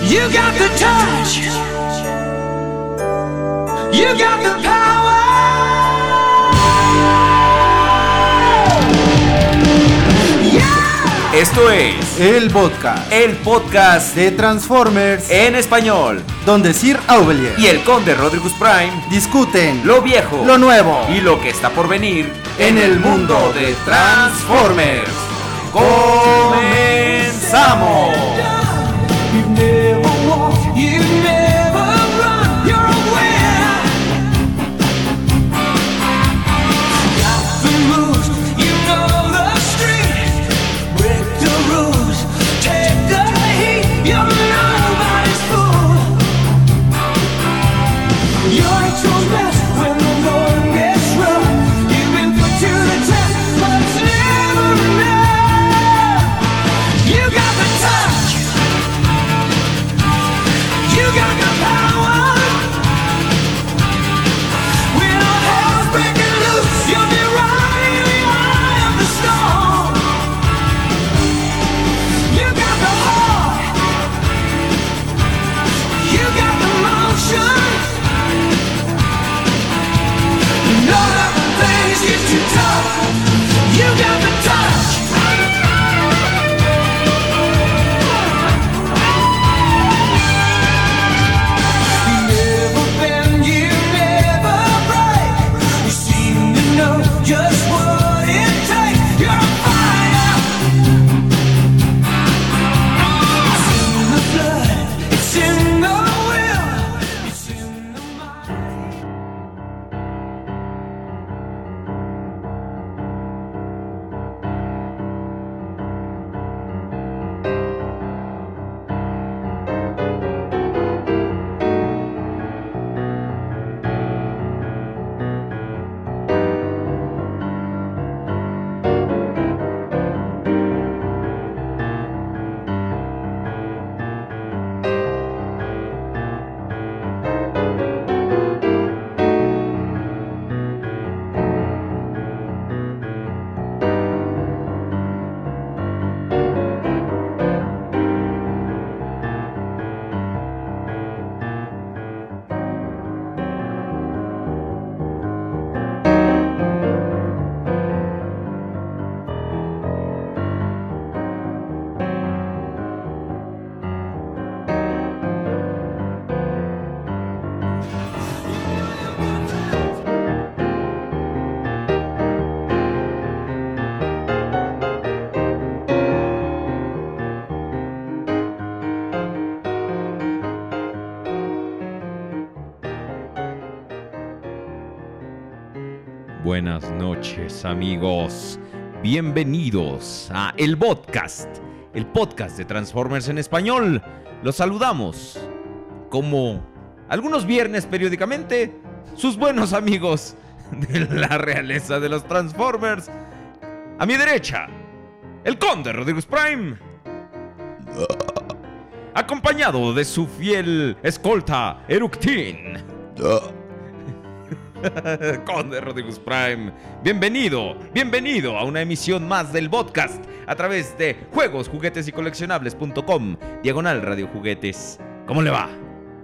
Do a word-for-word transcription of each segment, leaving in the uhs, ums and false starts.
You got the touch. You got the power. Yeah. Esto es el podcast, el podcast de Transformers en español, donde Sir Aubelier y el Conde Rodrigus Prime discuten lo viejo, lo nuevo y lo que está por venir en el mundo de Transformers. ¡Comenzamos! Buenas noches, amigos. Bienvenidos a el podcast, el podcast de Transformers en español. Los saludamos, como algunos viernes periódicamente, sus buenos amigos de la realeza de los Transformers. A mi derecha, el Conde Rodrigus Prime, acompañado de su fiel escolta Eructin. Conde Rodrigus Prime, bienvenido, bienvenido a una emisión más del podcast a través de juegos, juguetes y coleccionables punto com, diagonal Radio Juguetes. ¿Cómo le va?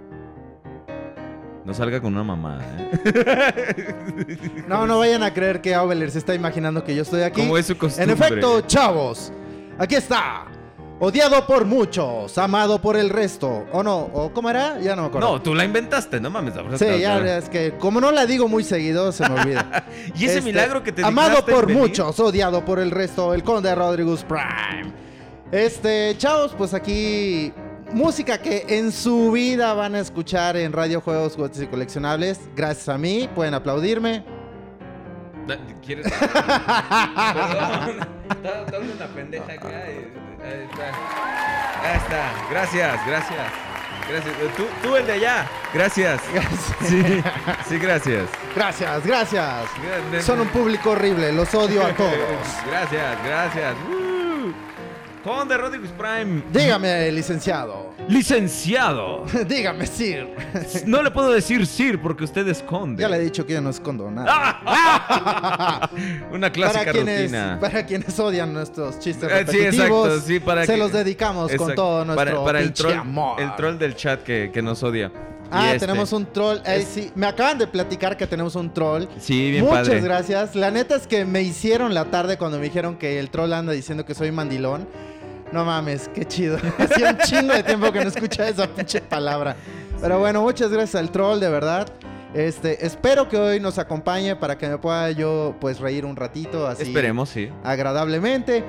No salga con una mamada, ¿eh? No, no vayan a creer que Aubelier se está imaginando que yo estoy aquí. Como es su costumbre. En efecto, chavos, aquí está. Odiado por muchos, amado por el resto. ¿O no? ¿O cómo era? Ya no me acuerdo. No, tú la inventaste, no mames. Sí, ya es que como no la digo muy seguido, se me olvida. Y ese este, milagro que te amado por venir? muchos, odiado por el resto, el Conde Rodrigus Prime. Este, chavos, pues aquí música que en su vida van a escuchar en Radio Juegos, Juguetes y Coleccionables. Gracias a mí, pueden aplaudirme. ¿Quieres? Perdón. Está una pendeja acá. Ahí está. Ahí está. Gracias, gracias. Gracias. Tú, tú el de allá. Gracias. Gracias. Sí, sí, gracias. Gracias, gracias. Son un público horrible, los odio a todos. Gracias, gracias. Uh. Conde Rodriguez Prime. Dígame, licenciado. Licenciado. Dígame, Sir. No le puedo decir Sir porque usted es conde. Ya le he dicho que yo no escondo nada. ¡Ah! Una clásica para quienes, rutina. Para quienes odian nuestros chistes Eh, sí, repetitivos, exacto, sí, para se que- los dedicamos con Exacto. todo nuestro para, para el pinche troll, amor. el troll del chat que, que nos odia. Ah, Y este, tenemos un troll. Eh, es- sí, me acaban de platicar que tenemos un troll. Sí, bien Muchas padre. gracias. La neta es que me hicieron la tarde cuando me dijeron que el troll anda diciendo que soy mandilón. No mames, qué chido. Hacía un chingo de tiempo que no escuchaba esa pinche palabra. Pero bueno, muchas gracias al troll, de verdad. Este, espero que hoy nos acompañe para que me pueda yo pues reír un ratito así. Esperemos, sí. Agradablemente.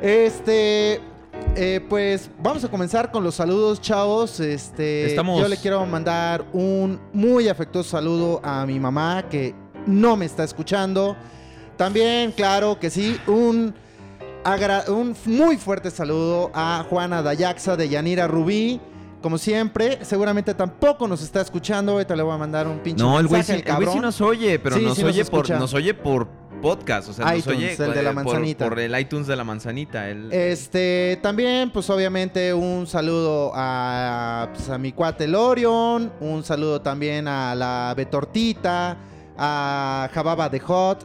Este, eh, pues vamos a comenzar con los saludos, chavos. Este, Estamos- yo le quiero mandar un muy afectuoso saludo a mi mamá que no me está escuchando. También, claro que sí, un, agra- un muy fuerte saludo a Juana Dayaxa de Yanira Rubí. Como siempre, seguramente tampoco nos está escuchando. Ahorita le voy a mandar un pinche No, el güey sí, mensaje al el güey sí cabrón. nos oye, pero Sí, nos, sí nos oye por, escucha. nos oye por podcast. O sea, iTunes, nos oye el de la eh, por- manzanita. Por, el iTunes de la manzanita. El... Este, también, pues obviamente un saludo a, pues, a mi cuate Lorion, un saludo también a la Betortita, a Jababa de Hot,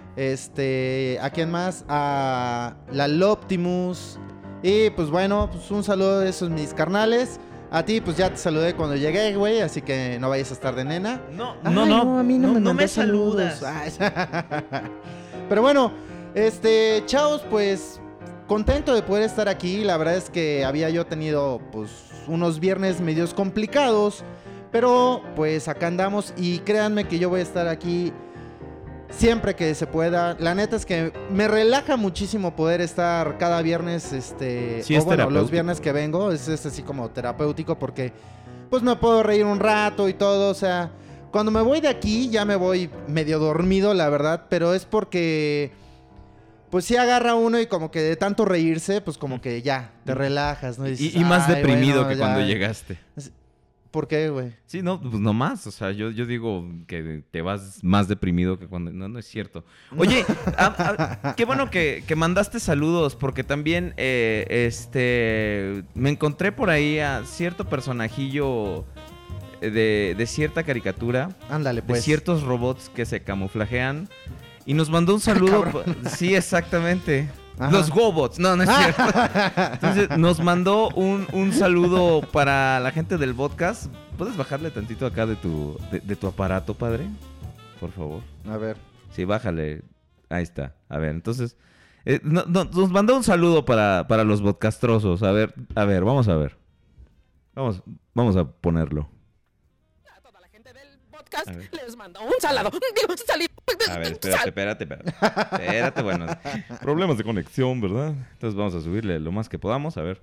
este, ¿a quién más? A la Loptimus, y pues bueno, pues un saludo de esos mis carnales. A ti, pues ya te saludé cuando llegué, güey, así que no vayas a estar de nena. No, Ay, no, no, a mí no, me, mandó me saludos. saludas. Ay, Pero bueno, este, chavos, pues contento de poder estar aquí. La verdad es que había yo tenido pues unos viernes medios complicados, pero pues acá andamos y créanme que yo voy a estar aquí siempre que se pueda. La neta es que me relaja muchísimo poder estar cada viernes, este, Sí, o es bueno, los terapéutico. viernes que vengo, es, es así como terapéutico porque pues me puedo reír un rato y todo, o sea, cuando me voy de aquí ya me voy medio dormido, la verdad, pero es porque pues sí agarra uno y como que de tanto reírse, pues como que ya, te relajas, ¿no? Y, dices, y más "Ay, deprimido bueno, que ya". cuando llegaste. ¿Por qué, güey? Sí, no, pues no más. O sea, yo, yo digo que te vas más deprimido que cuando... No, no es cierto. Oye, a- a- qué bueno que, que mandaste saludos, porque también eh, este me encontré por ahí a cierto personajillo de, de cierta caricatura, Ándale, de pues. ciertos robots que se camuflajean, y nos mandó un saludo. Sí, exactamente. Ajá. Los Gobots. No, no es cierto. Entonces, nos mandó un, un saludo para la gente del podcast. ¿Puedes bajarle tantito acá de tu, de, de tu aparato, padre? Por favor. A ver. Sí, bájale. Ahí está. A ver, entonces... eh, no- no, nos mandó un saludo para, para los podcastrosos. A ver, a ver, vamos a ver. Vamos, vamos a ponerlo. A toda la gente del podcast A ver. les mando un salado. Digo, salid. A ver, espérate, espérate, espérate. Espérate, bueno. Problemas de conexión, ¿verdad? Entonces vamos a subirle lo más que podamos. A ver.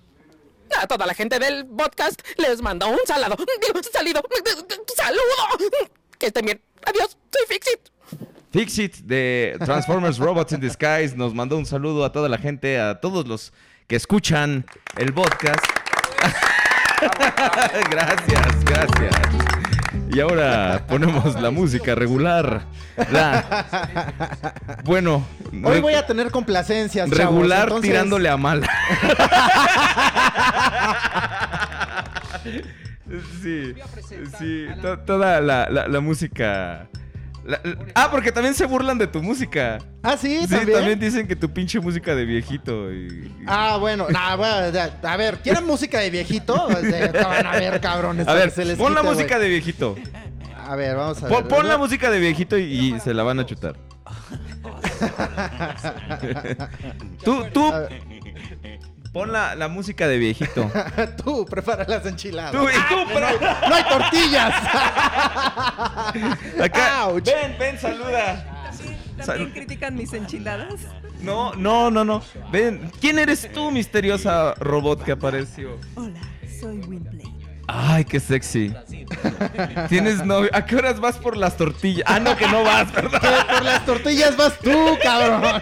A toda la gente del podcast les mando un salado. Digo, salido. Saludo. Que estén bien. Adiós. Soy Fixit. Fixit de Transformers Robots in Disguise nos mandó un saludo a toda la gente, a todos los que escuchan el podcast. Gracias, gracias. Y ahora ponemos la música regular. La... Bueno, Hoy re- voy a tener complacencias, chavos, regular entonces- tirándole a mal. Sí, sí, to- toda la, la- la música. la- la- ah, porque también se burlan de tu música. Ah, sí, Sí, también. también dicen que tu pinche música de viejito. Y, y- Ah, bueno, nah, bueno, ya, a ver, ¿quieren música de viejito? O sea, te van a ver, cabrones. A para ver, que se les pon la quite, música güey. de viejito. A ver, vamos a ver. Pon, pon la música de viejito y, y se la van a chutar. tú, tú. A ver. Pon la, la música de viejito. Tú, prepara las enchiladas. Tú y tú, pero. ¡No hay tortillas! Acá. Ouch. Ven, ven, saluda. ¿También Sal- critican mis enchiladas? No, no, no, no. Ven, ¿quién eres tú, misteriosa robot que apareció? Hola, soy Winplay. Ay, qué sexy. ¿Tienes novio? ¿A qué horas vas por las tortillas? Ah, no, que no vas, ¿verdad? Que por las tortillas vas tú, cabrón.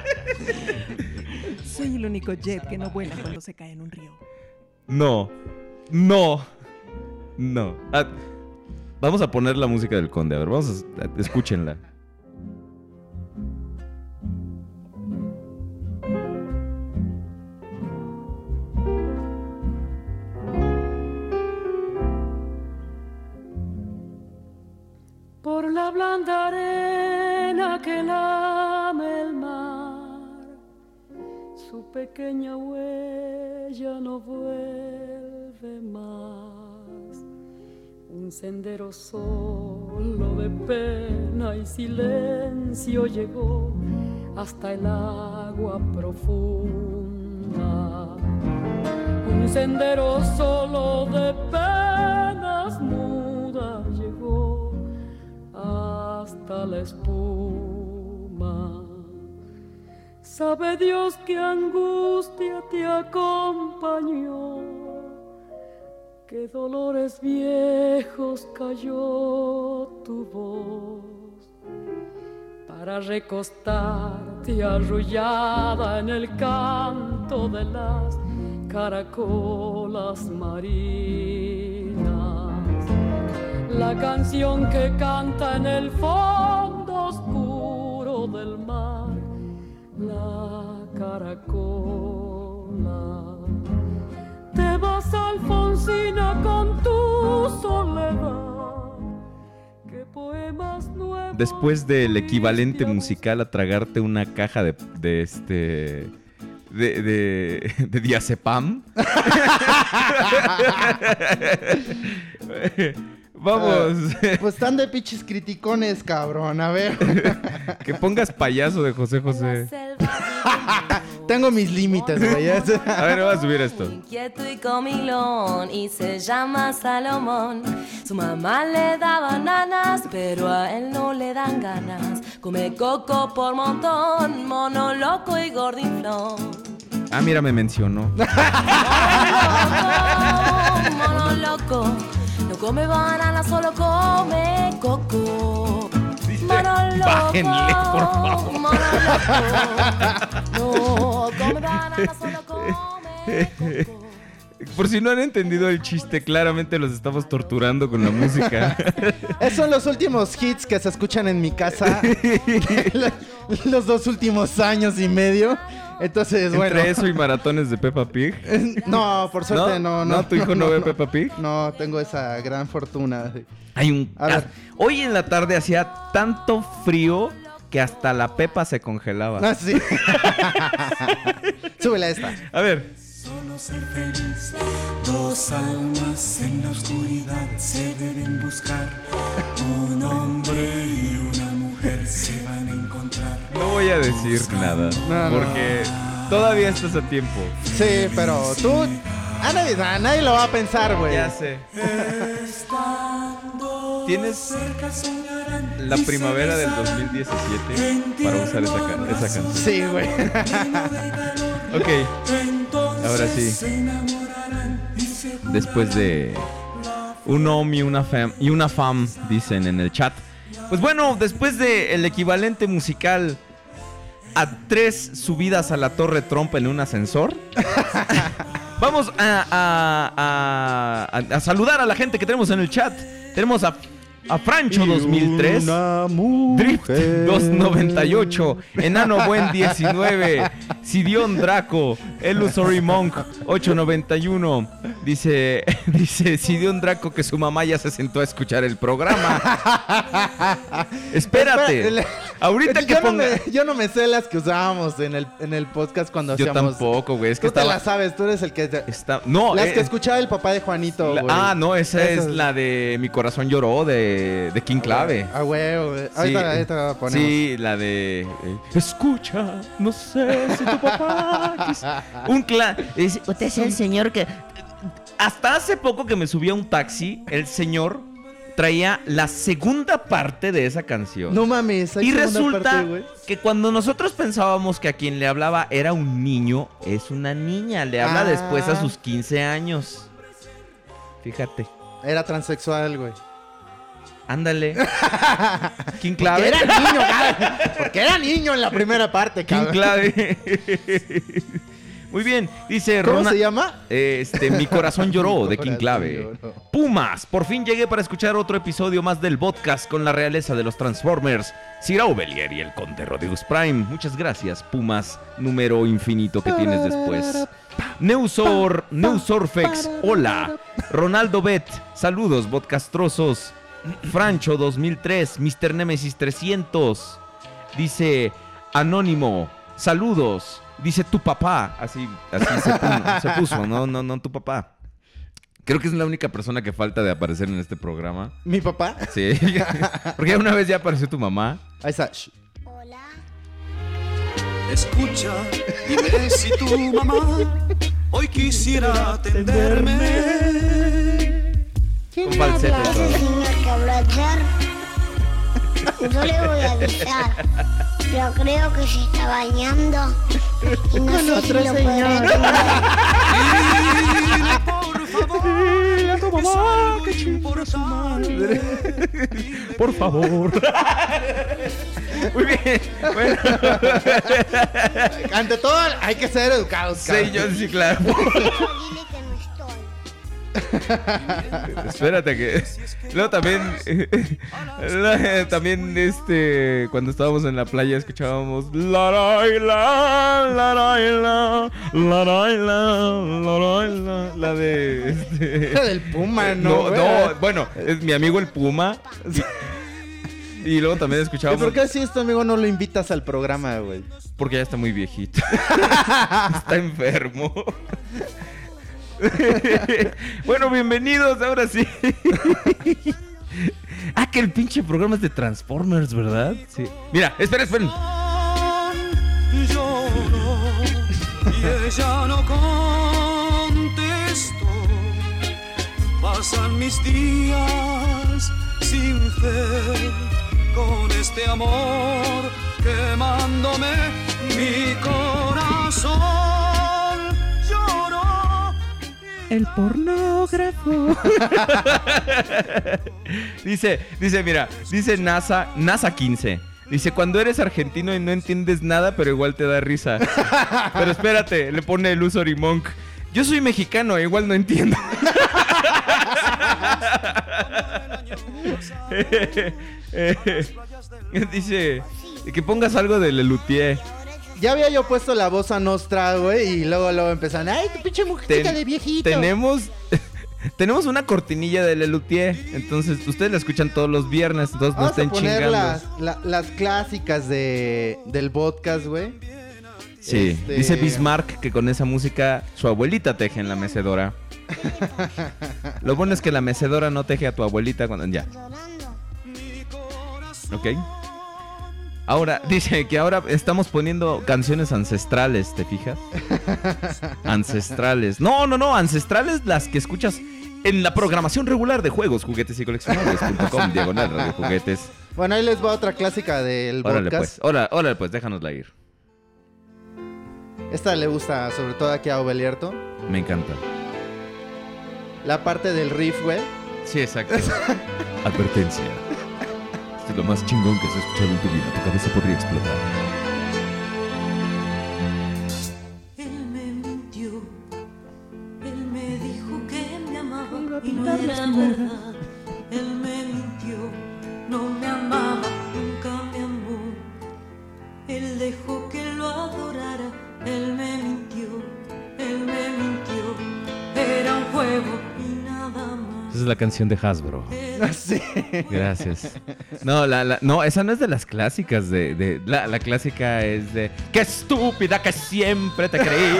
Soy el único jet que no vuela cuando se cae en un río. No, no, no. Ah, vamos a poner la música del conde, a ver, vamos a... Escúchenla. blanda arena que lame el mar, su pequeña huella no vuelve más. Un sendero solo de pena y silencio llegó hasta el agua profunda. Un sendero solo de penas mudas llegó hasta la espuma. Sabe Dios qué angustia te acompañó, qué dolores viejos cayó tu voz, para recostarte arrullada en el canto de las caracolas marinas. La canción que canta en el fondo oscuro del mar, la caracola. Te vas, Alfonsina, con tu soledad. ¿Qué poemas nuevos? Después del equivalente musical a tragarte una caja de, de este... De, de, de diazepam. Vamos. Uh, pues están de pinches criticones, cabrón. A ver. Que pongas payaso de José José. Tengo mis límites, güey. A ver, voy a subir esto. Inquieto y comilón, y se llama Salomón. Su mamá le da bananas, pero a él no le dan ganas. Come coco por montón, mono loco y gordinflón. Ah, mira, me mencionó. Mono loco, no come banana, solo come coco. Mono loco, bájenle, por favor. Mono loco, no come banana, solo come coco. Por si no han entendido el chiste, claramente los estamos torturando con la música. Esos son los últimos hits que se escuchan en mi casa. Los dos últimos años y medio. Entonces, Entre bueno. eso y maratones de Peppa Pig. No, por suerte no. ¿No? No, ¿No? ¿Tu hijo no, no ve no, Peppa Pig? No, tengo esa gran fortuna. Hay un... A ver. Hoy en la tarde hacía tanto frío que hasta la Peppa se congelaba. Ah, sí. Súbela esta. A ver. Solo ser feliz, dos almas en la oscuridad se deben buscar. Un hombre y una mujer se van a encontrar. No voy a decir nada, No, no. porque todavía estás a tiempo. Sí, pero tú... A nadie, a nadie lo va a pensar, güey. Ya sé. Tienes la primavera del dos mil diecisiete para usar esa, can- esa canción. Sí, güey. Ok, ahora sí. Después de un hombre y una fam, y una fam, dicen en el chat. Pues bueno, después de el equivalente musical a tres subidas a la Torre Trump en un ascensor, vamos a, a, a, a, a saludar a la gente que tenemos en el chat. Tenemos a, a Francho dos mil tres, Drift doscientos noventa y ocho, Enano Buen diecinueve, Sidión Draco, Illusory Monk ochocientos noventa y uno. Dice, dice Sidión Draco que su mamá ya se sentó a escuchar el programa. Espérate. Espera, Ahorita yo que no ponga... me, yo no me sé las que usábamos en el, en el podcast cuando Yo hacíamos... tampoco, güey. Es que Tú te estaba... las sabes, tú eres el que... te- está... No, Las eh, que escuchaba el papá de Juanito, la- güey. Ah, no, esa Esas. es la de Mi Corazón Lloró de, de King Clave. Ah, güey, güey. Sí, Ahorita, ahorita la ponemos. sí, la de eh, escucha, no sé si tu papá quis-". Un cla es- Usted es el señor que hasta hace poco que me subí a un taxi, el señor traía la segunda parte de esa canción. No mames, hay Y segunda resulta parte, güey. que cuando nosotros pensábamos que a quien le hablaba era un niño, es una niña. Le habla Ah. después a sus quince años. Fíjate. Era transexual, güey. Ándale. King Porque Clave. era niño, cabrón. Porque era niño en la primera parte, King cabrón. Clave. Muy bien, dice ¿Cómo Rona- se llama? Este, Mi Corazón Lloró Mi de King corazón Clave. lloró. Pumas, por fin llegué para escuchar otro episodio más del podcast con la realeza de los Transformers, Sir Aubelier y el Conde Rodigus Prime. Muchas gracias, Pumas, número infinito que tienes después. Neusor, Neusorfex, hola. Ronaldo Bet, saludos, podcastrosos. Francho dos mil tres, mister Nemesis trescientos. Dice Anónimo, saludos. Dice tu papá. Así, así se, pu- se puso, no, no, no, tu papá. Creo que es la única persona que falta de aparecer en este programa. ¿Mi papá? Sí. Porque una vez ya apareció tu mamá. Ahí está. Shh. Escucha, dime si tu mamá hoy quisiera atenderme. Con falsete. Ese señor que habló ayer, yo le voy a avisar, pero creo que se está bañando y no sé si lo podrá atender. Dile, por favor, Dile a tu mamá que chingue su madre. Por favor. Muy bien. Bueno. Ante todo, hay que ser educados. Sí, yo sí, claro. Dile que no estoy. Espérate que... Luego también... luego también, este... Cuando estábamos en la playa escuchábamos... La la la la la la la la la la de... Este... La del Puma, ¿no? No, güey? no, bueno, es mi amigo el Puma. Y luego también ¿Y escuchábamos... por qué si es tu amigo no lo invitas al programa, güey? Porque ya está muy viejito. Está enfermo. Bueno, bienvenidos, ahora sí. Ah, que el pinche programa es de Transformers, ¿verdad? Sí. Mira, esperen, esperen. lloró y ella no contestó. Pasan mis días sin fe, con este amor quemándome mi corazón. Lloró. El pornógrafo. Dice, dice, mira, dice NASA, NASA quince. Dice, cuando eres argentino y no entiendes nada, pero igual te da risa. Pero espérate, le pone el Usory Monk. Yo soy mexicano, igual no entiendo. Dice que pongas algo de Lelutier. Ya había yo puesto la voz a Nostra, güey, y luego luego empezaron, ay, tu pinche mujercita Ten- de viejito. Tenemos tenemos una cortinilla de Lelutier, entonces ustedes la escuchan todos los viernes, entonces no Vamos a estén poner chingando. las, la- las clásicas de, del podcast, güey. Sí, Este- dice Bismarck que con esa música su abuelita teje en la mecedora. Lo bueno es que la mecedora no teje a tu abuelita cuando ya. Ok. Ahora, dice que ahora estamos poniendo canciones ancestrales, ¿te fijas? Ancestrales. No, no, no, ancestrales las que escuchas en la programación regular de juegos, juguetes y coleccionables punto com, diagonal radio juguetes. Bueno, ahí les va otra clásica del Órale podcast. pues, órale, órale pues, déjanosla ir. Esta le gusta sobre todo aquí a Obelierto. Me encanta. La parte del riff, güey. Sí, exacto. Advertencia. Esto es lo más chingón que has escuchado en tu vida. Tu cabeza podría explotar. Él me mintió, él me dijo que me amaba y no era verdad. Él me mintió, no me amaba, nunca me amó. Él dejó que lo adorara, él me mintió, él me mintió. Era un juego y nada más. Esa es la canción de Hasbro. Sí. Gracias. No, la, la, no, esa no es de las clásicas. De, de la, la clásica es de ¡qué estúpida que siempre te creí!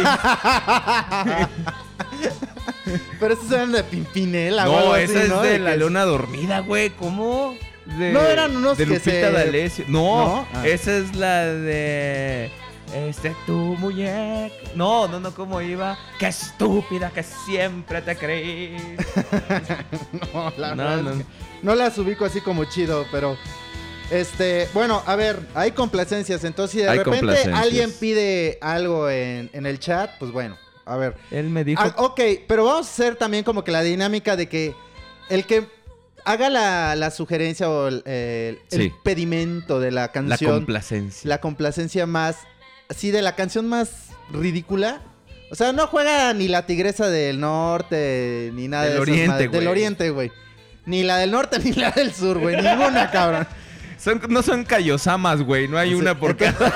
Pero esas eran de Pimpinela, o No, algo esa así, es ¿no? de la que- leona dormida, güey. ¿Cómo? De, No, eran unos de que Lupita se- D'Alessio. No, ¿No? Ah. esa es la de... Este tu muñeco. No, no, no, ¿cómo iba? ¡Qué estúpida que siempre te creí! No, la No, verdad no. es que no las ubico así como chido, pero... Este, bueno, a ver, hay complacencias. Entonces, si de Hay repente complacencias. alguien pide algo en, en el chat, pues bueno, a ver. Él me dijo... Ah, ok, pero vamos a hacer también como que la dinámica de que el que haga la, la sugerencia o el, el- el Sí. pedimento de la la canción, complacencia. la complacencia más, así de la canción más ridícula. O sea, no juega ni la Tigresa del Norte, ni nada Del de esas Oriente, madres. Del güey. Oriente, güey. Ni la del Norte ni la del Sur, güey. Ninguna, cabrón. Son, no son Kaiosamas, güey. No hay Sí, una por cada...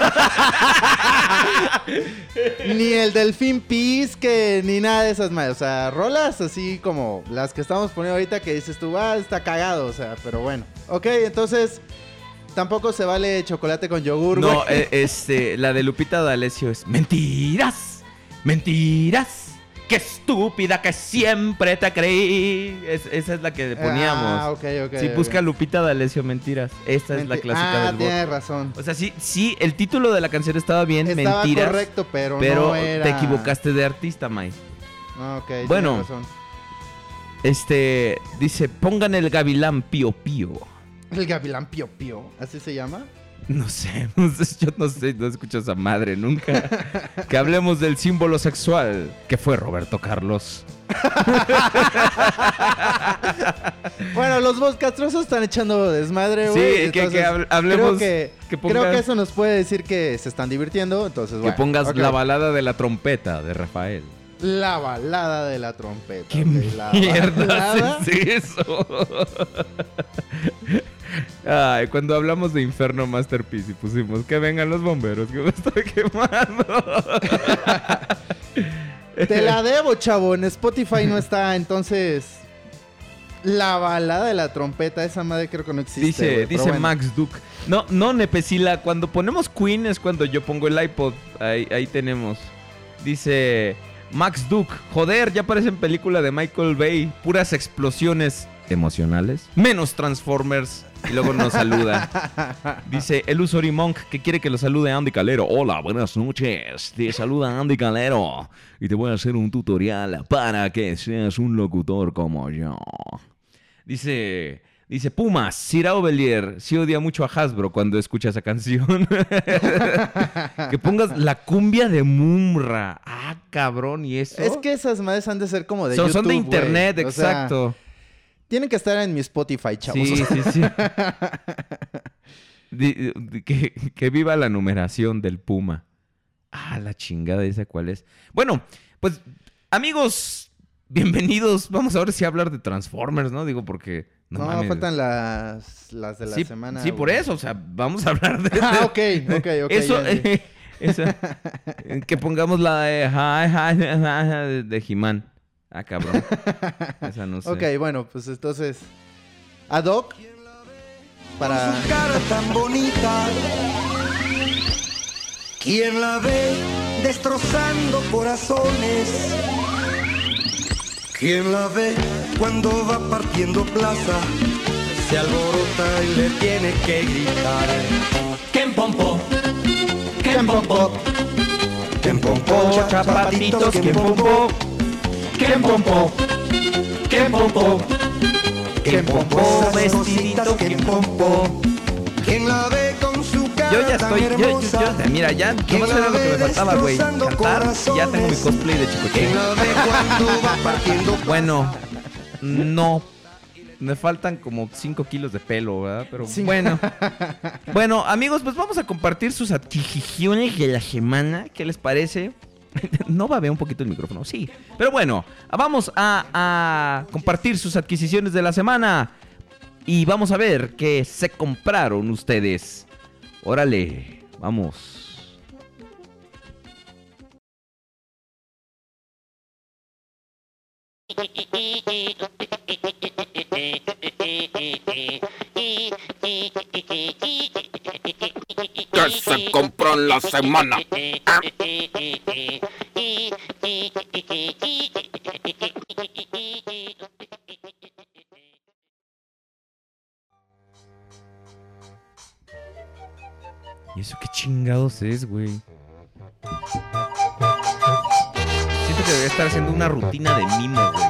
Ni el Delfín Pisque, ni nada de esas madres. O sea, rolas así como las que estamos poniendo ahorita que dices tú, ah, está cagado. O sea, pero bueno. Ok, entonces tampoco se vale chocolate con yogur, No, güey. eh, este, la de Lupita D'Alessio es mentiras, mentiras. ¡Qué estúpida que siempre te creí! Es, esa es la que poníamos. Ah, ok, ok. Si ok. busca Lupita D'Alessio mentiras. Esta es la Menti- clásica ah, del bot. tienes razón. O sea, sí, sí, el título de la canción estaba bien, Estaba mentiras. correcto, pero, Pero no era... te equivocaste de artista, May. Ah, ok, Bueno. tienes razón. Este, dice, pongan el gavilán pío pío. El gavilán pío pío, ¿así se llama? No sé, no sé, yo no sé, no escucho esa madre nunca. Que hablemos del símbolo sexual, que fue Roberto Carlos. Bueno, los boscastrosos están echando desmadre, güey. Sí, que- entonces que hable- hablemos- Creo que, que creo pongas- que eso nos puede decir que se están divirtiendo, entonces, Que bueno. pongas ok. la balada de la trompeta de Rafael. La balada de la trompeta. ¿Qué ok, la mierda balada. es eso? Ay, cuando hablamos de Inferno Masterpiece y pusimos que vengan los bomberos, que me estoy quemando. Te la debo, chavo. En Spotify no está, entonces... La balada de la trompeta, esa madre creo que no existe. Dice, güey, pero dice bueno. Max Duke. No, no, Nepesila, cuando ponemos Queen es cuando yo pongo el iPod. Ahí, ahí tenemos. Dice Max Duke, joder, ya parece en película de Michael Bay. Puras explosiones emocionales. Menos Transformers. Y luego nos saluda. Dice el Usori Monk que quiere que lo salude Andy Calero. Hola, buenas noches. Te saluda Andy Calero. Y te voy a hacer un tutorial para que seas un locutor como yo. Dice... Dice Pumas, Sirao Belier, sí odia mucho a Hasbro cuando escucha esa canción. Que pongas la cumbia de Mumra. Ah, cabrón, ¿y eso? Es que esas madres han de ser como de son, YouTube, son de güey. internet, O sea, exacto. tienen que estar en mi Spotify, chavos. Sí, sí, sí. Di- di- que, que viva la numeración del Puma. Ah, la chingada esa cuál es. Bueno, pues, amigos, bienvenidos. Vamos ahora sí a hablar de Transformers, ¿no? Digo, porque... No, No, mames. faltan las, las de la sí, semana. sí, por güey. eso, o sea, vamos a hablar de... Ah, ok, ok, ok. Eso, ya, ya. eh, esa- que pongamos la de, ja, ja, ja, ja, de, de He-Man. Ah, cabrón. Esa no sé. Ok, bueno, pues entonces... Ad hoc. Para... Su cara tan bonita. ¿Quién la ve destrozando corazones? ¿Quién la ve cuando va partiendo plaza? Se alborota y le tiene que gritar. ¡Ken Pompo! ¡Ken Pompo! ¡Ken Pompo, chapatitos, ken Pompo! ¡Ken Pompo! ¡Ken Pompo! ¡Ken Pompo, vestiditos, ken Pompo! ¿Quién la ve con su cara Yo ya tan estoy, yo, yo, hermosa? yo- mira, ya ¿Quién nomás era la lo que me ve faltaba, güey. destrozando Cantar, ya tengo mi corazones? cosplay de ¿Quién Chicoche. la ve cuando va partiendo plaza? Bueno, no. Me faltan como cinco kilos de pelo, ¿verdad? Pero Sí. bueno. Bueno, amigos, pues vamos a compartir sus adquisiciones de la semana. ¿Qué les parece? No va a ver un poquito el micrófono, sí. Pero bueno, vamos a, a compartir sus adquisiciones de la semana. Y vamos a ver qué se compraron ustedes. Órale, vamos. ¿Qué se compró en la semana? ¿Y eso qué chingados es, güey? Siento que debería estar haciendo una rutina de mimo, güey.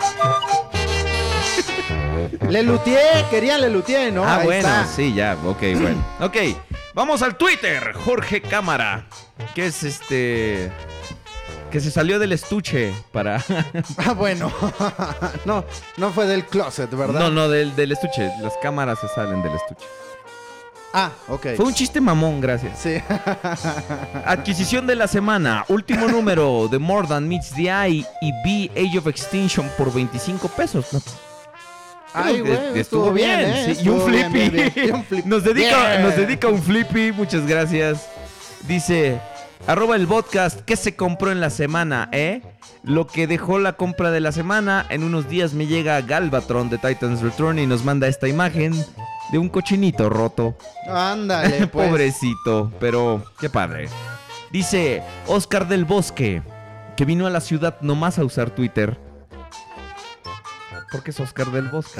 Le luteé, querían le luteé, ¿no? Ah, Ahí bueno, está. sí, ya, ok, bueno. Ok, vamos al Twitter, Jorge Cámara, que es este... que se salió del estuche para... Ah, bueno. no, no fue del closet, ¿verdad? No, no, del, del estuche, las cámaras se salen del estuche. Ah, ok. Fue un chiste mamón, gracias. Sí. Adquisición de la semana, último número de More Than Meets the Eye y B Age of Extinction por veinticinco pesos. ¿No? Ay, güey, estuvo, estuvo bien. bien, ¿eh? Sí, Estuvo y un bien, flippy. bien, bien. Y un flip. Nos, dedica, Bien. nos dedica un flippy. Muchas gracias. Dice, arroba el podcast, ¿qué se compró en la semana, eh? Lo que dejó la compra de la semana. En unos días me llega Galvatron de Titans Return y nos manda esta imagen de un cochinito roto. Ándale, pues. Pobrecito, pero qué padre. Dice Oscar del Bosque, que vino a la ciudad nomás a usar Twitter. Porque es Oscar del Bosque.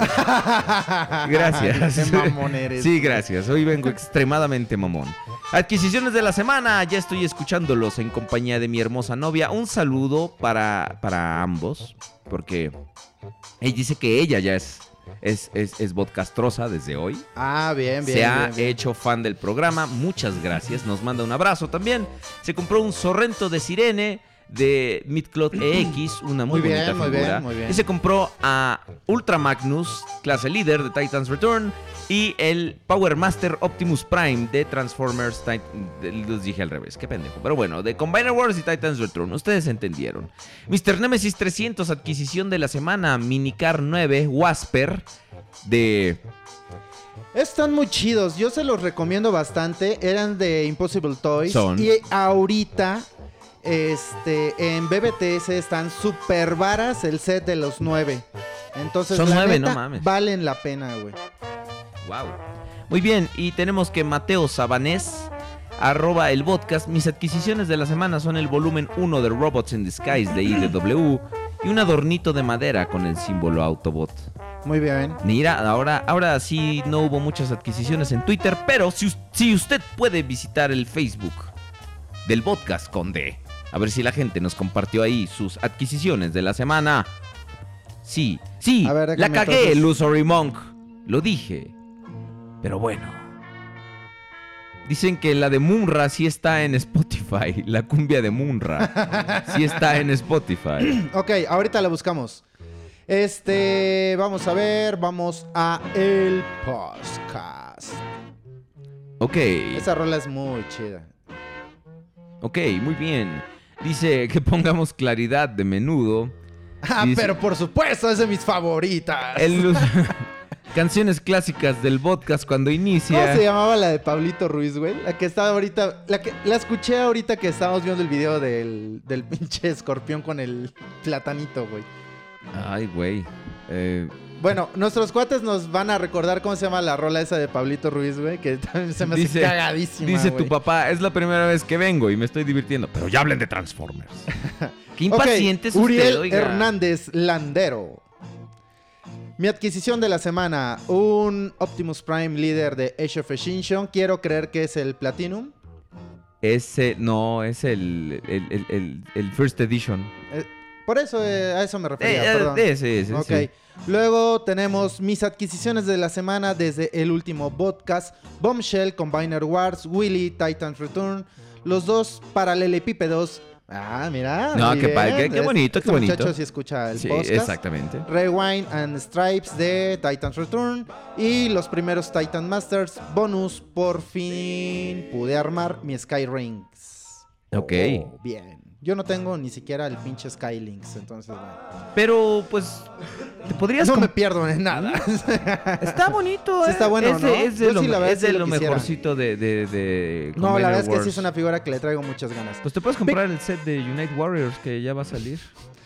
Gracias. Qué mamón eres. Sí, gracias. Hoy vengo extremadamente mamón. Adquisiciones de la semana. Ya estoy escuchándolos en compañía de mi hermosa novia. Un saludo para, para ambos. Porque ella dice que ella ya es, es, es, es podcastrosa desde hoy. Ah, bien, bien. Se ha bien, bien. hecho fan del programa. Muchas gracias. Nos manda un abrazo también. Se compró un Sorrento de Sirene de Midcloth E X, una muy, Muy bien, bonita muy figura. bien, muy bien. Y se compró a Ultra Magnus, clase líder de Titans Return, y el Power Master Optimus Prime de Transformers. Tit- de- los dije al revés, qué pendejo. Pero bueno, de Combiner Wars y Titans Return. Ustedes entendieron. mister Nemesis trescientos, adquisición de la semana. Minicar nueve, Wasper de... Están muy chidos. Yo se los recomiendo bastante. Eran de Impossible Toys. Son. Y ahorita, este, en B B T S están super varas el set de los nueve. Entonces, Son la nueve, neta, no mames. valen la pena, güey. Wow. Muy bien, y tenemos que Mateo Sabanés, arroba el podcast. Mis adquisiciones de la semana son el volumen uno de Robots in Disguise de I D W y un adornito de madera con el símbolo Autobot. Muy bien. Mira, ahora, ahora sí no hubo muchas adquisiciones en Twitter, pero si, us- si usted puede visitar el Facebook del podcast con D, a ver si la gente nos compartió ahí sus adquisiciones de la semana. Sí, sí, A ver, la déjame cagué, entonces. Illusory Monk. Lo dije. Pero bueno. Dicen que la de Munra sí está en Spotify. La cumbia de Munra sí está en Spotify. Ok, ahorita la buscamos. Este, vamos a ver, vamos a el podcast. Ok. Esa rola es muy chida. Ok, muy bien. Dice que pongamos claridad de Menudo. Ah, Dice- pero por supuesto, es de mis favoritas. El- Canciones clásicas del podcast cuando inicia. ¿Cómo se llamaba la de Pablito Ruiz, güey? La que estaba ahorita, la que la escuché ahorita que estábamos viendo el video del, del pinche escorpión con el platanito, güey. Ay, güey. Eh, Bueno, nuestros cuates nos van a recordar cómo se llama la rola esa de Pablito Ruiz, güey, que también se me hace dice cagadísima, dice güey. tu papá, es la primera vez que vengo y me estoy divirtiendo. Pero ya hablen de Transformers. Qué Ok, impaciente es usted, Uriel oiga. Hernández Landero. Mi adquisición de la semana, un Optimus Prime líder de Age of Extinction. Quiero creer que es el Platinum. Ese, no, es el, el, el, el- el First Edition. Eh, por eso, eh, a eso me refería, Eh, eh, perdón. ese, ese, Ok. sí. Luego tenemos mis adquisiciones de la semana desde el último podcast. Bombshell, Combiner Wars, Willy, Titans Return. Los dos paralelepípedos. Ah, mira. No, muy qué pa- bien. qué- qué Es- bonito, este qué bonito. muchacho sí escucha el Sí, podcast. exactamente. Rewind and Stripes de Titans Return. Y los primeros Titan Masters bonus. Por fin pude armar mi Sky Rings. Ok. Oh, bien. Yo no tengo ni siquiera el pinche Skylinks, entonces bueno. Pero, pues, te podrías... No comp- me pierdo en nada. Está bonito, Sí ¿eh? está bueno, es de, ¿no? Es de Yo lo, sí, la verdad, es de sí lo lo quisiera. mejorcito de, de, de No, la Combiner verdad es que sí Wars. es una figura que le traigo muchas ganas. Pues te puedes comprar el set de Unite Warriors que ya va a salir.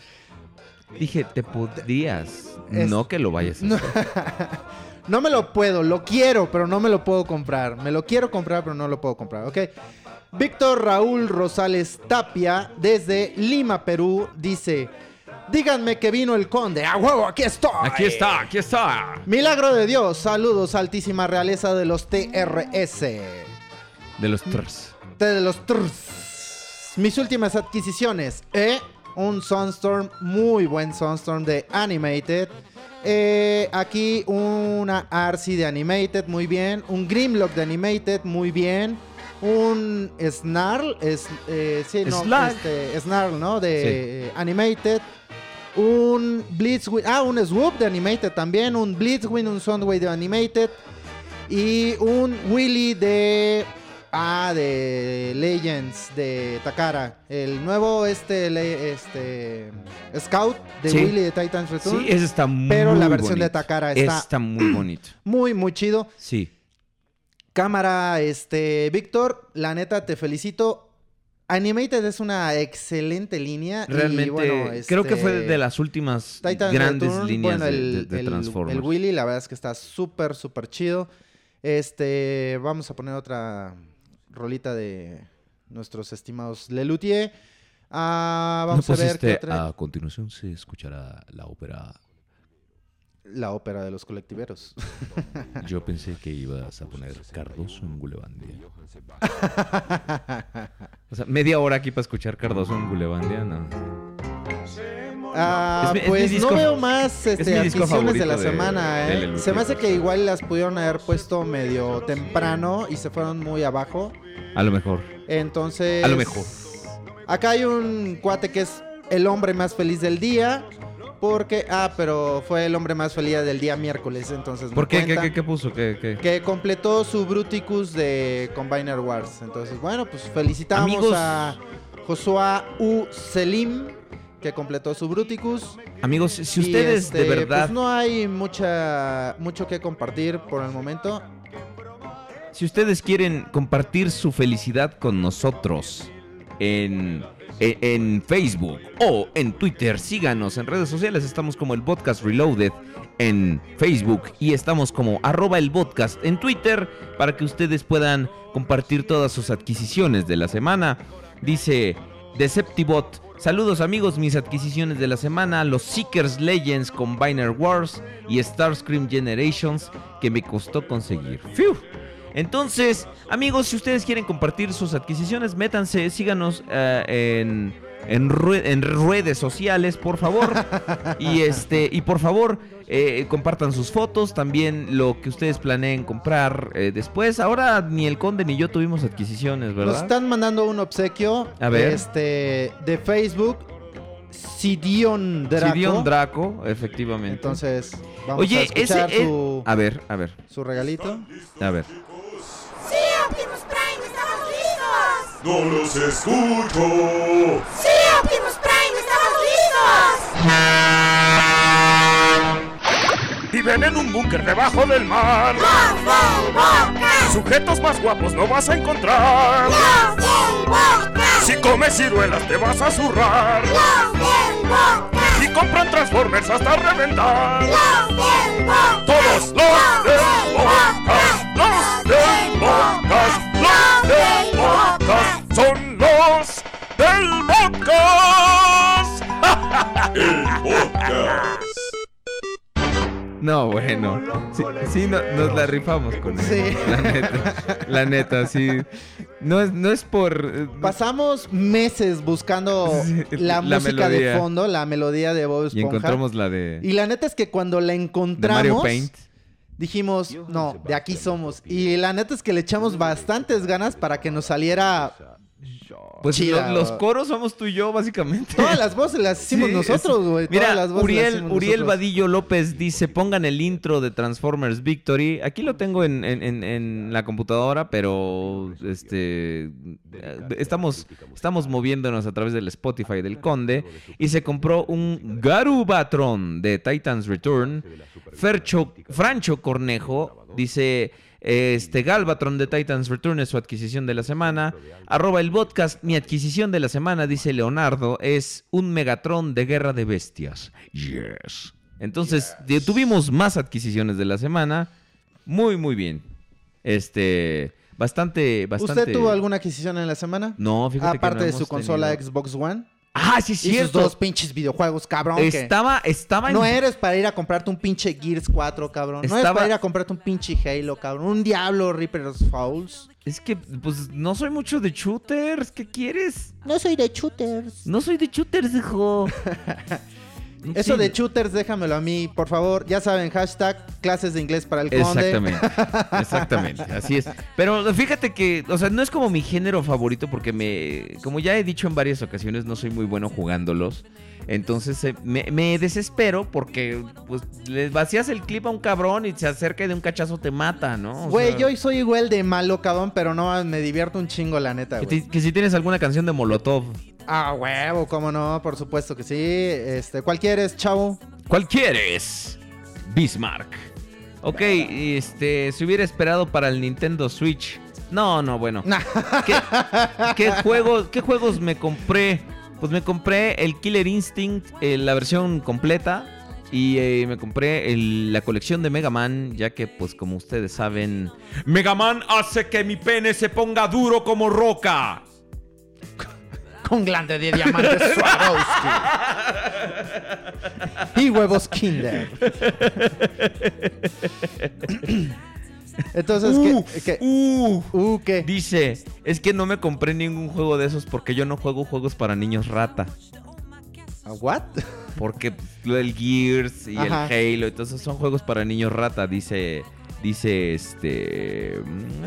Dije, te podrías. Es- No que lo vayas a No. hacer. No me lo puedo, lo quiero, pero no me lo puedo comprar. Me lo quiero comprar, pero no lo puedo comprar, ¿ok? Víctor Raúl Rosales Tapia, desde Lima, Perú, dice: díganme que vino el conde. ¡A huevo, aquí estoy! Aquí está, aquí está. Milagro de Dios, saludos, altísima realeza de los T R S. De los tres. De los trrrs. Mis últimas adquisiciones. Eh, un Sunstorm, muy buen Sunstorm de Animated. Eh, aquí una R C de Animated, muy bien. Un Grimlock de Animated, muy bien. Un Snarl, es, eh, sí, no, Slag. este, Snarl, ¿no? De eh, Animated. Un Blitzwing, ah, un Swoop de Animated también. Un Blitzwing, un Soundwave de Animated. Y un Willy de Ah, de Legends, de Takara. El nuevo este, le- este Scout de Sí. Willy de Titans Return. Sí, ese está muy Pero la versión bonito. de Takara está, Está muy bonito. muy, muy chido. Sí. Cámara, este, Víctor, la neta te felicito. Animated es una excelente línea. Realmente, y, bueno, creo que este, fue de las últimas Titans grandes Return, líneas bueno, de- el, de, de el- Transformers. el Willy, la verdad es que está súper, súper chido. Este, vamos a poner otra rolita de nuestros estimados Lelutier. Ah, vamos No a ver qué pusiste, otra. a continuación se escuchará la ópera. La ópera de los colectiveros. Yo pensé que ibas a poner Cardoso en Gulebandia. O sea, media hora aquí para escuchar Cardoso en Gulebandia, no. Ah, Es mi- es mi pues disco- no veo más es este, mi disco adquisiciones de la favorito de- semana. de ¿eh? Lelutier. Se me hace que igual las pudieron haber puesto medio temprano y se fueron muy abajo. A lo mejor. Entonces. A lo mejor. Acá hay un cuate que es el hombre más feliz del día. Porque. Ah, pero fue el hombre más feliz del día miércoles. Entonces. no ¿Por qué? ¿Qué, cuenta. qué, qué puso? ¿Qué, qué? Que completó su Bruticus de Combiner Wars. Entonces, bueno, pues felicitamos Amigos. a Joshua U. Selim, que completó su Bruticus. Amigos, si Y, ustedes este, de verdad, Pues no hay mucha, mucho que compartir por el momento. si ustedes quieren compartir su felicidad con nosotros en, en, en Facebook o en Twitter, síganos en redes sociales. Estamos como el Podcast Reloaded en Facebook y estamos como arroba el podcast en Twitter para que ustedes puedan compartir todas sus adquisiciones de la semana. Dice Deceptibot: saludos amigos, mis adquisiciones de la semana, los Seekers Legends Combiner Wars y Starscream Generations que me costó conseguir. ¡Fiu! Entonces, amigos, si ustedes quieren compartir sus adquisiciones, métanse, síganos eh, en, en, rue- en redes sociales, por favor. y este y por favor, eh, compartan sus fotos, también lo que ustedes planeen comprar eh, después. Ahora ni el Conde ni yo tuvimos adquisiciones, ¿verdad? Nos están mandando un obsequio. A ver. Este, de Facebook. Sidion Draco. Sidion Draco, efectivamente. Entonces, vamos Oye, a escuchar ese, su, a ver, a ver, su regalito. a ver. ¡Sí, Optimus Prime! ¡Estamos listos! No los escucho. ¡Sí, Optimus Prime! ¡Estamos listos! Viven en un búnker debajo del mar. ¡Los del Boca! Sujetos más guapos no vas a encontrar. ¡Los del Boca! Si comes ciruelas te vas a zurrar. ¡Los del Boca! Y compran Transformers hasta reventar. ¡Los del Boca! Todos los del podcast, los del podcast, los del podcast, son los del podcast. El podcast. No, bueno. Sí, sí, no- nos la rifamos con eso. Sí. La neta. La neta, sí. No es, no es por. eh, Pasamos meses buscando Sí, la, la música melodía. de fondo, la melodía de Bob Y Esponja. encontramos la de, Y la neta es que cuando la de Mario encontramos, Paint. dijimos, no, de aquí somos. Y la neta es que le echamos bastantes ganas para que nos saliera. Pues chida, lo- los o- coros somos tú y yo, básicamente. Todas las voces las hicimos Sí, nosotros, es- güey. Mira, Todas las voces las Uriel, hicimos Uriel nosotros. Vadillo López dice, pongan el intro de Transformers Victory. Aquí lo tengo en, en- en- en la computadora, pero este eh, estamos, estamos moviéndonos a través del Spotify del Conde. Y se compró un Garubatron de Titans Return. Fercho, Francho Cornejo dice... Este Galvatron de Titans Return es su adquisición de la semana. Arroba el podcast, mi adquisición de la semana, dice Leonardo, es un Megatron de Guerra de Bestias. Yes. Entonces, de- tuvimos más adquisiciones de la semana. Muy, muy bien. Este, bastante, bastante. ¿Usted tuvo alguna adquisición en la semana? No, fíjate que Aparte no de su hemos consola tenido- Xbox One. Ah, sí, Y sus cierto. dos pinches videojuegos, cabrón. que Estaba, estaba en... No eres para ir a comprarte un pinche Gears cuatro, cabrón. No eres Estaba- para ir a comprarte un pinche Halo, cabrón. Un Diablo Reaper's Falls. Es que, pues, no soy mucho de shooters. ¿Qué quieres? No soy de shooters. No soy de shooters, hijo. Eso Sí. de shooters, déjamelo a mí, por favor. Ya saben, hashtag clases de inglés para el conde. Exactamente, exactamente, así es. Pero fíjate que, o sea, no es como mi género favorito porque me, como ya he dicho en varias ocasiones, no soy muy bueno jugándolos. Entonces eh, me, me desespero porque pues le vacías el clip a un cabrón y se acerca y de un cachazo te mata, ¿no? O Güey, sea, yo soy igual de malo, cabrón, pero no, me divierto un chingo, la neta, que, güey. ti- que si tienes alguna canción de Molotov. Ah, huevo, cómo no, por supuesto que sí. Este, ¿cuál quieres, chavo? ¿Cuál quieres? Bismarck. Ok, este, si hubiera esperado para el Nintendo Switch. No, no, bueno. ¿Qué, qué juego- qué juegos me compré? Pues me compré el Killer Instinct, eh, la versión completa. Y eh, me compré el- la colección de Mega Man, ya que, pues como ustedes saben, Mega Man hace que mi pene se ponga duro como roca. Con glande de diamantes Swarovski. Y huevos Kinder. Entonces, Uh, ¿qué? qué? Uh, Uh, ¿qué? Dice, es que no me compré ningún juego de esos porque yo no juego juegos para niños rata. ¿A what? Porque el Gears y Ajá. el Halo, entonces son juegos para niños rata, dice, dice este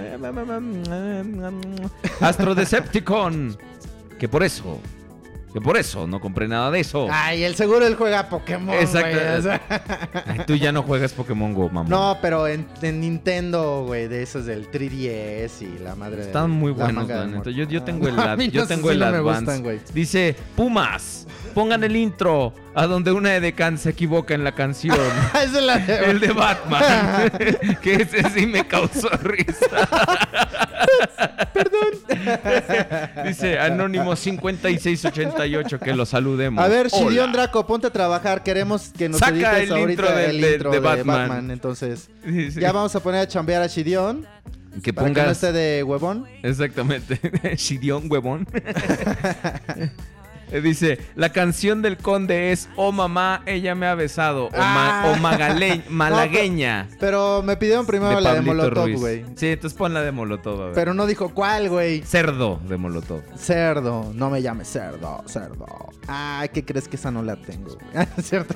Astro Decepticon, que por eso, que por eso no compré nada de eso. Ay, el seguro él juega Pokémon, Exacto. güey, o sea. Ay, tú ya no juegas Pokémon Go, mamá. No, pero en, en Nintendo, güey, de esos del tres D S y la madre de Están muy la buenos, manga la de neta. amor. Yo, yo tengo el, A ad- mí yo no sé tengo si el no me Advance. gustan, güey. Dice, Pumas, pongan el intro a donde una edecán se equivoca en la canción. Esa es la de... El de Batman. Que ese sí me causó risa. Perdón. Dice Anónimo cincuenta y seis ochenta y ocho que lo saludemos. A ver, Hola. Shidion Draco, ponte a trabajar. Queremos que nos Saca edites el ahorita intro del- el de- intro de de, Batman. Batman. Entonces, Sí, sí. ya vamos a poner a chambear a Shidion. Que Para que no pongas. esté de huevón. Exactamente. Shidion, huevón. Dice, la canción del conde es Oh mamá, ella me ha besado. O, ma- Ah. o magale- malagueña. Pero me pidieron primero la de Pablito Molotov, Ruiz. güey. Sí, entonces pon la de Molotov. A ver. Pero no dijo cuál, güey. Cerdo de Molotov. Cerdo. No me llames cerdo, cerdo. Ay, ¿qué crees que esa no la tengo, güey? ¿Cierto?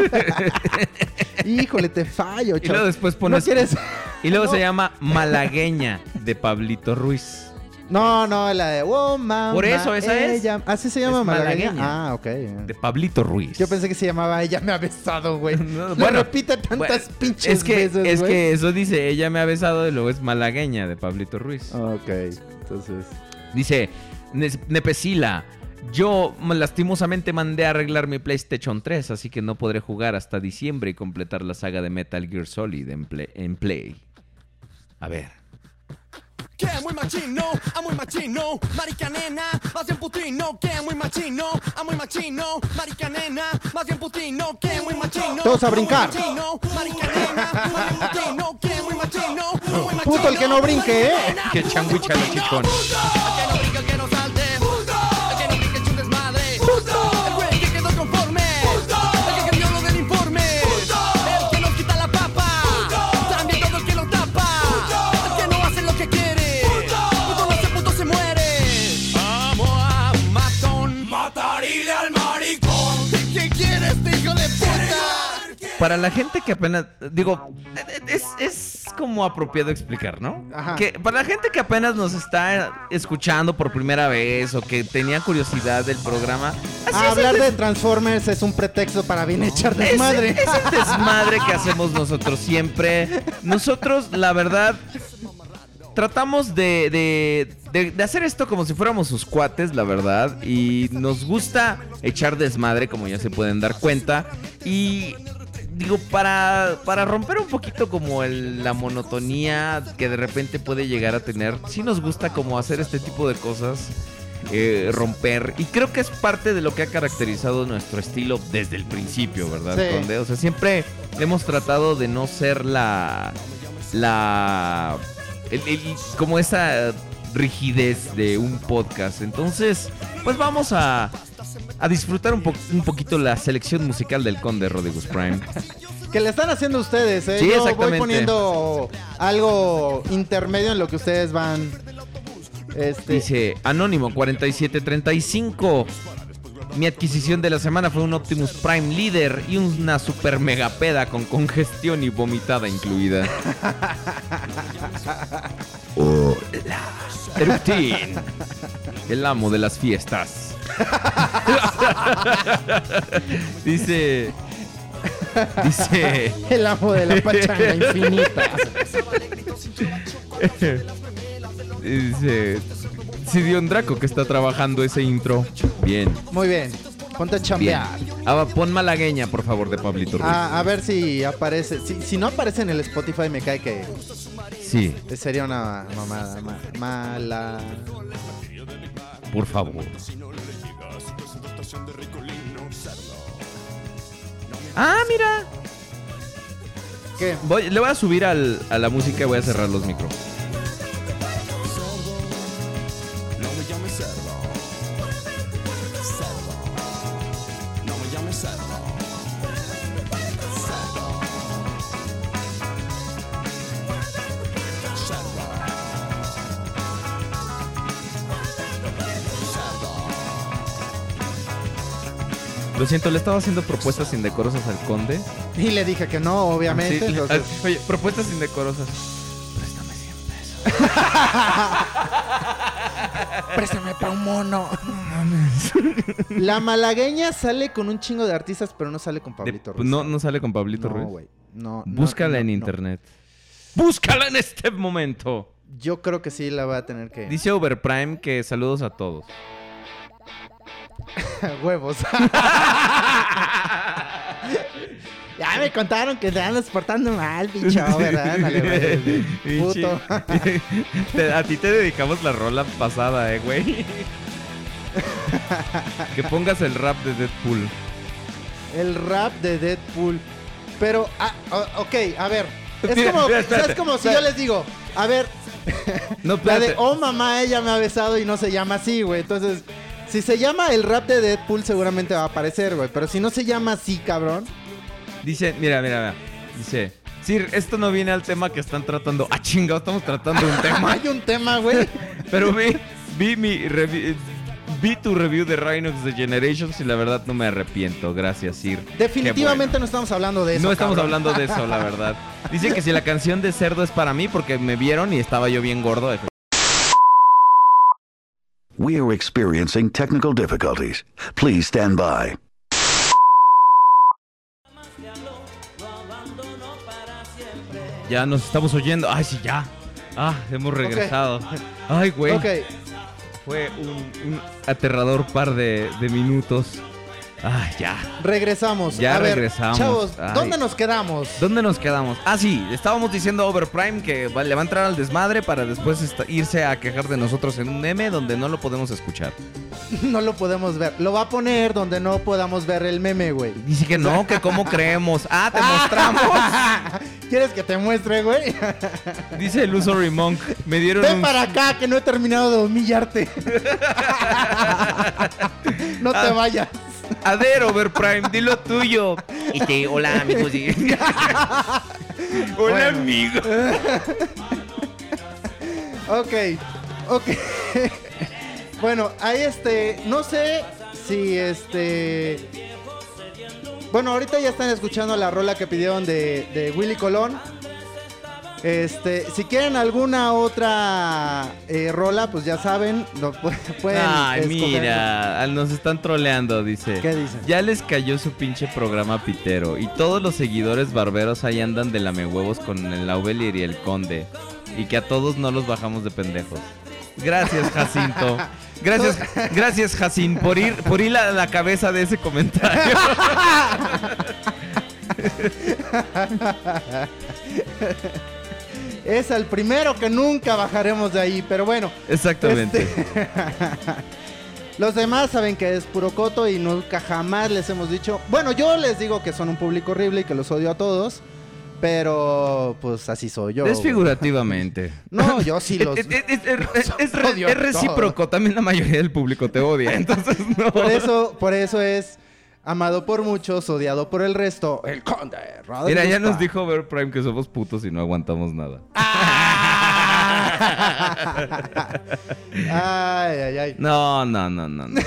Híjole, te fallo, Y chavo. luego después pones. ¿No quieres? Y luego No. se llama Malagueña de Pablito Ruiz. No, no, la de oh, mamá. Por eso, esa es. ella- ¿Así se llama Es malagueña? malagueña. Ah, ok. De Pablito Ruiz. Yo pensé que se llamaba Ella me ha besado, güey. No, Lo bueno, repite tantas bueno, pinches es que, veces, es güey. que eso dice, ella me ha besado y luego es Malagueña de Pablito Ruiz. Ok, entonces... Dice, "Ne- Nepesila, yo lastimosamente mandé a arreglar mi PlayStation tres, así que no podré jugar hasta diciembre y completar la saga de Metal Gear Solid en Play. En play. A ver. Que muy machino, a muy machino, marica nena, más bien putino, que muy machino, a muy machino, marica nena, más bien putino, que muy machino. Todos a brincar. Muy machino, marica nena, más bien putino, que muy machino, muy machino. Puto el que no brinque, ¿eh? Que changuicha la chichón. El que no brinca, el que no salte, el que no brinca, es un desmadre, el güey que quedó conforme, el que cambió lo del informe, el que nos quita la papa, también todo el que lo tapa, el que no hace lo que quiere. Puto no hace, puto se muere. Amo a un matón. Matarile al maricón. ¿Qué quieres, hijo de puta? Para la gente que apenas, digo, es, es como apropiado explicar, ¿no? Ajá. Que para la gente que apenas nos está escuchando por primera vez o que tenía curiosidad del programa, así es Hablar el de Transformers es un pretexto para bien echar Es, desmadre. es el desmadre que hacemos nosotros siempre. Nosotros, la verdad, tratamos de, de, de, de hacer esto como si fuéramos sus cuates, la verdad. Y nos gusta echar desmadre, como ya se pueden dar cuenta. Y digo, para, para romper un poquito como el, la monotonía que de repente puede llegar a tener, sí nos gusta como hacer este tipo de cosas. Eh, romper, y creo que es parte de lo que ha caracterizado nuestro estilo desde el principio, ¿verdad, Sí. Conde? O sea, siempre hemos tratado de no ser la la el- el- como esa rigidez de un podcast. Entonces, pues vamos a a disfrutar un, po- un poquito la selección musical del Conde Rodriguez Prime. Que le están haciendo ustedes, ¿eh? Sí, Yo exactamente. voy poniendo algo intermedio en lo que ustedes van. Este. Dice Anónimo cuarenta y siete treinta y cinco. Mi adquisición de la semana fue un Optimus Prime líder y una super mega peda con congestión y vomitada incluida. Hola. Eruptin, el amo de las fiestas. Dice... Dice... El amo de la pachanga infinita. Dice... Sidion Draco que está trabajando ese intro. Bien. Muy bien. Ponte a chambear. Ah, pon malagueña, por favor, de Pablito Ruiz. Ah, a ver si aparece. Si, si no aparece en el Spotify, me cae que... Sí. Sería una mamada. Ma, mala... Por favor. Ah, mira. ¿Qué? Voy, le voy a subir al, a la música y voy a cerrar los micros. No me llames cerdo. Cerdo. No me llames cerdo. Cerdo. Cerdo. Lo siento, le estaba haciendo propuestas indecorosas al conde. Y le dije que no, obviamente. Sí, entonces... Oye, propuestas indecorosas. Préstame cien pesos. Préstame para un mono. La malagueña sale con un chingo de artistas, pero no sale con Pablito De, Ruiz. no, no sale con Pablito No, Ruiz. güey. No, Búscala no, en no, internet. No. Búscala en este momento. Yo creo que sí la va a tener que... Dice Overprime que saludos a todos. Huevos. Ya me contaron que te andas portando mal, bicho, ¿verdad? Dale, puto. Te, a ti te dedicamos la rola pasada, eh, güey. Que pongas el rap de Deadpool. El rap de Deadpool. Pero, ah, oh, ok, a ver. Es Mira, como, mira, espérate, es como si espérate. yo les digo, a ver, No, la de espérate. oh mamá, ella me ha besado y no se llama así, güey. Entonces, si se llama el rap de Deadpool, seguramente va a aparecer, güey. Pero si no se llama así, cabrón. Dice, mira, mira, mira. Dice, Sir, esto no viene al tema que están tratando. Ah, chingado, estamos tratando un tema. Hay un tema, güey. Pero vi, vi mi review, vi tu review de Rhinox The Generations y la verdad no me arrepiento. Gracias, Sir. Definitivamente Qué bueno. no estamos hablando de eso. No estamos cabrón. hablando de eso, la verdad. Dice que si la canción de Cerdo es para mí porque me vieron y estaba yo bien gordo. We are experiencing technical difficulties. Please stand by. Ya nos estamos oyendo. Ay, sí, ya. Ah, hemos regresado. Okay. Ay, güey. Ok. Fue un, un aterrador par de, de minutos. Ah, ya. Regresamos. Ya a ver, regresamos. Chavos, Ay. ¿dónde nos quedamos? ¿Dónde nos quedamos? Ah, sí, estábamos diciendo a Overprime que va, le va a entrar al desmadre para después esta, irse a quejar de nosotros en un meme donde no lo podemos escuchar. No lo podemos ver. Lo va a poner donde no podamos ver el meme, güey. Dice que no, que cómo creemos. Ah, te mostramos. ¿Quieres que te muestre, güey? Dice Illusory Monk. Me dieron Ven un... para acá, que no he terminado de humillarte. No te Ah. vayas. A ver, Overprime, di lo tuyo. Y te, hola, amigos. Hola, Bueno. amigo. Ok, ok. Bueno, ahí este, no sé si este... Bueno, ahorita ya están escuchando la rola que pidieron de, de Willy Colón. Este, si quieren alguna otra eh, rola, pues ya saben, lo pu- pueden Ay, escoger. mira, nos están troleando, dice. ¿Qué dicen? Ya les cayó su pinche programa pitero y todos los seguidores barberos ahí andan de lamehuevos con el Laubelier y el Conde. Y que a todos no los bajamos de pendejos. Gracias, Jacinto. Gracias, gracias, Jacín, por ir, por ir a la cabeza de ese comentario. Es el primero que nunca bajaremos de ahí, pero bueno. Exactamente. Este... Los demás saben que es puro coto y nunca jamás les hemos dicho... Bueno, yo les digo que son un público horrible y que los odio a todos, pero pues así soy yo. Desfigurativamente. No, yo sí los... Es, es- es- es- es re- odio es a recíproco, todos. también la mayoría del público te odia, entonces no. Por eso, por eso es amado por muchos, odiado por el resto. El Conde Rodríguez. Mira, ya nos dijo Overprime que somos putos y no aguantamos nada. Ay, ay, ay. No, no, no, no. no.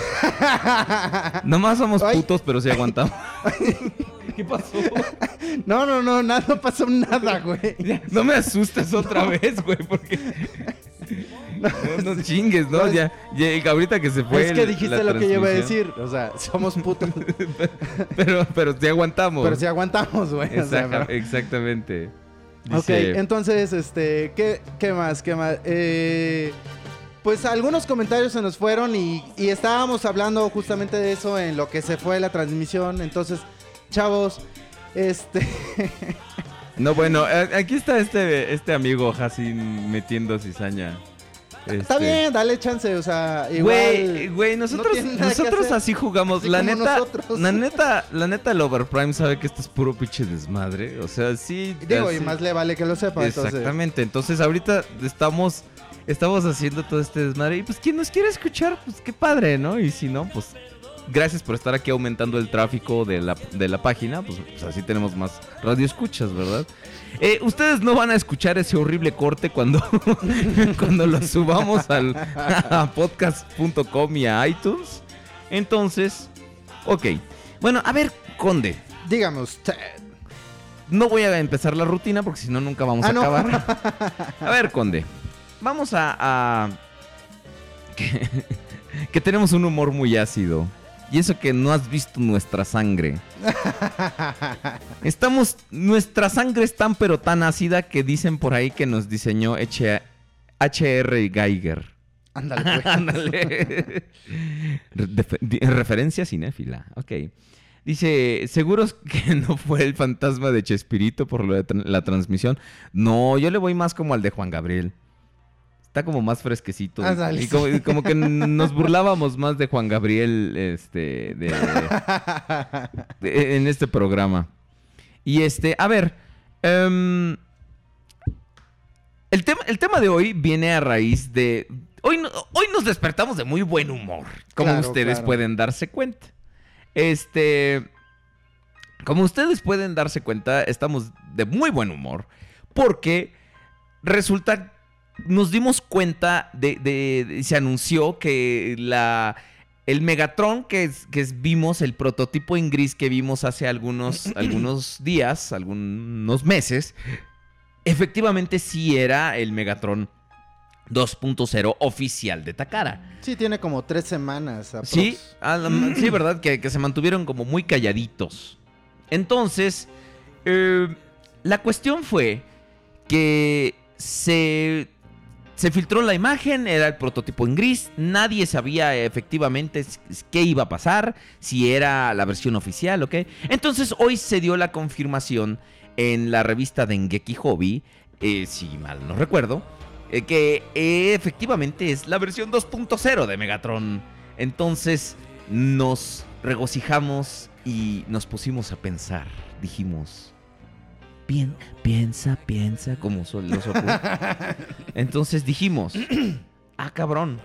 Nomás somos Ay. putos, pero sí aguantamos. ¿Qué pasó? No, no, no, nada, no pasó nada, güey. No me asustes otra vez, güey, porque... No, no chingues, ¿no? Ya, ya, ahorita que se fue Es que el- dijiste la lo que yo iba a transmisión. decir. O sea, somos putos. Pero, pero sí aguantamos. Pero sí aguantamos, güey. o sea, Exacta- pero- exactamente. Ok, Dice, entonces, este, ¿qué, qué más? ¿Qué más? Eh, pues algunos comentarios se nos fueron y, y estábamos hablando justamente de eso en lo que se fue la transmisión. Entonces, chavos, este... No, bueno, eh, aquí está este, este amigo Hassin metiendo cizaña. Está Este, bien, dale chance, o sea, igual... Güey, güey, nosotros, no tiene nada que nosotros hacer. así jugamos. Así la como neta, nosotros. la neta, la neta, el Overprime sabe que esto es puro pinche desmadre. O sea, sí. Digo, así- y más le vale que lo sepa, entonces... Exactamente. Entonces, ahorita estamos, estamos haciendo todo este desmadre. Y pues, quien nos quiere escuchar, pues qué padre, ¿no? Y si no, pues, gracias por estar aquí aumentando el tráfico de la, de la página. Pues, pues así tenemos más radioescuchas, ¿verdad? Eh, ustedes no van a escuchar ese horrible corte cuando, cuando lo subamos al, a podcast punto com y a iTunes. Entonces, ok. Bueno, a ver, Conde. Dígame usted. No voy a empezar la rutina porque si no nunca vamos Ah, a no. acabar. A ver, Conde. Vamos a... a... Que, que tenemos un humor muy ácido. Y eso que no has visto nuestra sangre. Estamos... Nuestra sangre es tan pero tan ácida que dicen por ahí que nos diseñó H R Geiger. Ándale, pues. Ándale. Refer- di- Referencia cinéfila. Ok. Dice, ¿seguros que no fue el fantasma de Chespirito por lo de tran- la transmisión? No, yo le voy más como al de Juan Gabriel. Está como más fresquecito. Ah, dale, y como, sí. y como que n- nos burlábamos más de Juan Gabriel este, de, de- en este programa. Y este, a ver, em, el, tema, el tema de hoy viene a raíz de... Hoy, no- hoy nos despertamos de muy buen humor, como Claro, ustedes claro. pueden darse cuenta. Este, como ustedes pueden darse cuenta, estamos de muy buen humor porque resulta, nos dimos cuenta de, de- de- se anunció que la, el Megatron que, es- que es- vimos, el prototipo en gris que vimos hace algunos, algunos días, algunos meses, efectivamente sí era el Megatron dos punto cero oficial de Takara. Sí, tiene como tres semanas. aprox. Sí, a la- sí, ¿verdad? Que, que se mantuvieron como muy calladitos. Entonces, eh, la cuestión fue que se, se filtró la imagen, era el prototipo en gris, nadie sabía efectivamente s- qué iba a pasar, si era la versión oficial o qué. Entonces, hoy se dio la confirmación en la revista Dengeki Hobby, eh, si mal no recuerdo, eh, que eh, efectivamente es la versión dos punto cero de Megatron. Entonces nos regocijamos y nos pusimos a pensar. Dijimos, Pien- piensa, piensa, como son los otros. Entonces dijimos, ah, cabrón.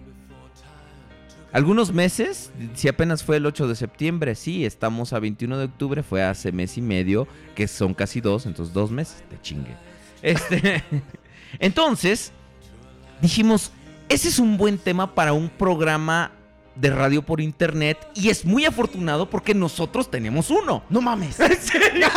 Algunos meses, si apenas fue el ocho de septiembre, sí, estamos a veintiuno de octubre, fue hace mes y medio, que son casi dos, entonces dos meses, te chingue. Este, entonces, dijimos, ese es un buen tema para un programa de radio por internet y es muy afortunado porque nosotros tenemos uno. No mames. ¿En serio?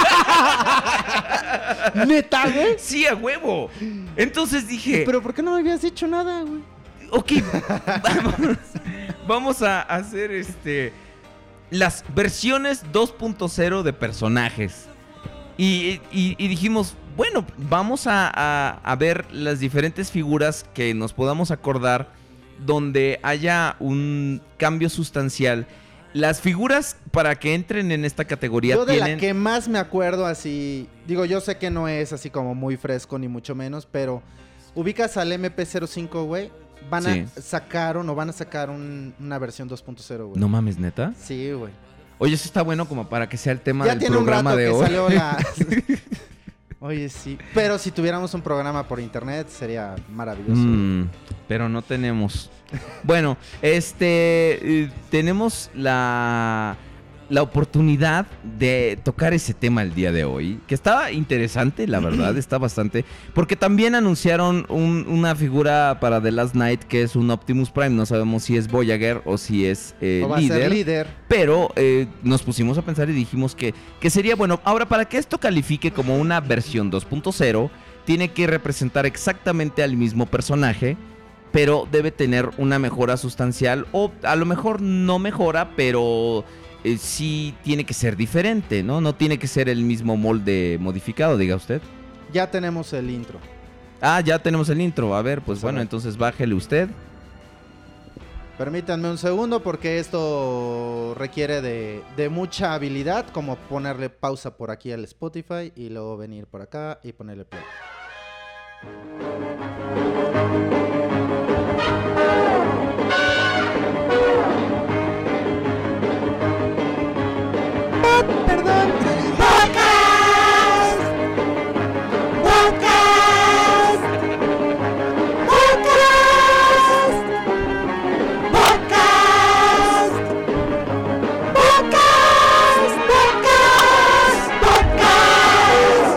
¿Neta, güey? Sí, a huevo. Entonces dije, ¿Pero por qué no me habías dicho nada, güey? ok, vamos, vamos a hacer este las versiones dos punto cero de personajes. Y, y- y dijimos, bueno, vamos a, a- a ver las diferentes figuras que nos podamos acordar donde haya un cambio sustancial. Las figuras para que entren en esta categoría Yo de tienen... la que más me acuerdo así... Digo, yo sé que no es así como muy fresco ni mucho menos, pero... Ubicas al M P cero cinco, güey. Van Sí. a sacar o no van a sacar un- una versión dos punto cero, güey. No mames, ¿neta? Sí, güey. Oye, eso está bueno como para que sea el tema Ya del tiene un programa rato de que hoy. salió la... Oye, sí. Pero si tuviéramos un programa por internet sería maravilloso. Mm, pero no tenemos. Bueno, este... eh, tenemos la... la oportunidad de tocar ese tema el día de hoy, que estaba interesante, la verdad, está bastante, porque también anunciaron un, una figura para The Last Night que es un Optimus Prime, no sabemos si es Voyager o si es eh, O va a líder, ser líder. pero eh, nos pusimos a pensar y dijimos que, que sería bueno. Ahora, para que esto califique como una versión dos punto cero, tiene que representar exactamente al mismo personaje, pero debe tener una mejora sustancial, o a lo mejor no mejora, pero eh, sí tiene que ser diferente, ¿no? No tiene que ser el mismo molde modificado, diga usted. Ya tenemos el intro. Ah, ya tenemos el intro. A ver, pues Sí. bueno, entonces bájele usted. Permítanme un segundo porque esto requiere de, de mucha habilidad, como ponerle pausa por aquí al Spotify y luego venir por acá y ponerle play. Perdón. Podcast. Podcast. Podcast. Podcast. Podcast. Podcast. Podcast.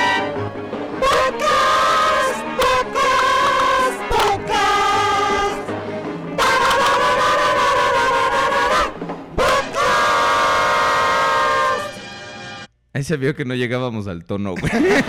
Podcast. Podcast. Podcast. Ahí se vio que no llegábamos al tono, güey.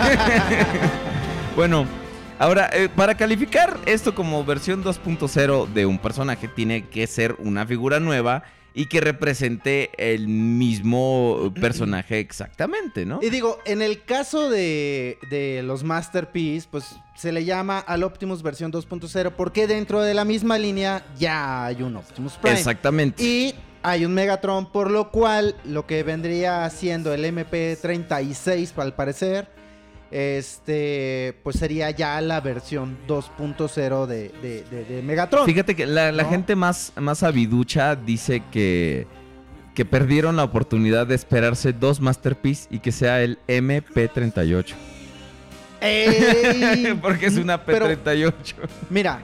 Bueno, ahora, eh, para calificar esto como versión dos punto cero de un personaje, tiene que ser una figura nueva y que represente el mismo personaje exactamente, ¿no? Y digo, en el caso de, de los Masterpiece, pues se le llama al Optimus versión dos punto cero porque dentro de la misma línea ya hay un Optimus Prime. Exactamente. Y hay un Megatron, por lo cual lo que vendría siendo el M P treinta y seis, al parecer, este, pues sería ya la versión dos punto cero de, de, de, de Megatron. Fíjate que la, la ¿no? gente más, más aviducha dice que, que perdieron la oportunidad de esperarse dos Masterpiece y que sea el M P treinta y ocho. ¡Ey! Porque es una P treinta y ocho. Pero, mira,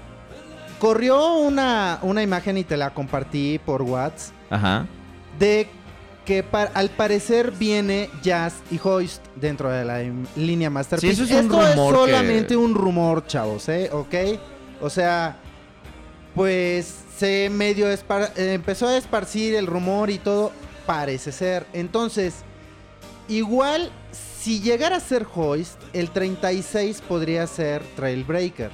corrió una, una imagen y te la compartí por WhatsApp. Ajá. De que par, al parecer viene Jazz y Hoist dentro de la im- línea Masterpiece. Sí, eso es un Esto rumor es solamente que- un rumor, chavos, ¿eh? ¿Ok? O sea, pues se medio espar- eh, empezó a esparcir el rumor y todo, parece ser. Entonces, igual, si llegara a ser Hoist, el treinta y seis podría ser Trailbreaker.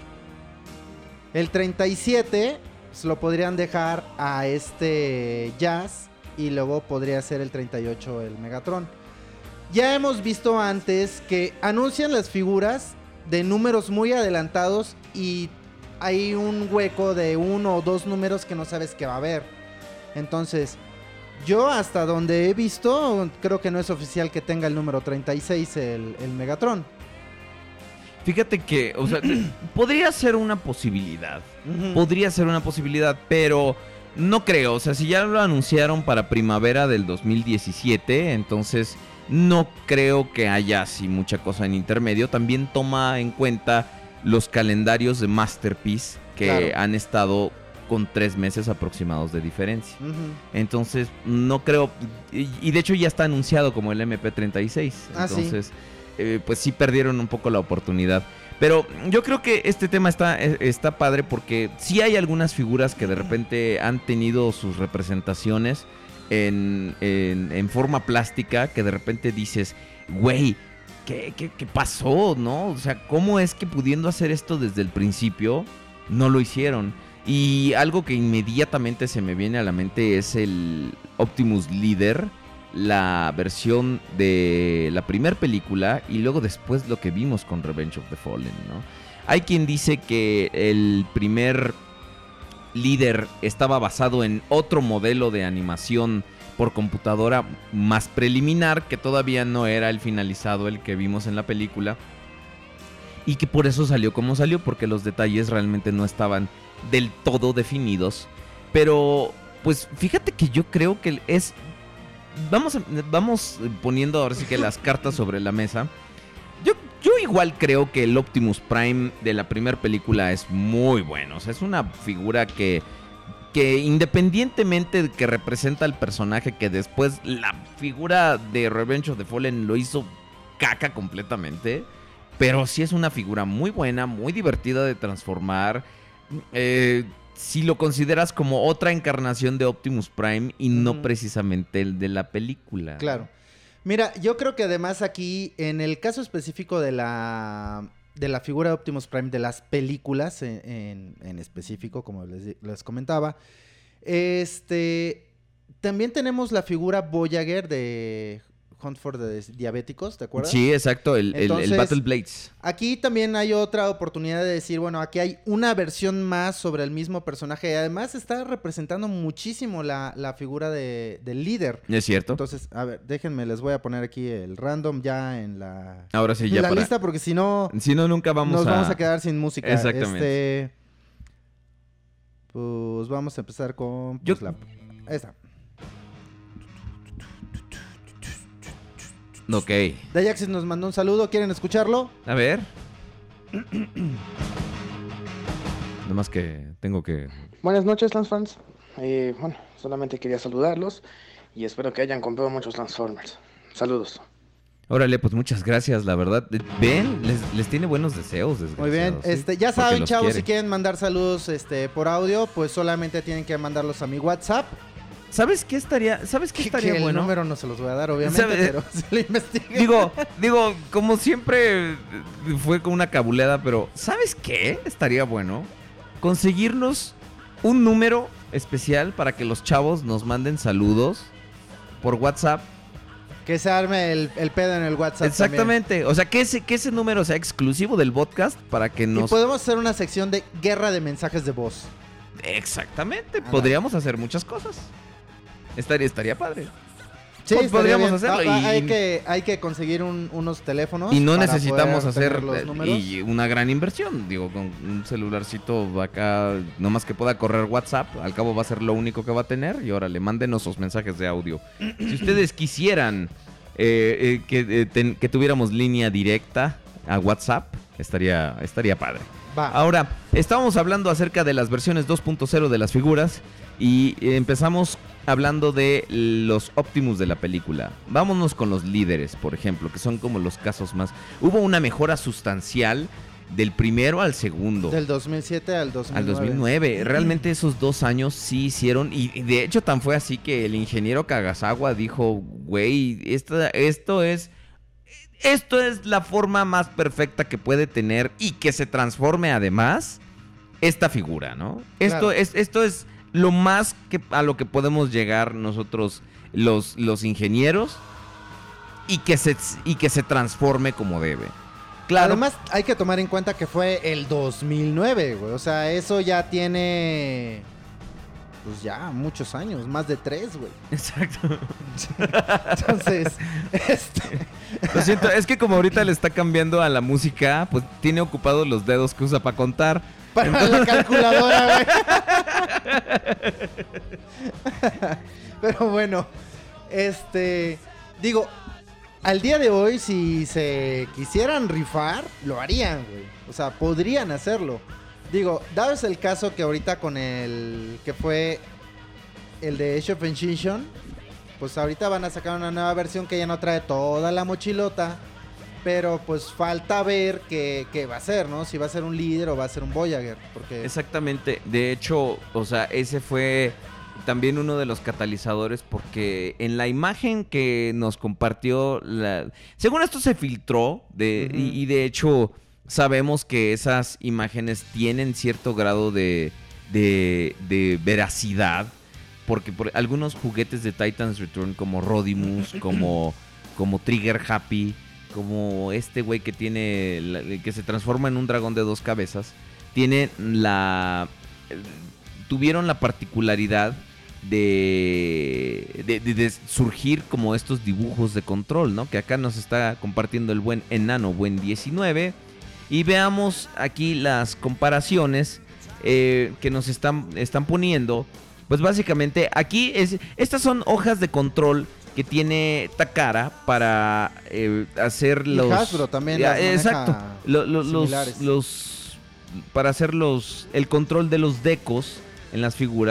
El treinta y siete pues, lo podrían dejar a este Jazz y luego podría ser el treinta y ocho el Megatron. Ya hemos visto antes que anuncian las figuras de números muy adelantados y hay un hueco de uno o dos números que no sabes que va a haber. Entonces, yo hasta donde he visto, creo que no es oficial que tenga el número treinta y seis el, el Megatron. Fíjate que, o sea, podría ser una posibilidad. Ujú. Podría ser una posibilidad, pero no creo. O sea, si ya lo anunciaron para primavera del dos mil diecisiete, entonces no creo que haya así mucha cosa en intermedio. También toma en cuenta los calendarios de Masterpiece que Claro. han estado con tres meses aproximados de diferencia. Ujú. Entonces, no creo. Y, y de hecho ya está anunciado como el M P treinta y seis. Ah, sí. Entonces, eh, pues sí perdieron un poco la oportunidad. Pero yo creo que este tema está, eh, está padre porque sí hay algunas figuras que de repente han tenido sus representaciones en, en, en forma plástica que de repente dices, güey, ¿qué, qué, qué pasó? ¿No? O sea, ¿cómo es que pudiendo hacer esto desde el principio no lo hicieron? Y algo que inmediatamente se me viene a la mente es el Optimus Leader, la versión de la primera película y luego después lo que vimos con Revenge of the Fallen, ¿no? Hay quien dice que el primer líder estaba basado en otro modelo de animación por computadora más preliminar, que todavía no era el finalizado, el que vimos en la película, y que por eso salió como salió, porque los detalles realmente no estaban del todo definidos. Pero pues fíjate que yo creo que es... Vamos, a- vamos poniendo ahora sí que las cartas sobre la mesa. Yo, yo igual creo que el Optimus Prime de la primera película es muy bueno. O sea, es una figura que que independientemente de que representa al personaje, que después la figura de Revenge of the Fallen lo hizo caca completamente, pero sí es una figura muy buena, muy divertida de transformar. Eh, si lo consideras como otra encarnación de Optimus Prime y no mm. precisamente el de la película. Claro. Mira, yo creo que además aquí, en el caso específico de la, de la figura de Optimus Prime, de las películas en, en, en específico, como les, les comentaba, este, también tenemos la figura Voyager de Hunt for the Diabéticos, ¿te acuerdas? Sí, exacto, el, Entonces, el, el Battle Blades. Aquí también hay otra oportunidad de decir, bueno, aquí hay una versión más sobre el mismo personaje y además está representando muchísimo la, la figura de, del líder. Es cierto. Entonces, a ver, déjenme, les voy a poner aquí el random ya en la, Ahora sí, ya en la para... lista porque si no... Si no, nunca vamos nos a... Nos vamos a quedar sin música. Exactamente. Este, pues vamos a empezar con... Yo... Pues, la, esta. Ok. Dayaxis nos mandó un saludo. ¿Quieren escucharlo? A ver. Nomás que tengo que... Buenas noches, Transfans. Eh, bueno, solamente quería saludarlos y espero que hayan comprado muchos Transformers. Saludos. Órale, pues muchas gracias, la verdad. Ven, les, les tiene buenos deseos, desgraciados. Muy bien, ¿sí? este, ya Porque saben, los chavos, quiere. si quieren mandar saludos este, por audio, pues solamente tienen que mandarlos a mi WhatsApp. ¿Sabes qué estaría, ¿sabes qué estaría que el bueno? El número no se los voy a dar, obviamente, ¿Sabe? pero se lo investiguen. Digo, digo, como siempre fue con una cabuleada, pero ¿sabes qué? Estaría bueno conseguirnos un número especial para que los chavos nos manden saludos por WhatsApp. Que se arme el, el pedo en el WhatsApp. Exactamente, también. O sea, que ese, que ese número sea exclusivo del podcast para que nos... Y podemos hacer una sección de guerra de mensajes de voz. Exactamente, Ah, podríamos hacer muchas cosas. Estaría, estaría padre. Sí, Pues podríamos hacerlo. Ah, y, hay, que, hay que conseguir un, unos teléfonos. y no para necesitamos poder hacer tener los números. y una gran inversión. Digo, con un celularcito acá, nomás que pueda correr WhatsApp, al cabo va a ser lo único que va a tener. Y órale, mándenos sus mensajes de audio. Si ustedes quisieran eh, eh, que, eh, ten, que tuviéramos línea directa a WhatsApp, estaría, estaría padre. Va. Ahora, estábamos hablando acerca de las versiones dos punto cero de las figuras y empezamos hablando de los Optimus de la película. Vámonos con los líderes, por ejemplo, que son como los casos más... Hubo una mejora sustancial del primero al segundo. Del dos mil siete al dos mil nueve. Al dos mil nueve. Realmente esos dos años sí hicieron... Y de hecho tan fue así que el ingeniero Kagasawa dijo, güey, esto, esto es... Esto es la forma más perfecta que puede tener y que se transforme además esta figura, ¿no? Esto Claro. es, esto es lo más que a lo que podemos llegar nosotros los, los ingenieros y que se y que se transforme como debe. Claro. Además, hay que tomar en cuenta que fue el dos mil nueve, güey. O sea, eso ya tiene... Pues ya, muchos años, más de tres, güey. Exacto. Entonces, este... Lo siento, es que como ahorita le está cambiando a la música, pues tiene ocupados los dedos que usa para contar. Para Entonces... la calculadora, güey. Pero bueno, este... Digo, al día de hoy, si se quisieran rifar, lo harían, güey. O sea, podrían hacerlo. Digo, dado es el caso que ahorita con el... que fue el de Age of Extinction, pues ahorita van a sacar una nueva versión que ya no trae toda la mochilota, pero pues falta ver qué, qué va a ser, ¿no? Si va a ser un líder o va a ser un Voyager, porque... Exactamente, de hecho, o sea, ese fue también uno de los catalizadores porque en la imagen que nos compartió, la... según esto se filtró, de, uh-huh. y, y de hecho... Sabemos que esas imágenes tienen cierto grado de, de, de veracidad, porque por algunos juguetes de Titans Return como Rodimus, como, como Trigger Happy, como este güey que tiene la, que se transforma en un dragón de dos cabezas, tienen la tuvieron la particularidad de, de, de, de surgir como estos dibujos de control, ¿no? Que acá nos está compartiendo el buen enano, buen diecinueve. Y veamos aquí las comparaciones eh, que nos están, están poniendo. Pues básicamente aquí es, estas son hojas de control que tiene Takara para eh, hacer los... Y Hasbro también las maneja exacto, lo, lo, similares. los, los para hacer los el control de los decos en las figuras.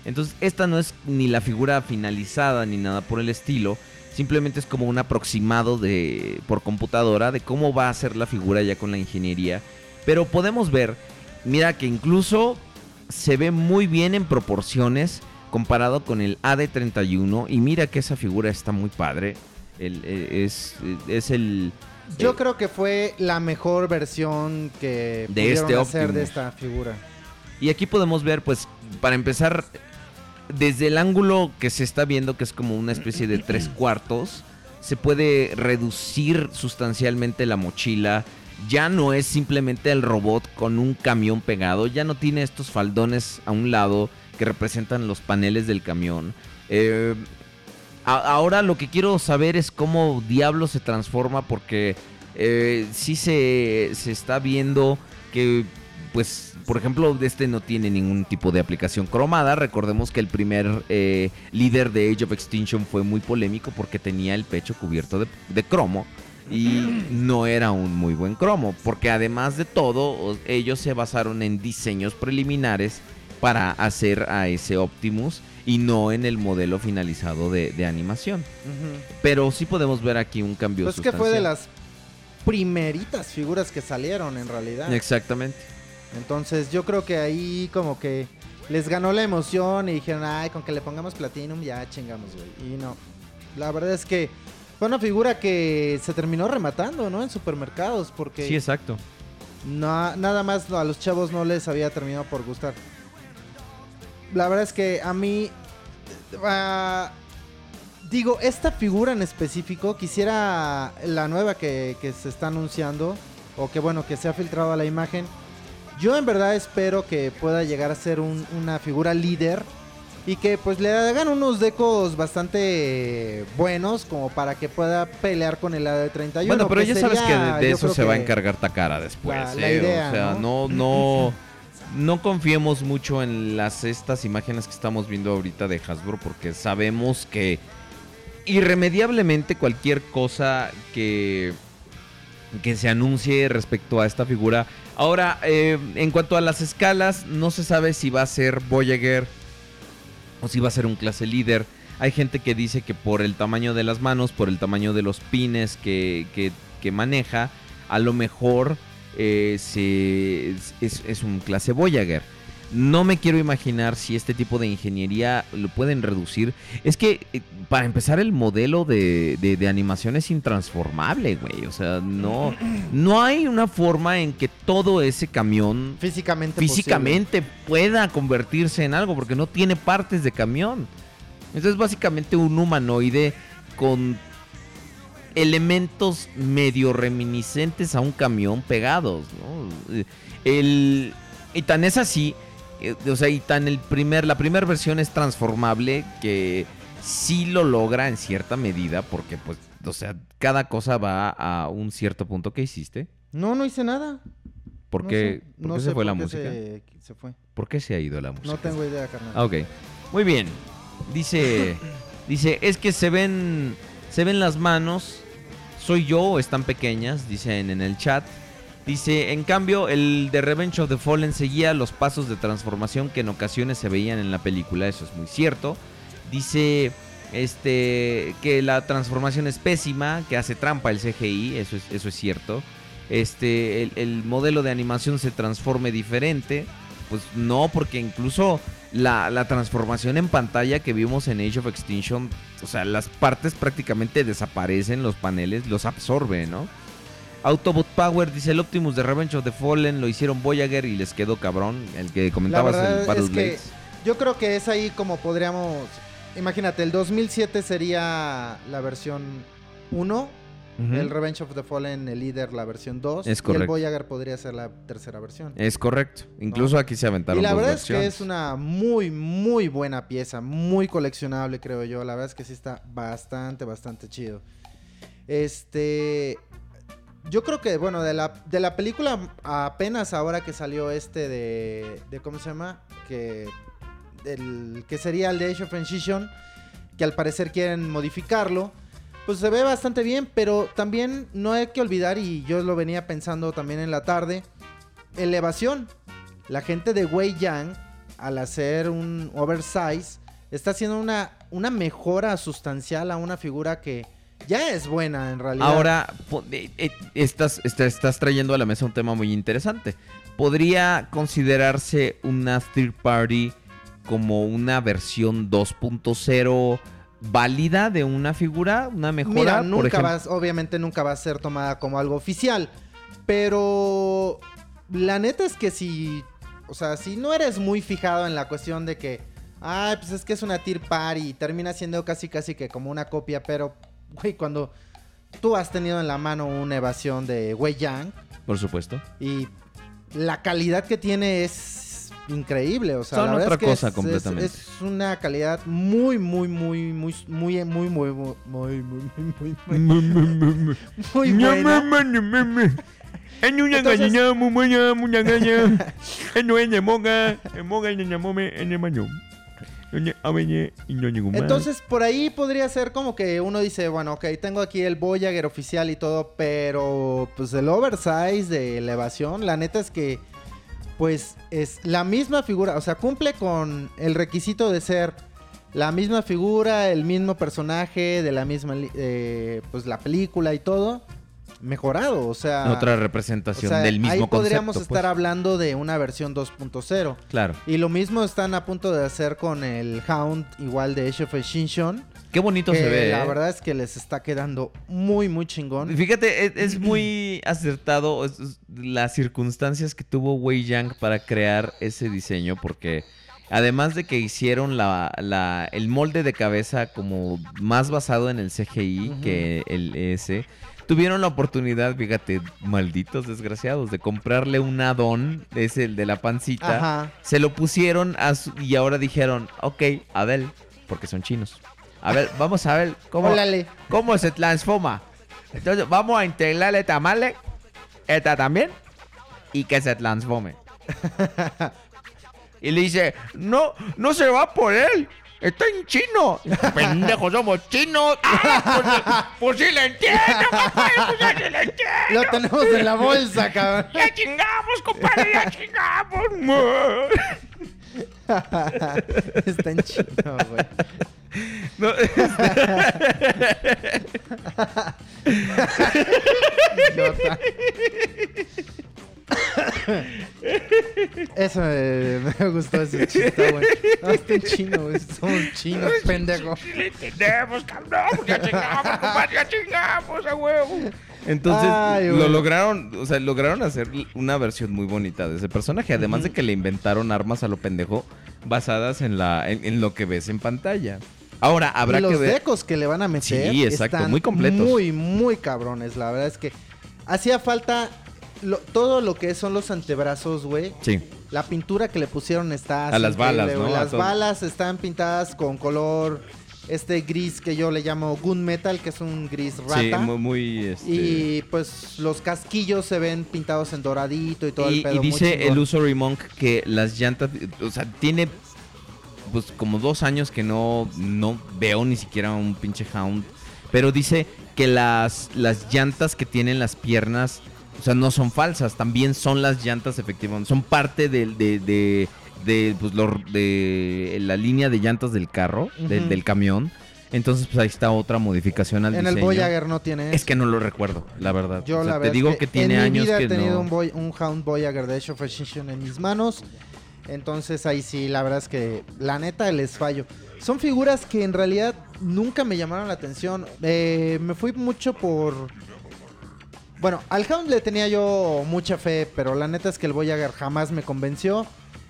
Entonces, esta no es ni la figura finalizada ni nada por el estilo. Simplemente es como un aproximado de por computadora de cómo va a ser la figura ya con la ingeniería. Pero podemos ver, mira que incluso se ve muy bien en proporciones comparado con el A D treinta y uno. Y mira que esa figura está muy padre. El, es, es el... Yo el, creo que fue la mejor versión que de pudieron este hacer Optimus. de esta figura. Y aquí podemos ver, pues, para empezar... Desde el ángulo que se está viendo, que es como una especie de tres cuartos, se puede reducir sustancialmente la mochila. Ya no es simplemente el robot con un camión pegado. Ya no tiene estos faldones a un lado que representan los paneles del camión. Eh, a- ahora lo que quiero saber es cómo diablo se transforma, porque eh, sí se, se está viendo que, pues... Por ejemplo, este no tiene ningún tipo de aplicación cromada. Recordemos que el primer eh, líder de Age of Extinction fue muy polémico porque tenía el pecho cubierto de, de cromo. Y no era un muy buen cromo. Porque además de todo, ellos se basaron en diseños preliminares para hacer a ese Optimus y no en el modelo finalizado de, de animación. Uh-huh. Pero sí podemos ver aquí un cambio Pues sustancial. que fue de las primeritas figuras que salieron en realidad. Exactamente. Entonces yo creo que ahí como que les ganó la emoción y dijeron, ay, con que le pongamos Platinum ya chingamos, güey. Y no, la verdad es que fue una figura que se terminó rematando, ¿no? En supermercados, porque... Sí, exacto. No, nada más a los chavos no les había terminado por gustar. La verdad es que a mí... Uh, digo, esta figura en específico, quisiera la nueva que, que se está anunciando, o que bueno, que se ha filtrado a la imagen. Yo en verdad espero que pueda llegar a ser un, una figura líder y que pues le hagan unos decos bastante buenos como para que pueda pelear con el A D treinta y uno. Bueno, pero ya sabes que de, de eso se va a que encargar Takara después. la- la eh, idea, o sea, no, ¿no? no, no confiemos mucho en las estas imágenes que estamos viendo ahorita de Hasbro, porque sabemos que irremediablemente cualquier cosa que que se anuncie respecto a esta figura. Ahora, eh, en cuanto a las escalas, no se sabe si va a ser Voyager o si va a ser un clase líder. Hay gente que dice que por el tamaño de las manos, por el tamaño de los pines que, que, que maneja, a lo mejor eh, se, es, es un clase Voyager. No me quiero imaginar si este tipo de ingeniería lo pueden reducir. Es que, eh, para empezar, el modelo de, de, de animación es intransformable, güey. O sea, no, no hay una forma en que todo ese camión físicamente, físicamente pueda convertirse en algo, porque no tiene partes de camión. Entonces, básicamente un humanoide con elementos medio reminiscentes a un camión pegados, ¿no? El, y tan es así... O sea, y tan el primer, la primera versión es transformable, que sí lo logra en cierta medida, porque pues, o sea, cada cosa va a un cierto punto. ¿Qué hiciste? No, no hice nada. ¿Por No qué, sé, ¿por no qué sé se fue por la qué música? Se, se fue. ¿Por qué se ha ido la música? No tengo idea, carnal. Ah, ok. Muy bien. Dice, dice, es que se ven, se ven las manos. ¿Soy yo o están pequeñas? Dicen en el chat. Dice, en cambio, el de Revenge of the Fallen seguía los pasos de transformación que en ocasiones se veían en la película. Eso es muy cierto. Dice este que la transformación es pésima, que hace trampa el C G I. Eso es, eso es cierto. Este, el, el modelo de animación se transforme diferente. Pues no, porque incluso la, la transformación en pantalla que vimos en Age of Extinction, o sea, las partes prácticamente desaparecen, los paneles los absorbe, ¿no? Autobot Power dice, el Optimus de Revenge of the Fallen lo hicieron Voyager y les quedó cabrón. El que comentabas, La verdad el Battle es que Blades. yo creo que es ahí como podríamos... Imagínate, el dos mil siete sería la versión uno, Ujú. el Revenge of the Fallen, el líder, la versión dos, Es y el correcto. Voyager podría ser la tercera versión. Es correcto. Incluso ¿no? aquí se aventaron Y la dos verdad versiones. es que es una muy, muy buena pieza, muy coleccionable, creo yo. La verdad es que sí está bastante, bastante chido. Este... Yo creo que, bueno, de la, de la película apenas ahora que salió este de... de ¿cómo se llama? Que... El, que sería el de Age of Extinction, que al parecer quieren modificarlo. Pues se ve bastante bien, pero también no hay que olvidar, y yo lo venía pensando también en la tarde, elevación. La gente de Wei Yang al hacer un oversize, está haciendo una, una mejora sustancial a una figura que ya es buena en realidad. Ahora, po- eh, eh, estás, estás, estás trayendo a la mesa un tema muy interesante. ¿Podría considerarse una third party como una versión dos punto cero válida de una figura? ¿Una mejora? Mira, por nunca ejemplo? vas, obviamente nunca va a ser tomada como algo oficial. Pero la neta es que si, o sea, si no eres muy fijado en la cuestión de que, ah, pues es que es una tier party y termina siendo casi casi que como una copia, pero, güey, cuando tú has tenido en la mano una evasión de Wei Yang Por supuesto. y la calidad que tiene es increíble, o sea, Son la verdad otra es que cosa es, completamente. Es, es una calidad muy, muy, muy, muy, muy, muy, muy, muy, muy, muy, muy, muy, muy buena. En una Entonces- gallina muy buena, muy gallina. En una moga, en moga y en mome, en el maño. En aveñe y no llegó más. Entonces, por ahí podría ser como que uno dice, bueno, ok, tengo aquí el Voyager oficial y todo, pero pues el oversize de elevación, la neta es que, pues, es la misma figura, o sea, cumple con el requisito de ser la misma figura, el mismo personaje, de la misma, li- eh, pues, la película y todo, mejorado, o sea... Otra representación o sea, del mismo ahí concepto. podríamos pues. estar hablando de una versión dos punto cero. Claro. Y lo mismo están a punto de hacer con el Hound, igual de Age of Extinction. Qué bonito que se ve, La ¿eh? verdad es que les está quedando muy, muy chingón. Fíjate, es, es muy acertado es- es las circunstancias que tuvo Wei Yang para crear ese diseño, porque además de que hicieron la, la- el molde de cabeza como más basado en el C G I Ujú. que el ese, tuvieron la oportunidad, fíjate, malditos desgraciados, de comprarle un add-on, ese el de la pancita. Ajá. Se lo pusieron a su- y ahora dijeron, ok, a ver, porque son chinos. A ver, vamos a ver cómo, Órale. cómo se transforma. Entonces vamos a integrarle tamales, esta también, y que se transforme. Y le dice, no, no se va por él, está en chino. Pendejo, somos chinos. Ah, pues, pues sí le entiendo, papá, pues ya sí le entiendo. Lo tenemos en la bolsa, cabrón. Ya chingamos, compadre, ya chingamos. Está en chino, güey. No, Idiota. Eso me, me gustó ese chiste, güey. No, está en chino, güey. Somos chinos, pendejo. Sí le entendemos, cabrón, ya chingamos, compadre, ya chingamos, a huevo. Entonces Ay, lo güey. lograron, o sea, lograron hacer una versión muy bonita de ese personaje, además de que le inventaron armas a lo pendejo basadas en la en, en lo que ves en pantalla. Ahora habrá y los que ver. decos que le van a meter Sí, exacto, están muy completos. muy, muy cabrones. La verdad es que hacía falta lo- todo lo que son los antebrazos, güey. Sí. La pintura que le pusieron está A las increíble, balas, ¿no? güey. A Las todo. balas están pintadas con color este gris que yo le llamo gunmetal, que es un gris rata. Sí, muy, muy, este, Y pues los casquillos se ven pintados en doradito y todo y, el pedo. y muy dice chingón. el Usory Monk que las llantas, o sea, tiene pues como dos años que no, no veo ni siquiera un pinche Hound, pero dice que las, las llantas que tienen las piernas, o sea, no son falsas, también son las llantas efectivamente, son parte del- de, de, de, pues, lo- de la línea de llantas del carro, del- Ujú. del camión. Entonces, pues ahí está otra modificación al En el diseño. Voyager no tiene Es que no lo recuerdo, la verdad. Yo O sea, la te verdad digo es que, tiene en años mi vida que he tenido no. un, Voy- un Hound Voyager de Age of Extinction en mis manos. Entonces ahí sí, la verdad es que la neta les fallo. Son figuras que en realidad nunca me llamaron la atención. Eh, me fui mucho por... Bueno, al Hound le tenía yo mucha fe, pero la neta es que el Voyager jamás me convenció.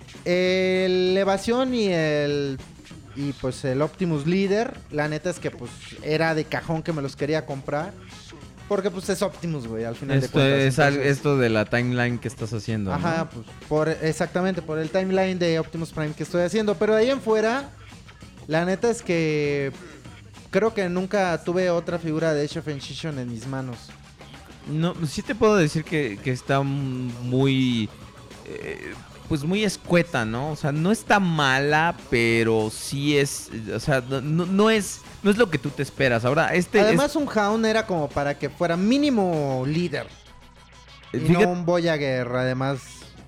El Evasión y el... Y pues el Optimus Leader, la neta es que pues era de cajón que me los quería comprar. Porque pues es Optimus, güey, al final de Esto cuentas. es al- Entonces- esto de la timeline que estás haciendo. ¿no? Ajá, pues por exactamente, por el timeline de Optimus Prime que estoy haciendo. Pero de ahí en fuera, la neta es que creo que nunca tuve otra figura de Age of Extinction en mis manos. No, sí te puedo decir que, que está muy, eh, pues muy escueta, ¿no? O sea, no está mala, pero sí es, o sea, no, no- no es, no es lo que tú te esperas. Ahora, este, Además, es- un Hound era como para que fuera mínimo líder. Y Fíjate- no un Voyager, además,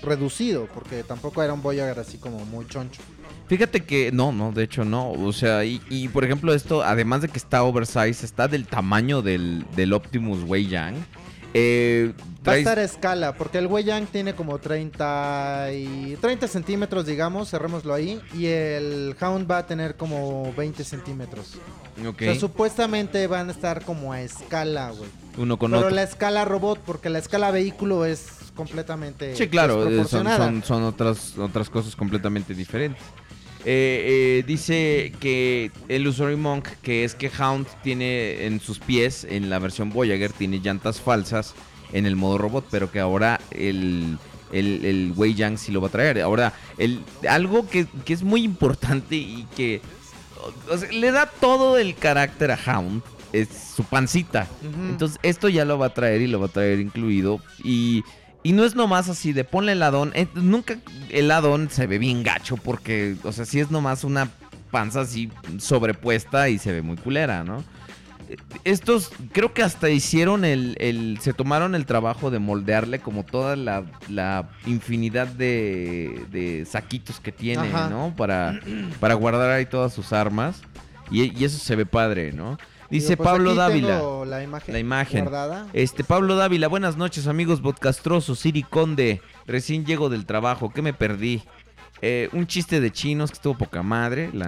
reducido, porque tampoco era un Voyager así como muy choncho. Fíjate que no, no, de hecho no. O sea, y, y por ejemplo esto, además de que está oversize, está del tamaño del, del Optimus Wei-Yang. Eh, Va a traes- estar a escala, porque el Wei-Yang tiene como treinta, y treinta centímetros, digamos, cerrémoslo ahí. Y el Hound va a tener como veinte centímetros. Ok. O sea, supuestamente van a estar como a escala, güey. Uno con Pero otro. la escala robot, porque la escala vehículo es completamente Sí, claro, eh, son, desproporcionada. son, son otras, otras cosas completamente diferentes. Eh, eh, dice que el Illusory Monk, que es que Hound tiene en sus pies, en la versión Voyager, tiene llantas falsas en el modo robot, pero que ahora el, el, el Wei-Yang sí lo va a traer. Ahora, el, algo que, que es muy importante y que o sea, le da todo el carácter a Hound es su pancita. Ujú. Entonces, esto ya lo va a traer y lo va a traer incluido. Y... Y no es nomás así de ponle el addon. Eh, nunca el addon se ve bien gacho porque, o sea, sí es nomás una panza así sobrepuesta y se ve muy culera, ¿no? Eh, Estos creo que hasta hicieron el, el... Se tomaron el trabajo de moldearle como toda la, la infinidad de, de saquitos que tiene, Ajá. ¿no? Para, para guardar ahí todas sus armas. Y, y eso se ve padre, ¿no? Dice Digo, pues Pablo aquí Dávila. tengo la imagen, La imagen. guardada. Este, Pablo Dávila, buenas noches, amigos podcastrosos. Siri Conde, recién llego del trabajo, ¿qué me perdí? Eh, un chiste de chinos que estuvo poca madre, la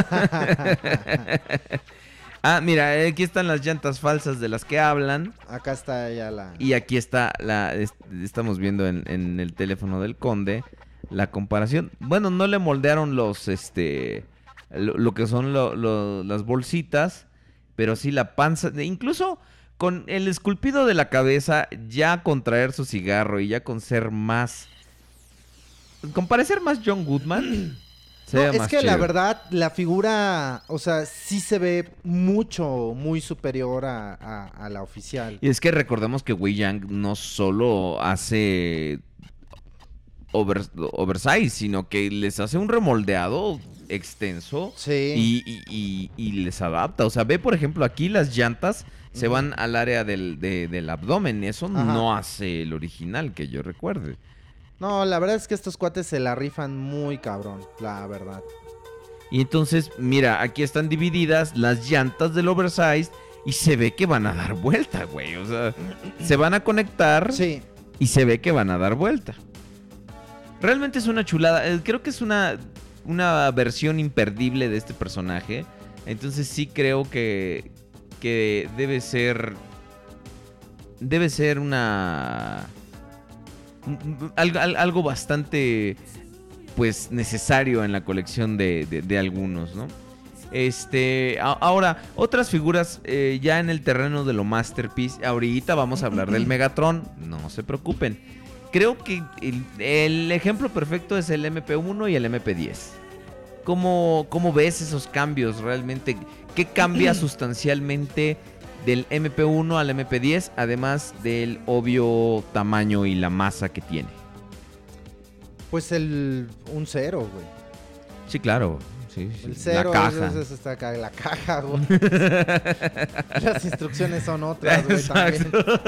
neta. Ah, mira, eh, aquí están las llantas falsas de las que hablan. Acá está ya la... Y aquí está, la es- estamos viendo en, en el teléfono del Conde la comparación. Bueno, no le moldearon los, este, lo, lo que son lo- lo- las bolsitas, pero sí la panza. de- Incluso con el esculpido de la cabeza, ya con traer su cigarro y ya con ser más, con parecer más John Goodman. se No, ve es más que la chido. verdad, la figura, o sea, sí se ve mucho, muy superior a, a- a la oficial. Y es que recordemos que Wei Yang no solo hace over- oversize, sino que les hace un remoldeado extenso Sí. y, y- y- y les adapta. O sea, ve por ejemplo aquí las llantas se Ujú. van al área del, de- del abdomen. Eso Ajá. no hace el original, que yo recuerde. No, la verdad es que estos cuates se la rifan muy cabrón, la verdad. Y entonces, mira, aquí están divididas las llantas del oversize y se ve que van a dar vuelta, güey. O sea, se van a conectar Sí. y se ve que van a dar vuelta. Realmente es una chulada. Eh, Creo que es una, una versión imperdible de este personaje. Entonces sí creo que, que debe ser... Debe ser una... Algo, al- algo bastante pues necesario en la colección de, de- de algunos, ¿no? Este, a- ahora, otras figuras eh, ya en el terreno de lo Masterpiece. Ahorita vamos a hablar del Megatron, no se preocupen. Creo que el, el ejemplo perfecto es el M P uno y el M P diez. ¿Cómo, cómo ves esos cambios realmente? ¿Qué cambia sustancialmente del M P uno al M P diez? Además del obvio tamaño y la masa que tiene. Pues el un cero, güey. Sí, claro. Sí, sí. El cero, la caja. eso- eso está acá, la caja, güey. Las instrucciones son otras, güey, también. Exacto.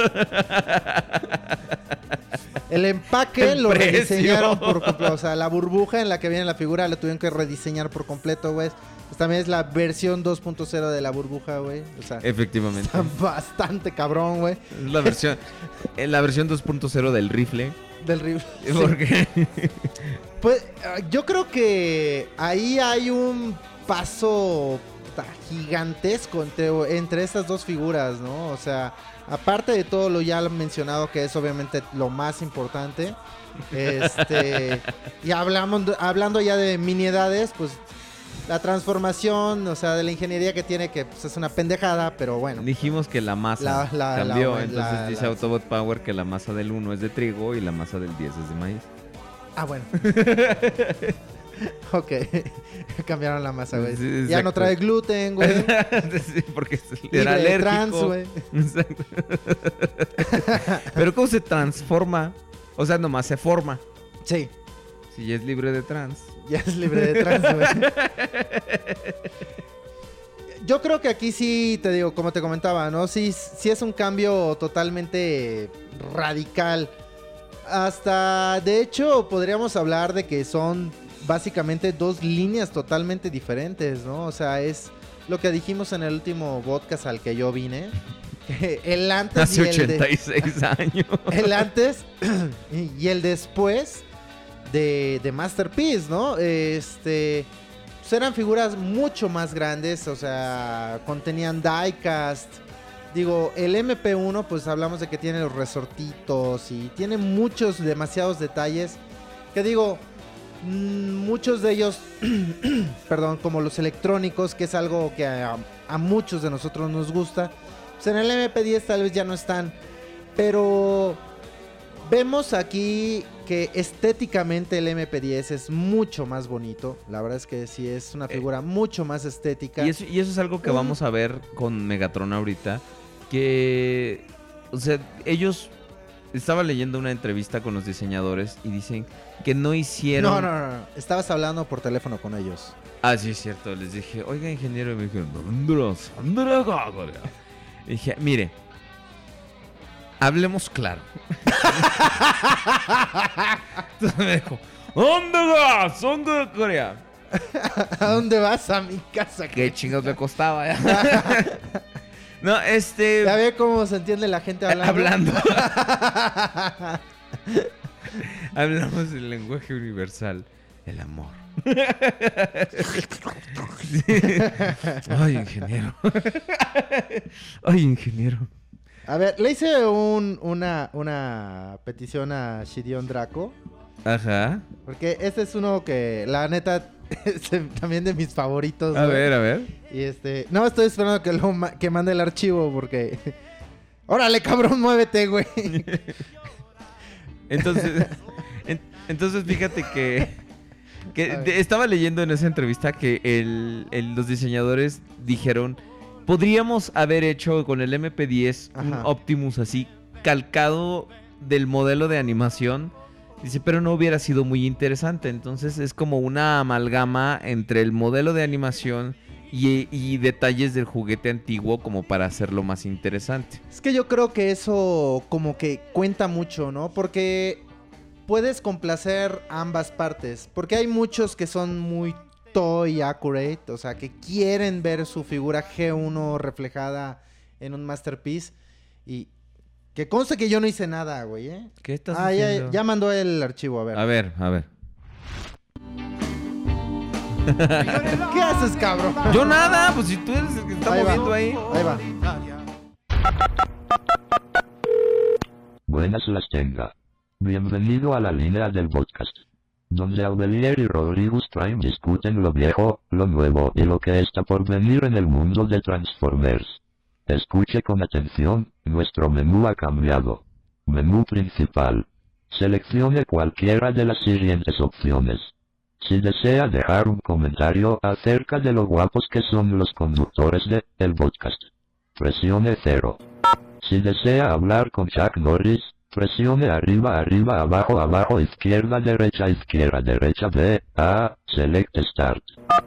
El empaque El lo precio. rediseñaron por completo. O sea, la burbuja en la que viene la figura la tuvieron que rediseñar por completo, güey. Pues también es la versión dos punto cero de la burbuja, güey. O sea, Efectivamente. está bastante cabrón, güey. Es la versión, en la versión dos punto cero del rifle. Del rifle. Sí. Porque Pues ah, yo creo que ahí hay un paso puta, gigantesco entre, entre estas dos figuras, ¿no? O sea, aparte de todo lo ya mencionado, que es obviamente lo más importante, este, y hablamos, hablando ya de miniedades, pues la transformación, o sea, de la ingeniería que tiene, que pues, es una pendejada, pero bueno. dijimos que la masa La- la- cambió. la- entonces la- dice la- Autobot Power que la masa del uno es de trigo y la masa del diez es de maíz. Ah, bueno. Ok, cambiaron la masa, güey. Sí, Ya no exacto. trae gluten, güey. Sí, porque es- Libre era de alérgico. trans, güey. Exacto. Pero ¿cómo se transforma? O sea, nomás se forma. Sí, Si ya es libre de trans. ya es libre de trans, güey. Yo creo que aquí sí, te digo, como te comentaba, ¿no? Sí, sí es un cambio totalmente radical. hasta de hecho podríamos hablar de que son básicamente dos líneas totalmente diferentes, ¿no? O sea, es lo que dijimos en el último podcast al que yo vine. Que el antes Hace y el ochenta y seis de... años. El antes y el después de, de Masterpiece, ¿no? Este... Pues eran figuras mucho más grandes, o sea, contenían diecast. Digo, el eme pe uno, pues hablamos de que tiene los resortitos y tiene muchos, demasiados detalles. Que digo, mmm, muchos de ellos, perdón, como los electrónicos, que es algo que a, a muchos de nosotros nos gusta. Pues en el eme pe diez tal vez ya no están. Pero vemos aquí que estéticamente el eme pe diez es mucho más bonito. La verdad es que sí es una figura eh, mucho más estética. Y eso, y eso es algo que um, vamos a ver con Megatron ahorita. Que, o sea, ellos... Estaba leyendo una entrevista con los diseñadores y dicen que no hicieron... No, no, no, no. Estabas hablando por teléfono con ellos. Ah, sí, es cierto. Les dije, oiga, ingeniero, y me dijeron... Y dije, mire... Hablemos claro. Entonces me dijo, ¿dónde vas? ¿Dónde, Corea? ¿A dónde vas? A mi casa. ¿Qué chingados me costaba? Ya? No, este... Ya ve cómo se entiende la gente hablando. Hablando. Hablamos del lenguaje universal. El amor. Sí. Ay, ingeniero. Ay, ingeniero. A ver, le hice un, una, una petición a Shidion Draco. Ajá. Porque este es uno que, la neta, es también de mis favoritos. A ¿no? ver, a ver. Y este... No, estoy esperando que, lo ma que mande el archivo porque... ¡Órale, cabrón, muévete, güey! Entonces... en, entonces, fíjate que... que de, estaba leyendo en esa entrevista que el, el, los diseñadores dijeron... Podríamos haber hecho con el eme pe diez Ajá. un Optimus así, calcado del modelo de animación. Dice, pero no hubiera sido muy interesante. Entonces es como una amalgama entre el modelo de animación y, y detalles del juguete antiguo como para hacerlo más interesante. Es que yo creo que eso como que cuenta mucho, ¿no? Porque puedes complacer ambas partes. Porque hay muchos que son muy... toy accurate, o sea, que quieren ver su figura ge uno reflejada en un Masterpiece y que conste que yo no hice nada, güey, ¿eh? ¿Qué estás ah, haciendo? Ya, ya mandó el archivo, a ver. A ver, a ver. ¿Qué haces, cabrón? Yo nada, pues si tú eres el que está ahí moviendo va. ahí. Ahí va. Buenas las tenga. Bienvenido a la línea del podcast, donde Aubelier y Rodriguez Prime discuten lo viejo, lo nuevo y lo que está por venir en el mundo de Transformers. Escuche con atención, nuestro menú ha cambiado. Menú principal. Seleccione cualquiera de las siguientes opciones. Si desea dejar un comentario acerca de lo guapos que son los conductores de el podcast, presione cero. Si desea hablar con Chuck Norris, presione arriba, arriba, abajo, abajo, izquierda, derecha, izquierda, derecha, B, A, select start.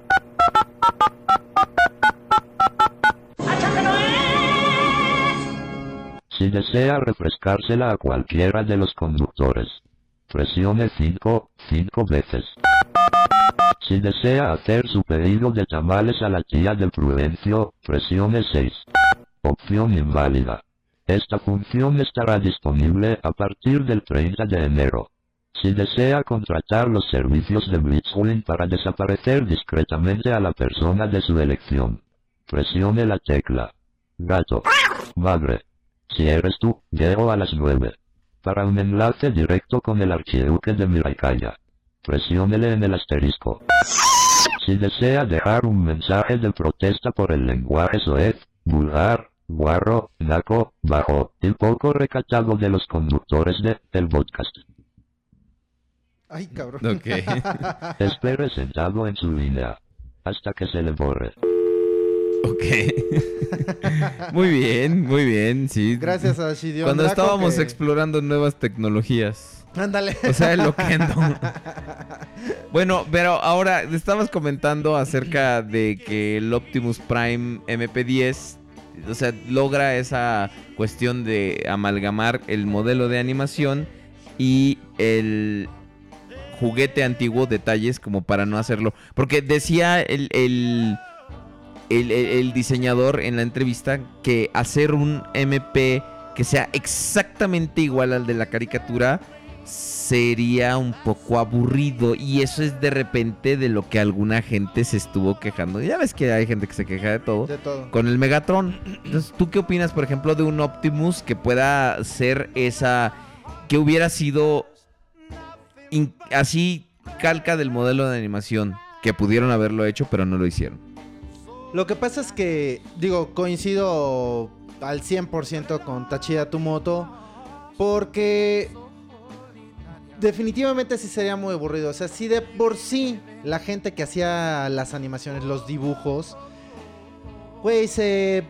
Si desea refrescársela a cualquiera de los conductores, presione cinco, cinco veces. Si desea hacer su pedido de tamales a la tía de Prudencio, presione seis. Opción inválida. Esta función estará disponible a partir del treinta de enero. Si desea contratar los servicios de Blitzwing para desaparecer discretamente a la persona de su elección, presione la tecla gato. Madre. Si eres tú, llego a las nueve. Para un enlace directo con el archiduque de Miraikaya, presiónele en el asterisco. Si desea dejar un mensaje de protesta por el lenguaje soez, vulgar, guarro, naco, bajo y poco recatado de los conductores de el podcast. Ay, cabrón. Ok. Espere sentado en su línea hasta que se le borre. Ok. Muy bien, muy bien, sí. Gracias a Shidion Cuando Draco estábamos que... explorando nuevas tecnologías. Ándale. O sea, el Loquendo. Bueno, pero ahora estabas comentando acerca de que el Optimus Prime eme pe diez, o sea, logra esa cuestión de amalgamar el modelo de animación y el juguete antiguo, detalles como para no hacerlo. Porque decía el, el, el, el diseñador en la entrevista que hacer un M P que sea exactamente igual al de la caricatura sería un poco aburrido, y eso es de repente de lo que alguna gente se estuvo quejando. Ya ves que hay gente que se queja de todo, De todo. con el Megatron. Entonces, ¿tú qué opinas, por ejemplo, de un Optimus que pueda ser esa, que hubiera sido in- así calca del modelo de animación, que pudieron haberlo hecho pero no lo hicieron? Lo que pasa es que, digo, coincido al cien por ciento con Tachida Tumoto, porque definitivamente sí sería muy aburrido. O sea, si de por sí la gente que hacía las animaciones, los dibujos, güey, se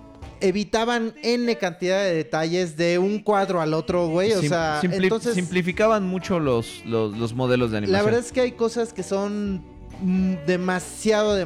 evitaban N cantidad de detalles de un cuadro al otro, güey. O Sim- sea, simpli- entonces simplificaban mucho los, los, los modelos de animación. la verdad es que hay cosas que son mm, demasiado,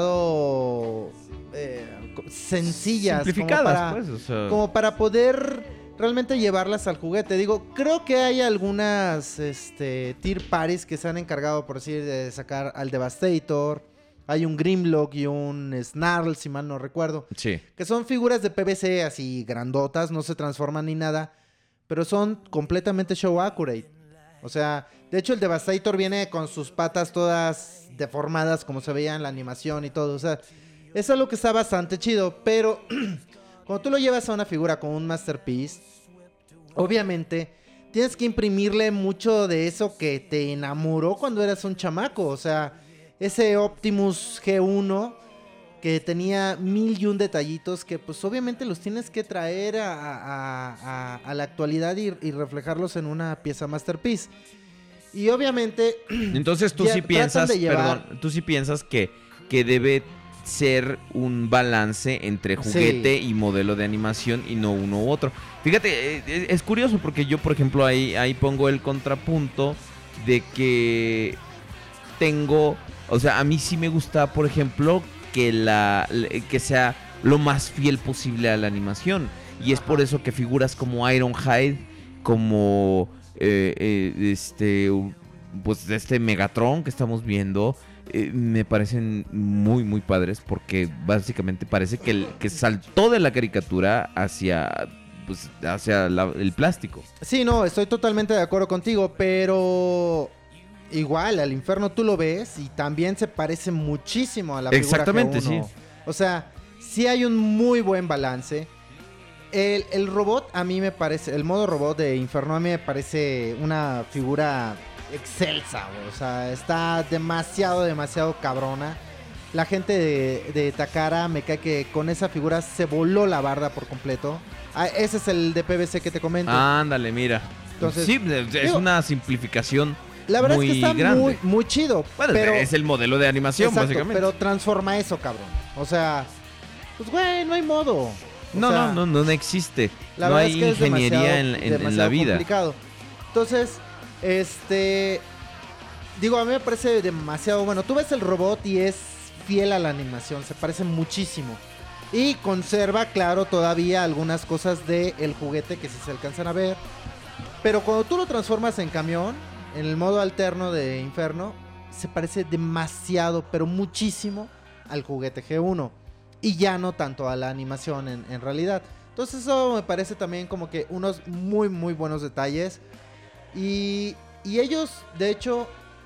demasiado eh, co- sencillas. Simplificadas, como para, pues, o sea. como para poder realmente llevarlas al juguete. Digo, creo que hay algunas este, tier parties que se han encargado, por decir, de sacar al Devastator. Hay un Grimlock y un Snarl, si mal no recuerdo. Sí. Que son figuras de P V C así grandotas, no se transforman ni nada, pero son completamente show accurate. O sea, de hecho el Devastator viene con sus patas todas deformadas como se veía en la animación y todo. O sea, es algo que está bastante chido, pero cuando tú lo llevas a una figura con un Masterpiece, obviamente tienes que imprimirle mucho de eso que te enamoró cuando eras un chamaco. O sea, ese Optimus G uno que tenía mil y un detallitos que pues obviamente los tienes que traer a, a- a- a la actualidad y, y reflejarlos en una pieza Masterpiece. Y obviamente Entonces tú ya sí tratan piensas, de llevar- perdón, tú sí piensas que, que debe ser un balance entre juguete y modelo de animación y no uno u otro. Fíjate, eh, es, es curioso porque yo, por ejemplo, ahí, ahí pongo el contrapunto de que tengo, o sea, a mí sí me gusta, por ejemplo, que la que sea lo más fiel posible a la animación, y es por eso que figuras como Ironhide, como eh, eh, este pues este Megatron que estamos viendo, eh, me parecen muy muy padres, porque básicamente parece que, el, que saltó de la caricatura hacia pues hacia la- el plástico. Sí, no, estoy totalmente de acuerdo contigo, pero igual al Inferno tú lo ves y también se parece muchísimo a la figura Exactamente, G uno. sí. O sea, sí hay un muy buen balance. El, el robot a mí me parece, el modo robot de Inferno a mí me parece una figura excelsa, güey. O sea, está demasiado, demasiado cabrona. La gente de, de Takara me cae que con esa figura se voló la barda por completo. Ah, ese es el de P V C que te comento. Ándale, mira. Entonces, sí, es digo, una simplificación La verdad muy es que está grande. muy, muy chido. Bueno, pero, es el modelo de animación, Exacto, básicamente. pero transforma eso, cabrón. O sea, pues güey, no hay modo. O No, sea, no, no, no existe. La no verdad hay es que es ingeniería demasiado- en, en- en demasiado la vida. complicado. Entonces, este, digo, a mí me parece demasiado bueno. Tú ves el robot y es fiel a la animación, se parece muchísimo. Y conserva, claro, todavía algunas cosas del juguete que sí se alcanzan a ver. Pero cuando tú lo transformas en camión, en el modo alterno de Inferno, se parece demasiado, pero muchísimo al juguete G uno. Y ya no tanto a la animación en, en realidad. Entonces eso me parece también como que unos muy, muy buenos detalles. Y, y ellos, de hecho,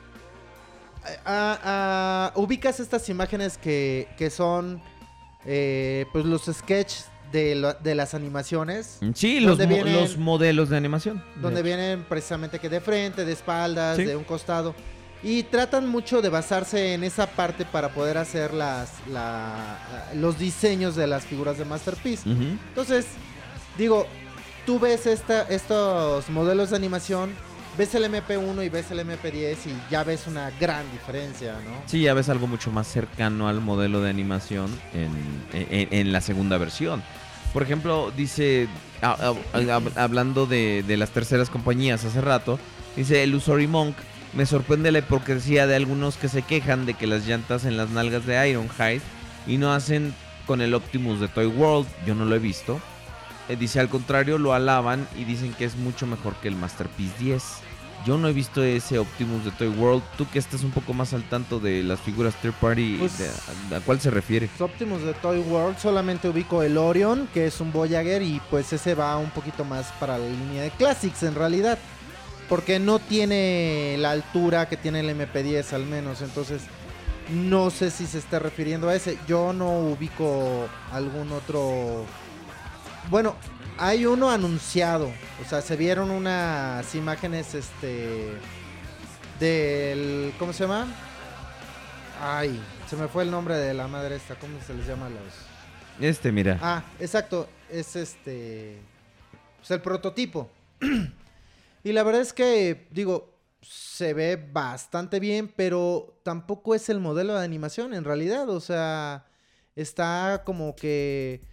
a- a- ubicas estas imágenes que, que son eh, pues los sketches de, lo- de las animaciones. Sí, los, donde mo- vienen- los modelos de animación. donde vienen precisamente que de frente, de espaldas, Sí. de un costado. Y tratan mucho de basarse en esa parte para poder hacer las, la- los diseños de las figuras de Masterpiece. Ujú. Entonces, digo, tú ves esta, estos modelos de animación, ves el M P uno y ves el M P diez y ya ves una gran diferencia, ¿no? Sí, ya ves algo mucho más cercano al modelo de animación en, en- en la segunda versión. Por ejemplo, dice, a- a- a- hablando de, de las terceras compañías hace rato, dice el Illusory Monk, me sorprende la hipocresía de algunos que se quejan de que las llantas en las nalgas de Ironhide y no hacen con el Optimus de Toy World, yo no lo he visto, eh, dice al contrario, lo alaban y dicen que es mucho mejor que el Masterpiece diez. Yo no he visto ese Optimus de Toy World. Tú que estás un poco más al tanto de las figuras third party, Pues, de, a, ¿a cuál se refiere? Optimus de Toy World solamente ubico el Orion, que es un Voyager, y pues ese va un poquito más para la línea de Classics en realidad, porque no tiene la altura que tiene el M P diez al menos, entonces no sé si se está refiriendo a ese. Yo no ubico algún otro. Bueno, hay uno anunciado, o sea, se vieron unas imágenes este del, ¿cómo se llama? Ay, se me fue el nombre de la madre esta, ¿cómo se les llama a los? Este, mira. Ah, exacto, es este, pues el prototipo. Y la verdad es que, digo, se ve bastante bien, pero tampoco es el modelo de animación en realidad, o sea, está como que,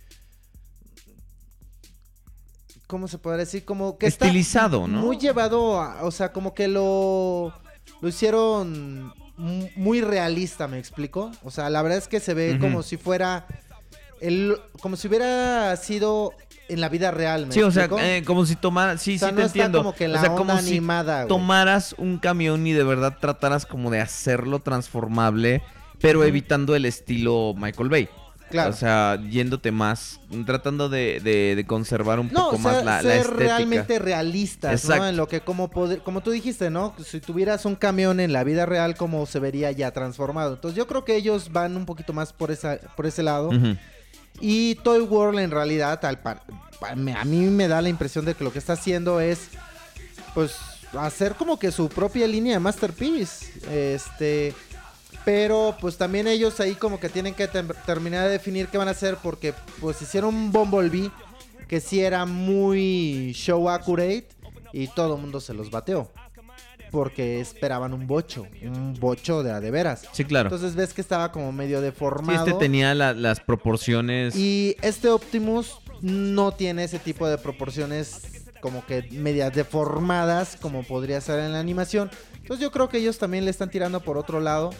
¿cómo se podría decir? Como que estilizado, está ¿no? Muy llevado, a, o sea, como que lo, lo hicieron muy realista, ¿me explico? O sea, la verdad es que se ve uh-huh. como si fuera, el, como si hubiera sido en la vida real, ¿me Sí, explico? o sea, eh, como si tomaras, sí, o sea, sí no te está entiendo. como que la o sea, onda como animada, si tomaras un camión y de verdad trataras como de hacerlo transformable, pero uh-huh. evitando el estilo Michael Bay. Claro. O sea, yéndote más, tratando de, de, de conservar un no, poco o sea, más la, ser la estética. realmente realistas, Exacto. ¿no? En lo que como poder, como tú dijiste, ¿no? Si tuvieras un camión en la vida real, ¿cómo se vería ya transformado? Entonces yo creo que ellos van un poquito más por esa, por ese lado. Uh-huh. Y Toy World en realidad, al par, a mí me da la impresión de que lo que está haciendo es, pues, hacer como que su propia línea de Masterpiece. Este... Pero pues también ellos ahí como que tienen que ter- terminar de definir qué van a hacer, porque pues hicieron un Bumblebee que sí era muy show accurate y todo el mundo se los bateó. Porque esperaban un bocho, un bocho de a de veras. Sí, claro. Entonces ves que estaba como medio deformado. Sí, este tenía la, las proporciones. Y este Optimus no tiene ese tipo de proporciones como que medias deformadas como podría ser en la animación. Entonces yo creo que ellos también le están tirando por otro lado.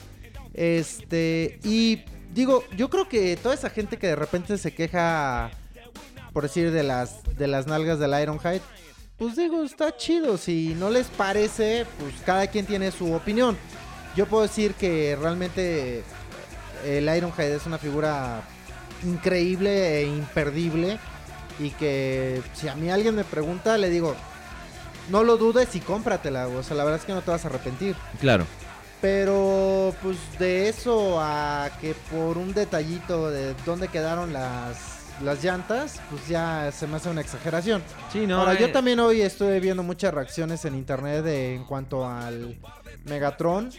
Este, y digo, yo creo que toda esa gente que de repente se queja, por decir, de las de las nalgas del Ironhide, pues digo, está chido. Si no les parece, pues cada quien tiene su opinión. Yo puedo decir que realmente el Ironhide es una figura increíble e imperdible, y que si a mí alguien me pregunta, le digo, no lo dudes y cómpratela, o sea, la verdad es que no te vas a arrepentir. Claro. Pero pues de eso a que por un detallito de dónde quedaron las, las llantas, pues ya se me hace una exageración. Sí, no. Ahora, eh... yo también hoy estuve viendo muchas reacciones en internet de, en cuanto al Megatron.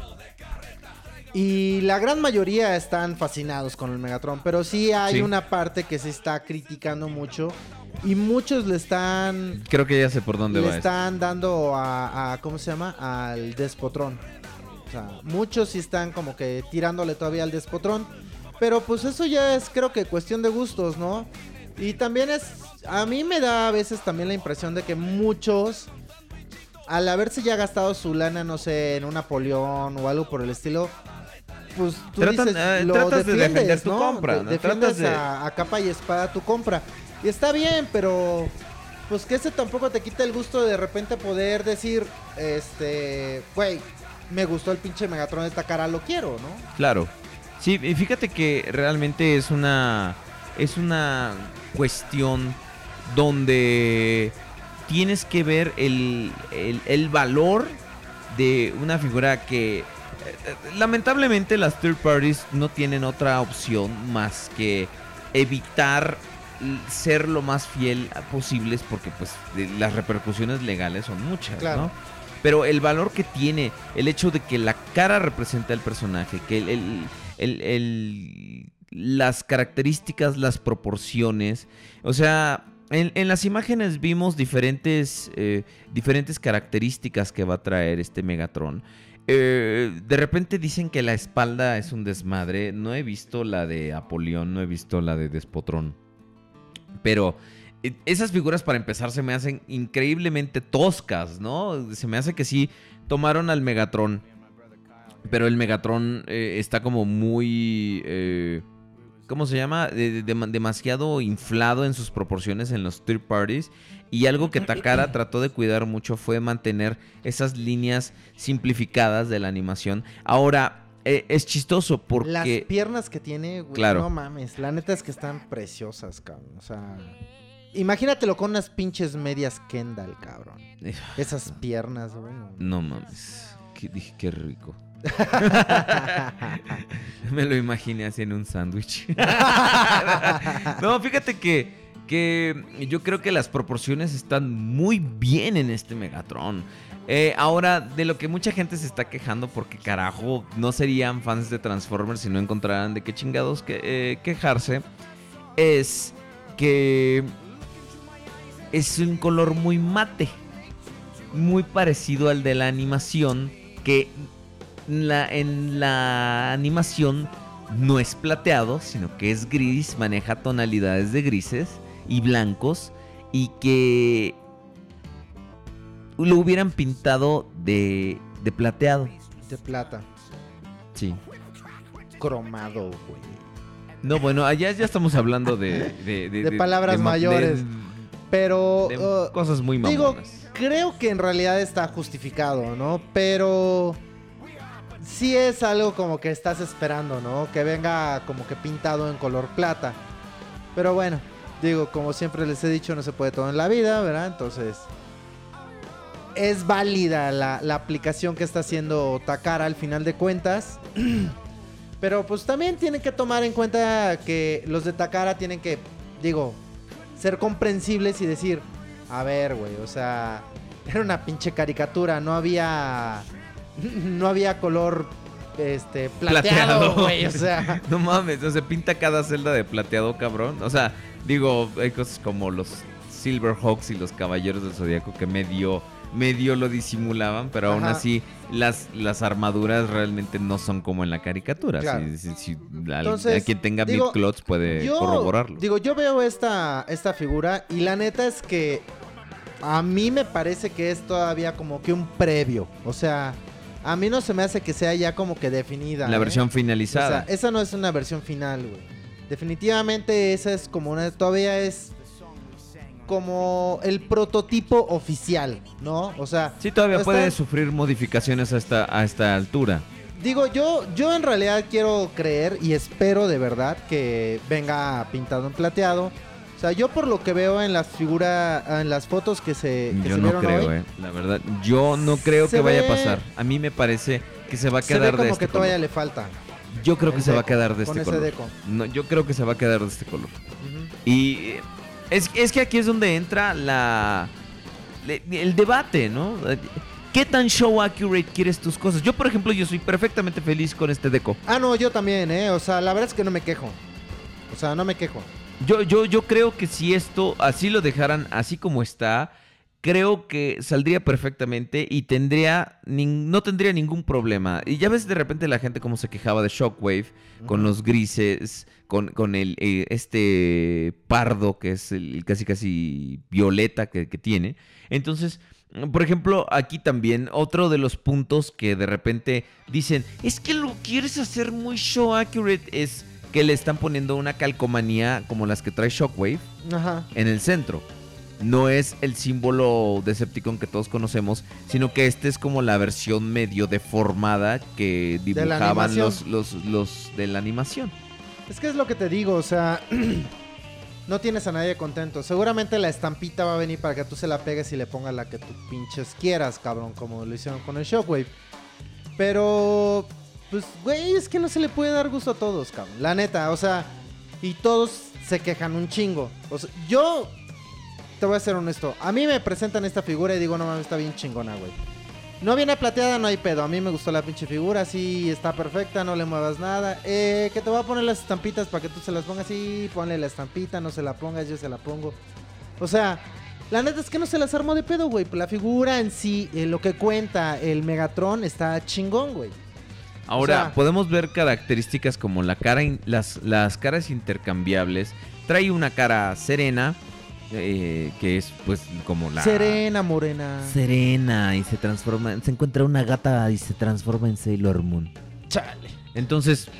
Y la gran mayoría están fascinados con el Megatron, pero sí hay sí. una parte que se está criticando mucho. Y muchos le están... Creo que ya sé por dónde le va. Le están esto. dando a, a... ¿Cómo se llama? Al Despotrón. O sea, muchos sí están como que tirándole todavía al Despotrón. Pero pues eso ya es, creo que, cuestión de gustos, ¿no? Y también es... A mí me da a veces también la impresión de que muchos, al haberse ya gastado su lana, no sé, en un Napoleón o algo por el estilo, pues tú Tratan, dices, eh, lo tratas defiendes, de defender tu ¿no? compra. De, ¿no? defiendes de... a, a capa y espada tu compra. Y está bien, pero pues que ese tampoco te quita el gusto de de repente poder decir, este, güey, me gustó el pinche Megatron de esta cara, lo quiero, ¿no? Claro. Sí, y fíjate que realmente es una es una cuestión donde tienes que ver el, el, el valor de una figura que eh, lamentablemente las third parties no tienen otra opción más que evitar ser lo más fiel posibles, porque pues las repercusiones legales son muchas, claro. ¿no? Pero el valor que tiene el hecho de que la cara representa el personaje, que el, el, el, el, las características, las proporciones, o sea, en, en las imágenes vimos diferentes, eh, diferentes características que va a traer este Megatron. Eh, de repente dicen que la espalda es un desmadre. No he visto la de Apolión, no he visto la de Despotrón. Pero eh, esas figuras, para empezar, se me hacen increíblemente toscas, ¿no? Se me hace que sí tomaron al Megatron, pero el Megatron eh, está como muy... Eh, ¿cómo se llama? De, de, demasiado inflado en sus proporciones en los third parties. Y algo que Takara trató de cuidar mucho fue mantener esas líneas simplificadas de la animación. Ahora, eh, es chistoso porque... Las piernas que tiene, güey, claro. no mames. La neta es que están preciosas, cabrón. O sea, imagínatelo con unas pinches medias Kendall, cabrón. Esas piernas, güey. No, no mames. Qué, dije, qué rico. Me lo imaginé así en un sándwich. No, fíjate que... que yo creo que las proporciones están muy bien en este Megatron. Eh, ahora, de lo que mucha gente se está quejando, porque carajo, no serían fans de Transformers si no encontraran de qué chingados que, eh, quejarse, es que es un color muy mate, muy parecido al de la animación, que la, en la animación no es plateado, sino que es gris, maneja tonalidades de grises y blancos, y que lo hubieran pintado de, de plateado. De plata. Sí. Cromado, güey. No, bueno, allá ya estamos hablando de... De, de, de palabras de, mayores. De, pero... De uh, cosas muy mamonas. Digo, creo que en realidad está justificado, ¿no? Pero... sí es algo como que estás esperando, ¿no? Que venga como que pintado en color plata. Pero bueno, digo, como siempre les he dicho, no se puede todo en la vida, ¿verdad? Entonces, es válida la, la aplicación que está haciendo Takara al final de cuentas. Pero pues también tienen que tomar en cuenta que los de Takara tienen que, digo, ser comprensibles y decir, a ver, güey, o sea, era una pinche caricatura, no había... no había color este plateado, güey, o sea, no mames, o sea, pinta cada celda de plateado, cabrón. O sea, digo, hay cosas como los Silverhawks y los Caballeros del Zodiaco que medio medio lo disimulaban, pero Ajá. aún así las, las armaduras realmente no son como en la caricatura. Claro. Si, si, si Entonces, a quien tenga digo, Midcloths puede yo, corroborarlo. Digo, yo veo esta, esta figura y la neta es que a mí me parece que es todavía como que un previo, o sea... a mí no se me hace que sea ya como que definida. La ¿eh? versión finalizada. O sea, esa no es una versión final, güey. Definitivamente esa es como una... todavía es como el prototipo oficial, ¿no? O sea... sí, todavía no puede está... sufrir modificaciones a esta, a esta altura. Digo, yo, yo en realidad quiero creer y espero de verdad que venga pintado en plateado. O sea, yo por lo que veo en las figuras, en las fotos que se, que yo se no vieron creo, hoy, eh, la verdad, yo no creo que ve, vaya a pasar. A mí me parece que se va a quedar se ve como de este que todavía color. le falta. Yo creo que se deco, va a quedar de con este ese color. Deco. No, yo creo que se va a quedar de este color. Uh-huh. Y es, es que aquí es donde entra la el debate, ¿no? ¿Qué tan show accurate quieres tus cosas? Yo, por ejemplo, yo soy perfectamente feliz con este deco. Ah, no, yo también, ¿eh? O sea, la verdad es que no me quejo. O sea, no me quejo. Yo, yo, yo creo que si esto así lo dejaran así como está, creo que saldría perfectamente y tendría nin- no tendría ningún problema. Y ya ves de repente la gente como se quejaba de Shockwave, uh-huh. con los grises, con, con el eh, este pardo que es el casi casi violeta que, que tiene. Entonces, por ejemplo, aquí también otro de los puntos que de repente dicen, es que lo quieres hacer muy show accurate, es que le están poniendo una calcomanía como las que trae Shockwave Ajá. en el centro. No es el símbolo Decepticon que todos conocemos, sino que este es como la versión medio deformada que dibujaban los, los, los de la animación. Es que es lo que te digo, o sea, no tienes a nadie contento. Seguramente la estampita va a venir para que tú se la pegues y le pongas la que tú pinches quieras, cabrón, como lo hicieron con el Shockwave. Pero... pues, güey, es que no se le puede dar gusto a todos, cabrón. La neta, o sea, y todos se quejan un chingo. O sea, yo te voy a ser honesto. A mí me presentan esta figura y digo, no mames, está bien chingona, güey. No viene plateada, no hay pedo. A mí me gustó la pinche figura, sí, está perfecta, no le muevas nada. Eh, que te voy a poner las estampitas para que tú se las pongas. Sí, ponle la estampita, no se la pongas, yo se la pongo. O sea, la neta es que no se las armó de pedo, güey. La figura en sí, eh, lo que cuenta el Megatron está chingón, güey. Ahora, o sea, podemos ver características como la cara, in- las, las caras intercambiables. Trae una cara serena, eh, que es pues como la... serena, morena. Serena, y se transforma, se encuentra una gata y se transforma en Sailor Moon. Chale. Entonces,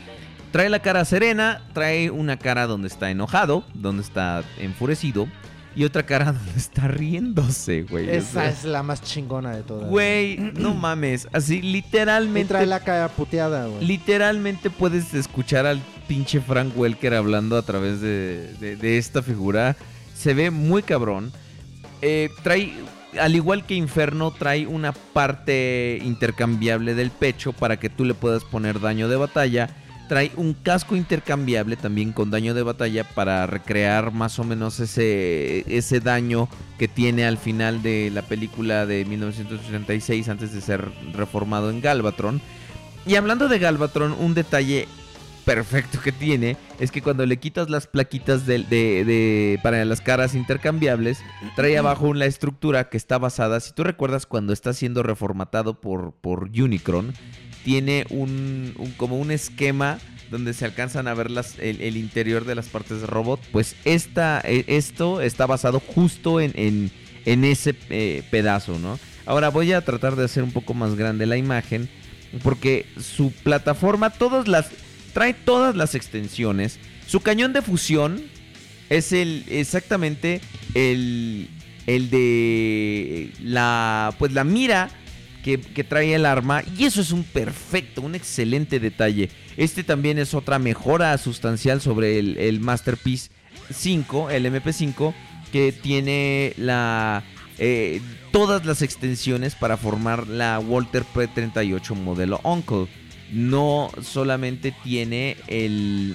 trae la cara serena, trae una cara donde está enojado, donde está enfurecido, y otra cara donde está riéndose, güey. Esa o sea, es la más chingona de todas. Güey, no mames, así literalmente... Y trae la cara puteada, güey. Literalmente puedes escuchar al pinche Frank Welker hablando a través de, de, de esta figura. Se ve muy cabrón. Eh, trae, al igual que Inferno, trae una parte intercambiable del pecho para que tú le puedas poner daño de batalla. Trae un casco intercambiable también con daño de batalla para recrear más o menos ese, ese daño que tiene al final de la película de mil novecientos ochenta y seis antes de ser reformado en Galvatron. Y hablando de Galvatron, un detalle perfecto que tiene es que cuando le quitas las plaquitas de, de, de, para las caras intercambiables, trae abajo la estructura que está basada, si tú recuerdas cuando está siendo reformatado por, por Unicron, tiene un, un como un esquema donde se alcanzan a ver las, el, el interior de las partes de robot. Pues esta, esto está basado justo en, en, en ese eh, pedazo, ¿no? Ahora voy a tratar de hacer un poco más grande la imagen, porque su plataforma, todas las, trae todas las extensiones. Su cañón de fusión es el exactamente el, el de la, pues la mira Que, que trae el arma, y eso es un perfecto, un excelente detalle. Este también es otra mejora sustancial sobre el, el Masterpiece cinco, el M P cinco, que tiene la eh, todas las extensiones para formar la Walther P treinta y ocho modelo Uncle. No solamente tiene el,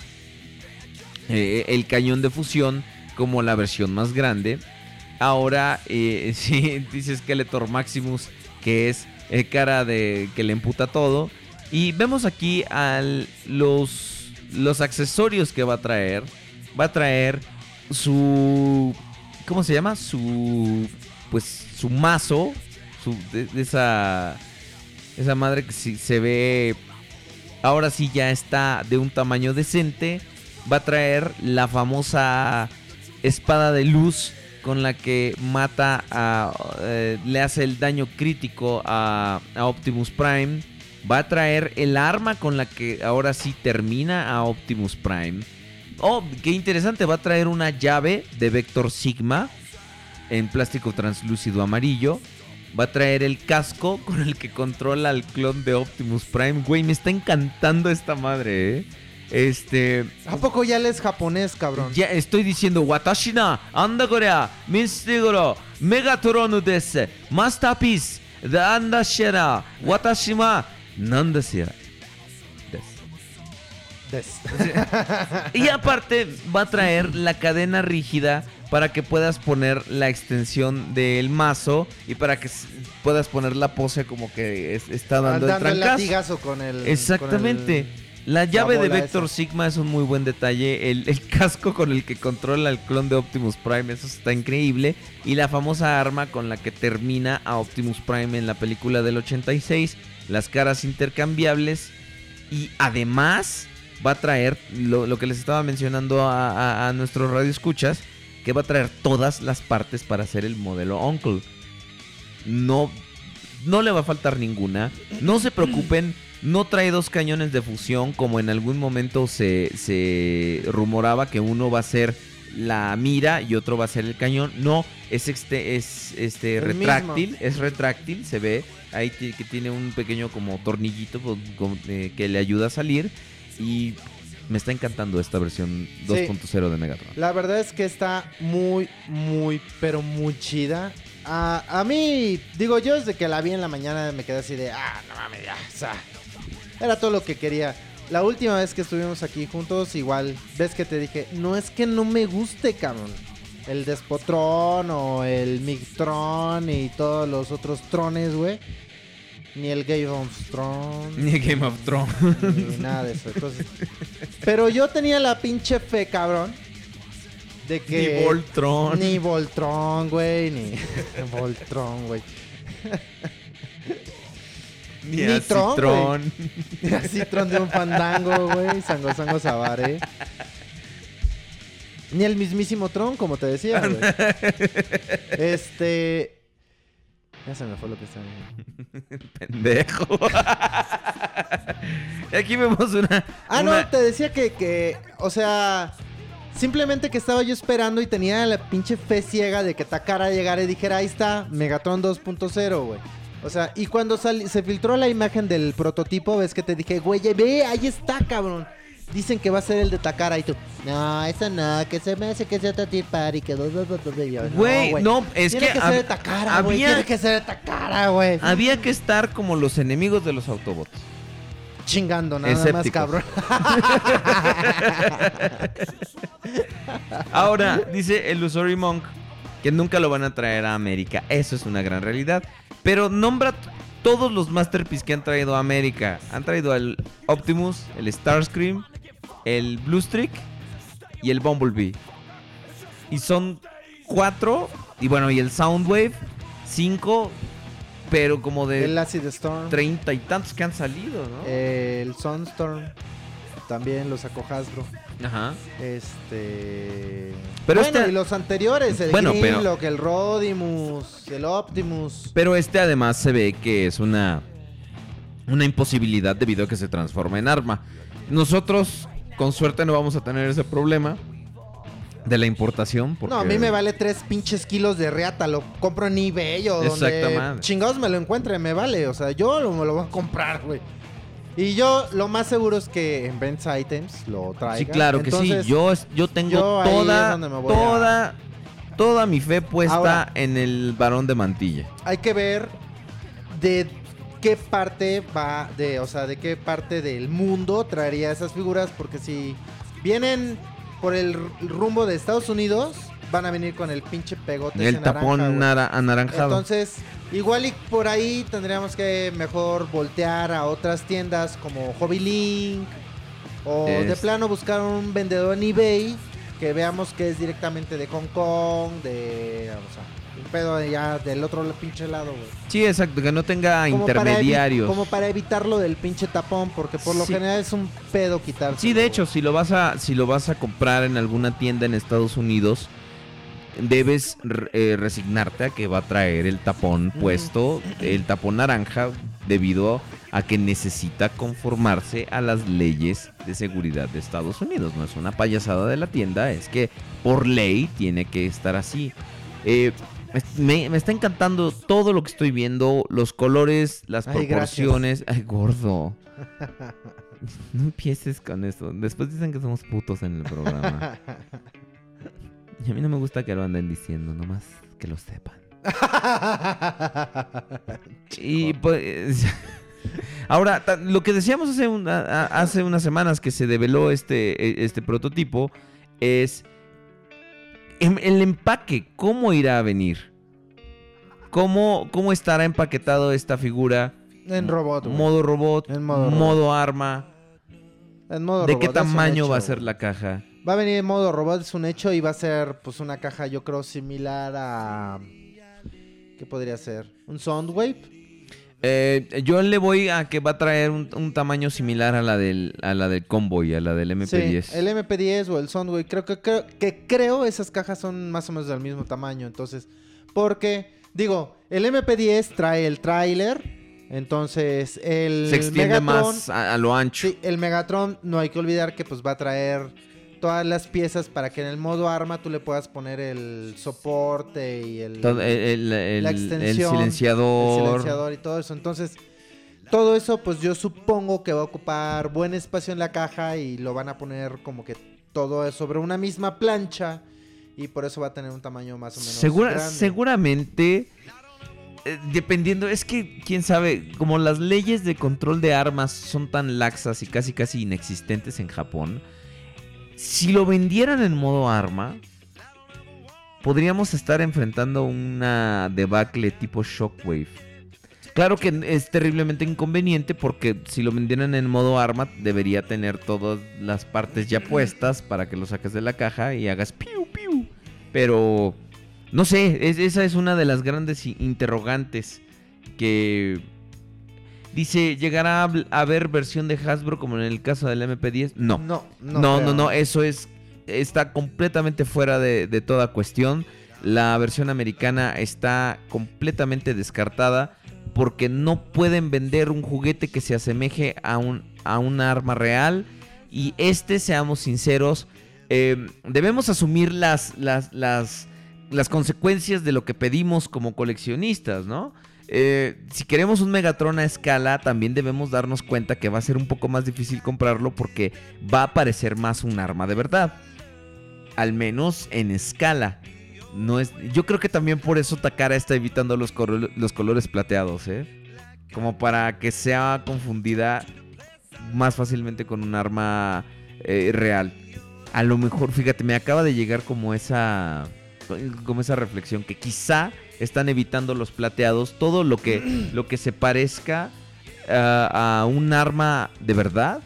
eh, el cañón de fusión como la versión más grande. Ahora, eh, sí, dice Skeletor Maximus, que es el cara de que le emputa todo. Y vemos aquí al, los, los accesorios que va a traer. Va a traer su... ¿Cómo se llama? Su... Pues su mazo. Su, de, de esa... Esa madre que si, se ve... Ahora sí ya está de un tamaño decente. Va a traer la famosa espada de luz con la que mata a... Eh, le hace el daño crítico a, a Optimus Prime. Va a traer el arma con la que ahora sí termina a Optimus Prime. Oh, qué interesante. Va a traer una llave de Vector Sigma en plástico translúcido amarillo. Va a traer el casco con el que controla al clon de Optimus Prime. Güey, me está encantando esta madre, ¿eh? Este... ¿A poco ya lees japonés, cabrón? Ya estoy diciendo Watashi na anda korea Mistigoro Megatron desu Masterpiece de anda shera Watashi ma nanda shera Des. Y aparte va a traer la cadena rígida para que puedas poner la extensión del mazo y para que puedas poner la pose como que es, está dando, dando el el latigazo con el... Exactamente. Con el... La llave la de Vector esa. Sigma es un muy buen detalle. El, el casco con el que controla el clon de Optimus Prime, eso está increíble. Y la famosa arma con la que termina a Optimus Prime en la película del ochenta y seis. Las caras intercambiables. Y además va a traer lo, lo que les estaba mencionando a, a, a nuestros radioescuchas, que va a traer todas las partes para hacer el modelo Uncle. No, no le va a faltar ninguna. No se preocupen. No trae dos cañones de fusión como en algún momento se, se rumoraba que uno va a ser la mira y otro va a ser el cañón. No, es este, es este retráctil, mismo. Es retráctil, se ve ahí t- que tiene un pequeño como tornillito con, con, eh, que le ayuda a salir. Y me está encantando esta versión dos punto cero sí. de Megatron. La verdad es que está muy, muy, pero muy chida. A, a mí, digo, yo desde que la vi en la mañana me quedé así de, ah, no mames, ya, o sea, era todo lo que quería. La última vez que estuvimos aquí juntos, igual, ves que te dije, no es que no me guste, cabrón, el Despotron o el Migtron y todos los otros trones, güey. Ni el Game of Thrones. Ni el Game of Thrones. Ni nada de eso. Entonces, pero yo tenía la pinche fe, cabrón, de que... Ni Voltron. Ni Voltron, güey. Ni Voltron, güey. Ni, ni Tron, Ni Acitron de un fandango, güey. Sango Sango Sabare. Ni el mismísimo Tron, como te decía, güey. Este... Ya se me fue lo que estaba viendo. Pendejo. Aquí vemos una... Ah, una... no, te decía que, que, o sea, simplemente que estaba yo esperando y tenía la pinche fe ciega de que Takara llegara y dijera, ahí está, Megatron dos punto cero, güey. O sea, y cuando sal- se filtró la imagen del prototipo, ves que te dije, güey, ve, ahí está, cabrón. Dicen que va a ser el de Takara y tú, no, eso no, que se me hace que sea Tatir Party, que dos, dos, dos, dos, y yo, no, Güey, no, es tiene que... que hab- ser de Takara, güey, había- tiene que ser de Takara, güey. Había que estar como los enemigos de los Autobots. Chingando, nada Escépticos. más, cabrón. Ahora, dice el Illusory Monk que nunca lo van a traer a América. Eso es una gran realidad. Pero nombra t- todos los Masterpiece que han traído a América. Han traído al Optimus, el Starscream, el Bluestreak y el Bumblebee. Y son cuatro. Y bueno, y el Soundwave, cinco. Pero como de El Acid Storm. treinta y tantos que han salido, ¿no? El Sunstorm. También lo sacó Hasbro. Ajá. Este. Pero bueno, este- y los anteriores, el Bueno, pero- Grimlock, el Rodimus, el Optimus. Pero este además se ve que es una, una imposibilidad debido a que se transforma en arma. Nosotros, con suerte, no vamos a tener ese problema de la importación. Porque... No, a mí me vale tres pinches kilos de reata. Lo compro en eBay o donde Exactamente. chingados me lo encuentre, me vale. O sea, yo lo, me lo voy a comprar, güey. Y yo lo más seguro es que en Ben's Items lo traiga. Sí, claro que Entonces, sí. Yo, es- yo tengo yo ahí es toda, donde me voy a- toda, toda mi fe puesta Ahora- en el varón de mantilla. hay que ver de qué parte va, de, o sea, de qué parte del mundo traería esas figuras, porque si vienen por el r- rumbo de Estados Unidos, van a venir con el pinche pegote. El ese tapón naranja, güey. nara- anaranjado. Entonces, igual y por ahí tendríamos que mejor voltear a otras tiendas como Hobby Link, o de Es- plano buscar un vendedor en eBay que veamos que es directamente de Hong Kong, de, o sea, un pedo de ya del otro pinche lado, güey. Sí, exacto, que no tenga Como para evi- intermediarios. como para evitarlo del pinche tapón, porque por lo Sí. general es un pedo quitarse. Sí, de hecho, si lo vas a si lo vas a comprar en alguna tienda en Estados Unidos, debes r- eh, resignarte a que va a traer el tapón puesto, el tapón naranja, debido a que necesita conformarse a las leyes de seguridad de Estados Unidos. No es una payasada de la tienda, es que por ley tiene que estar así. Eh, me, me está encantando todo lo que estoy viendo, los colores, las Ay, proporciones. Ay, gordo. No empieces con eso. Después dicen que somos putos en el programa. Y a mí no me gusta que lo anden diciendo, nomás que lo sepan. Y pues... Ahora, ta- lo que decíamos hace, una- a- hace unas semanas que se develó este, este prototipo es em- el empaque, cómo irá a venir. ¿Cómo, cómo estará empaquetado esta figura? En robot, güey. Modo robot, En modo modo, robot. arma. En modo ¿De robot, qué es un tamaño hecho, va a güey. ser la caja? Va a venir en modo robot, es un hecho, y va a ser pues una caja, yo creo, similar a... ¿Qué podría ser? ¿Un Soundwave? Eh, yo le voy a que va a traer un, un tamaño similar a la del a la del Convoy, a la del M P diez. Sí, el M P diez o el Soundwave. Creo que, creo que creo esas cajas son más o menos del mismo tamaño. Entonces, porque, digo, el M P diez trae el tráiler. Entonces, el Se extiende Megatron, más a, a lo ancho. Sí, el Megatron, no hay que olvidar que pues va a traer todas las piezas para que en el modo arma tú le puedas poner el soporte y el, Todo- el, el- el- la el extensión, silenciador. el silenciador y todo eso. Entonces, todo eso pues yo supongo que va a ocupar buen espacio en la caja y lo van a poner como que todo sobre una misma plancha y por eso va a tener un tamaño más o menos Segura- grande. seguramente, eh, dependiendo, es que quién sabe, como las leyes de control de armas son tan laxas y casi casi inexistentes en Japón, si lo vendieran en modo arma, podríamos estar enfrentando una debacle tipo Shockwave. Claro que es terriblemente inconveniente porque si lo vendieran en modo arma debería tener todas las partes ya puestas para que lo saques de la caja y hagas piu piu. Pero no sé, es- esa es una de las grandes i- interrogantes que dice, ¿llegará a habl- a haber versión de Hasbro como en el caso del M P diez? No. No, no no, creo. no, no, eso es está completamente fuera de, de toda cuestión. la versión americana está completamente descartada porque no pueden vender un juguete que se asemeje a un, a un arma real. Y este, seamos sinceros, eh, debemos asumir las, las, las, las consecuencias de lo que pedimos como coleccionistas, ¿no? Eh, si queremos un Megatron a escala, también debemos darnos cuenta que va a ser un poco más difícil comprarlo porque va a parecer más un arma de verdad. Al menos en escala. No es, yo creo que también por eso Takara está evitando los, cor- los colores plateados, ¿eh? Como para que sea confundida más fácilmente con un arma eh, real. A lo mejor, fíjate, me acaba de llegar como esa, como esa reflexión que quizá están evitando los plateados, todo lo que, lo que se parezca uh, a un arma de verdad,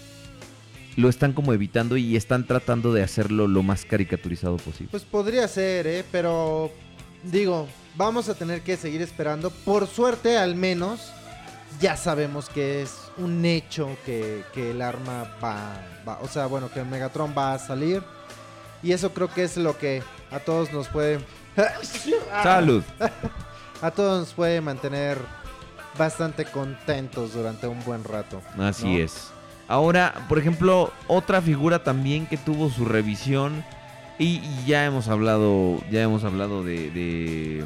lo están como evitando y están tratando de hacerlo lo más caricaturizado posible. Pues podría ser, ¿eh? Pero digo, vamos a tener que seguir esperando. Por suerte, al menos, ya sabemos que es un hecho que, que el arma va, va, o sea, bueno, que el Megatron va a salir. Y eso creo que es lo que a todos nos puede... ¡Salud! A todos nos puede mantener bastante contentos durante un buen rato. Así ¿no? es. Ahora, por ejemplo, otra figura también que tuvo su revisión y, y ya hemos hablado, ya hemos hablado de, de,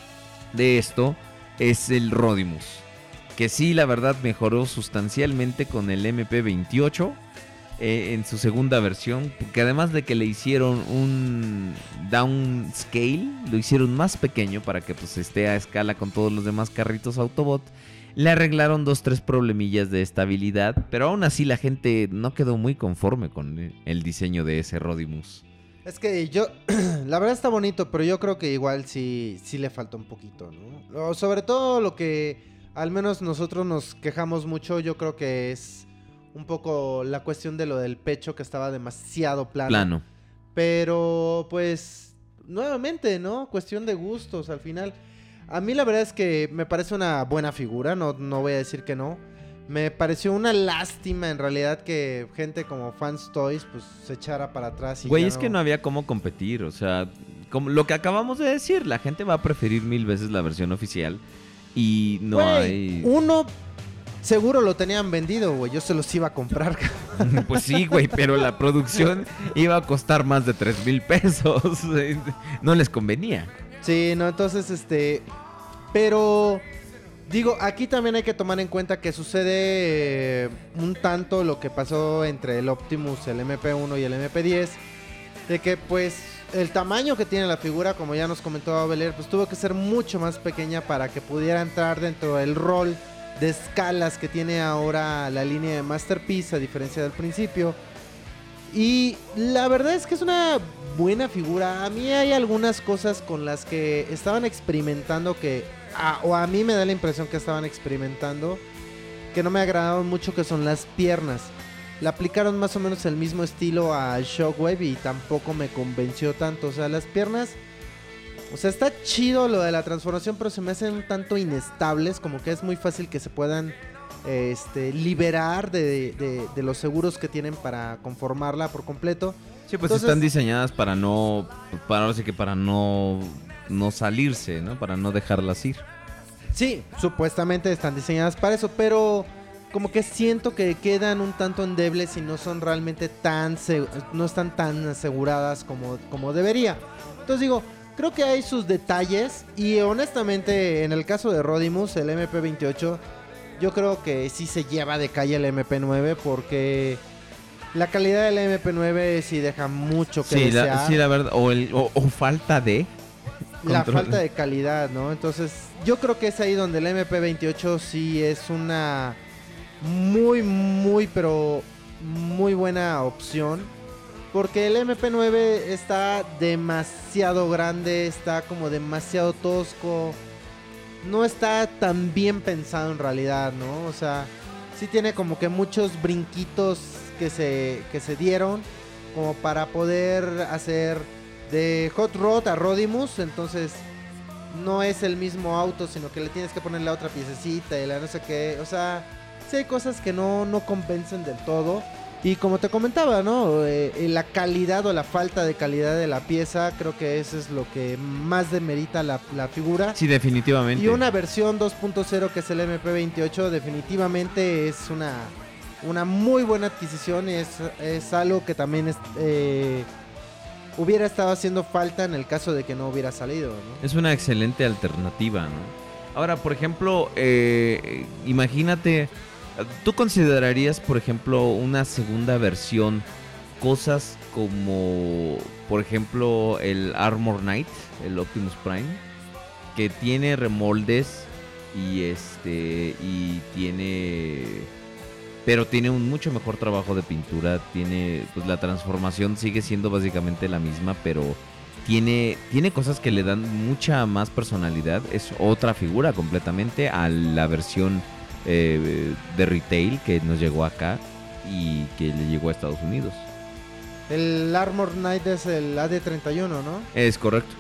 de esto, es el Rodimus. Que sí, la verdad, mejoró sustancialmente con el eme pe veintiocho eh, en su segunda versión. Porque además de que le hicieron un downscale, lo hicieron más pequeño para que pues esté a escala con todos los demás carritos Autobot. Le arreglaron dos, tres problemillas de estabilidad, pero aún así la gente no quedó muy conforme con el diseño de ese Rodimus. Es que yo, la verdad está bonito, pero yo creo que igual sí, sí le falta un poquito, ¿no? O sobre todo lo que al menos nosotros nos quejamos mucho, yo creo que es un poco la cuestión de lo del pecho que estaba demasiado plano. Plano. Pero pues, nuevamente, ¿no? Cuestión de gustos al final. A mí la verdad es que me parece una buena figura, no, no voy a decir que no. Me pareció una lástima en realidad que gente como Fans Toys pues se echara para atrás. Y Güey, ya es no... que no había cómo competir, o sea, como lo que acabamos de decir, la gente va a preferir mil veces la versión oficial y no Güey, hay... Uno seguro lo tenían vendido, güey, yo se los iba a comprar. Pues sí, güey, pero la producción iba a costar más de tres mil pesos, no les convenía. Sí, no, entonces, este... Pero, digo, aquí también hay que tomar en cuenta que sucede eh, un tanto lo que pasó entre el Optimus, el eme pe uno y el eme pe diez. De que, pues, el tamaño que tiene la figura, como ya nos comentó Abelier, pues tuvo que ser mucho más pequeña para que pudiera entrar dentro del rol de escalas que tiene ahora la línea de Masterpiece, a diferencia del principio. Y la verdad es que es una buena figura. A mí hay algunas cosas con las que estaban experimentando que... A, o a mí me da la impresión que estaban experimentando que no me agradaron mucho, que son las piernas. Le aplicaron más o menos el mismo estilo a Shockwave y tampoco me convenció tanto. O sea, las piernas... O sea, está chido lo de la transformación, pero se me hacen un tanto inestables. Como que es muy fácil que se puedan... Este, liberar de, de, de los seguros que tienen para conformarla por completo. Sí, pues Entonces, están diseñadas para no, para ahora sí que para no, no salirse, ¿no? Para no dejarlas ir. Sí, supuestamente están diseñadas para eso, pero como que siento que quedan un tanto endebles y no son realmente tan, no están tan aseguradas como, como debería. Entonces digo, creo que hay sus detalles y honestamente en el caso de Rodimus, el eme pe veintiocho, yo creo que sí se lleva de calle el eme pe nueve porque la calidad del eme pe nueve sí deja mucho que sí, desear. La, sí, la verdad, o, el, o, o falta de... La control. falta de calidad, ¿no? Entonces, yo creo que es ahí donde el eme pe veintiocho sí es una muy, muy, pero muy buena opción. Porque el eme pe nueve está demasiado grande, está como demasiado tosco. No está tan bien pensado en realidad, ¿no? O sea, sí tiene como que muchos brinquitos que se, que se dieron como para poder hacer de Hot Rod a Rodimus. Entonces no es el mismo auto, sino que le tienes que poner la otra piececita y la no sé qué. O sea, sí hay cosas que no, no convencen del todo. Y como te comentaba, ¿no? Eh, la calidad o la falta de calidad de la pieza, creo que eso es lo que más demerita la, la figura. Sí, definitivamente. Y una versión dos punto cero que es el M P veintiocho definitivamente es una, una muy buena adquisición. Es, es algo que también es, eh, hubiera estado haciendo falta en el caso de que no hubiera salido, ¿no? Es una excelente alternativa, ¿no? Ahora, por ejemplo, eh, imagínate... ¿Tú considerarías, por ejemplo, una segunda versión cosas como, por ejemplo, el Armor Knight, el Optimus Prime, que tiene remoldes y este y tiene, pero tiene un mucho mejor trabajo de pintura, tiene, pues la transformación sigue siendo básicamente la misma, pero tiene tiene cosas que le dan mucha más personalidad, es otra figura completamente a la versión Eh, de retail que nos llegó acá y que le llegó a Estados Unidos. El Armor Knight es el A D treinta y uno, ¿no? Es correcto.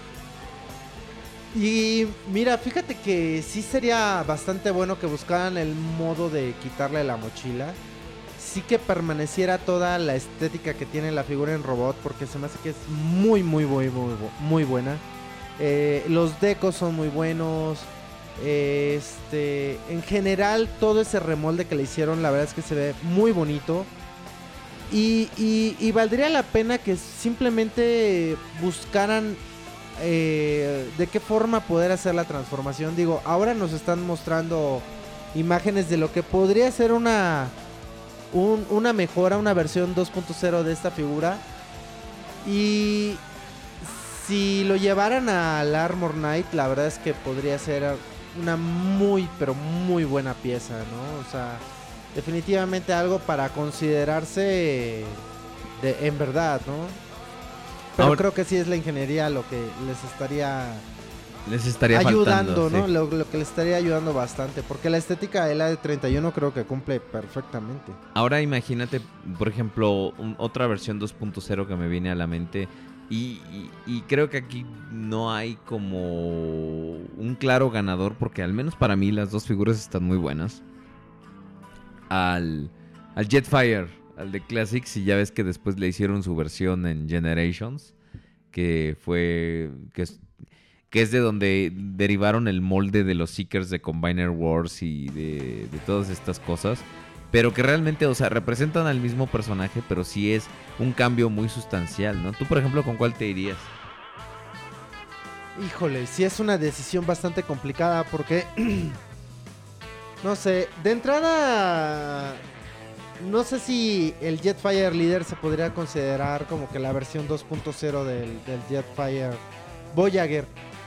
Y mira, fíjate que sí sería bastante bueno que buscaran el modo de quitarle la mochila. Sí que permaneciera toda la estética que tiene la figura en robot, porque se me hace que es muy, muy, muy, muy, muy buena. Eh, los decos son muy buenos. Este, en general todo ese remolde que le hicieron, la verdad es que se ve muy bonito. Y, y, y valdría la pena que simplemente buscaran eh, de qué forma poder hacer la transformación. Digo, ahora nos están mostrando imágenes de lo que podría ser una un, una mejora, una versión dos punto cero de esta figura. Y si lo llevaran al Armor Knight, la verdad es que podría ser una muy, pero muy buena pieza, ¿no? O sea, definitivamente algo para considerarse de, en verdad, ¿no? Pero ahora, creo que sí es la ingeniería lo que les estaría les estaría ayudando, faltando, ¿no? Sí. Lo, lo que les estaría ayudando bastante, porque la estética de la de treinta y uno creo que cumple perfectamente. Ahora imagínate, por ejemplo, un, otra versión dos punto cero que me viene a la mente. Y, y, y creo que aquí no hay como un claro ganador, porque al menos para mí las dos figuras están muy buenas. Al, al Jetfire, al de Classics, y ya ves que después le hicieron su versión en Generations, que fue que es, que es de donde derivaron el molde de los Seekers de Combiner Wars y de, de todas estas cosas. Pero que realmente, o sea, representan al mismo personaje, pero sí es un cambio muy sustancial, ¿no? Tú, por ejemplo, ¿con cuál te irías? Híjole, sí es una decisión bastante complicada porque... no sé, de entrada... No sé si el Jetfire Leader se podría considerar como que la versión dos punto cero del, del Jetfire Voyager.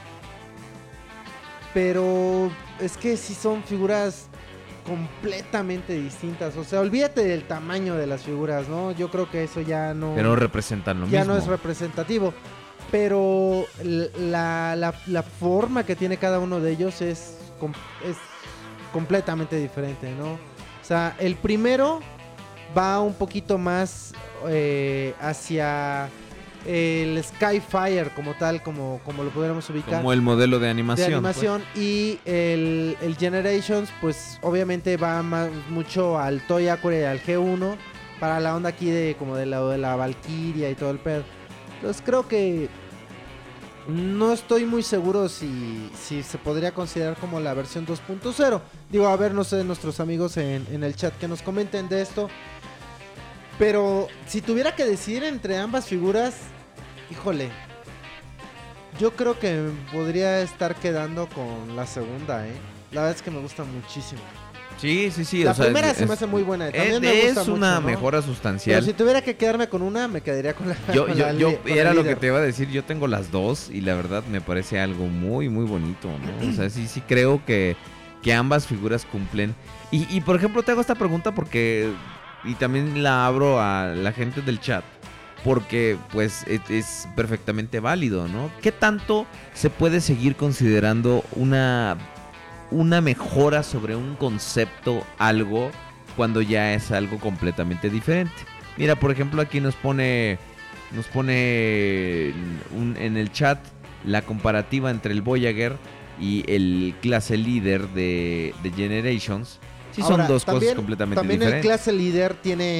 Pero es que sí son figuras completamente distintas. O sea, olvídate del tamaño de las figuras, ¿no? Yo creo que eso ya no... Que no representan lo ya mismo. no es representativo. Pero la, la, la forma que tiene cada uno de ellos es, es completamente diferente, ¿no? O sea, el primero va un poquito más eh, hacia el Skyfire como tal, como, como lo pudiéramos ubicar. Como el modelo de animación. De animación. Pues. Y el, el Generations, pues obviamente va más, mucho al Toy Acura y al G uno. Para la onda aquí de como de la, de la Valkyria y todo el pedo. Entonces creo que no estoy muy seguro si, si se podría considerar como la versión dos punto cero. Digo, a ver, no sé, nuestros amigos en, en el chat que nos comenten de esto. Pero si tuviera que decidir entre ambas figuras, híjole, yo creo que podría estar quedando con la segunda, ¿eh? La verdad es que me gusta muchísimo. Sí, sí, sí. La o sea, primera es, se me hace muy buena. También es, me gusta es mucho, una ¿no? mejora sustancial. Pero si tuviera que quedarme con una, me quedaría con la. Yo, con yo, la yo con era la lo que líder. te iba a decir. Yo tengo las dos y la verdad me parece algo muy, muy bonito, ¿no? O sea, sí, sí creo que, que ambas figuras cumplen. Y, y por ejemplo, te hago esta pregunta porque. Y también la abro a la gente del chat. Porque, pues, es, es perfectamente válido, ¿no? ¿Qué tanto se puede seguir considerando una. una mejora sobre un concepto, algo, cuando ya es algo completamente diferente? Mira, por ejemplo, aquí nos pone nos pone un, en el chat la comparativa entre el Voyager y el clase líder de, de Generations. Sí, son Ahora, dos también, cosas completamente también diferentes. También el clase líder tiene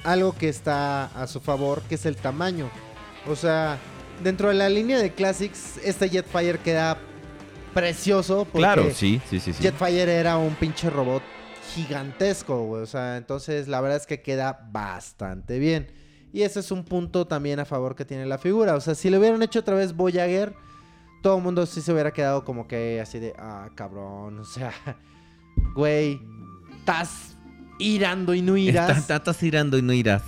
algo que está a su favor, que es el tamaño. O sea, dentro de la línea de Classics, este Jetfire queda precioso. Porque claro, sí, sí, sí, sí. Jetfire era un pinche robot gigantesco, güey. O sea, entonces la verdad es que queda bastante bien. Y ese es un punto también a favor que tiene la figura. O sea, si le hubieran hecho otra vez Voyager, todo el mundo sí se hubiera quedado como que así de, ah, cabrón. O sea, güey, estás irando y no irás. Estás irando y no irás.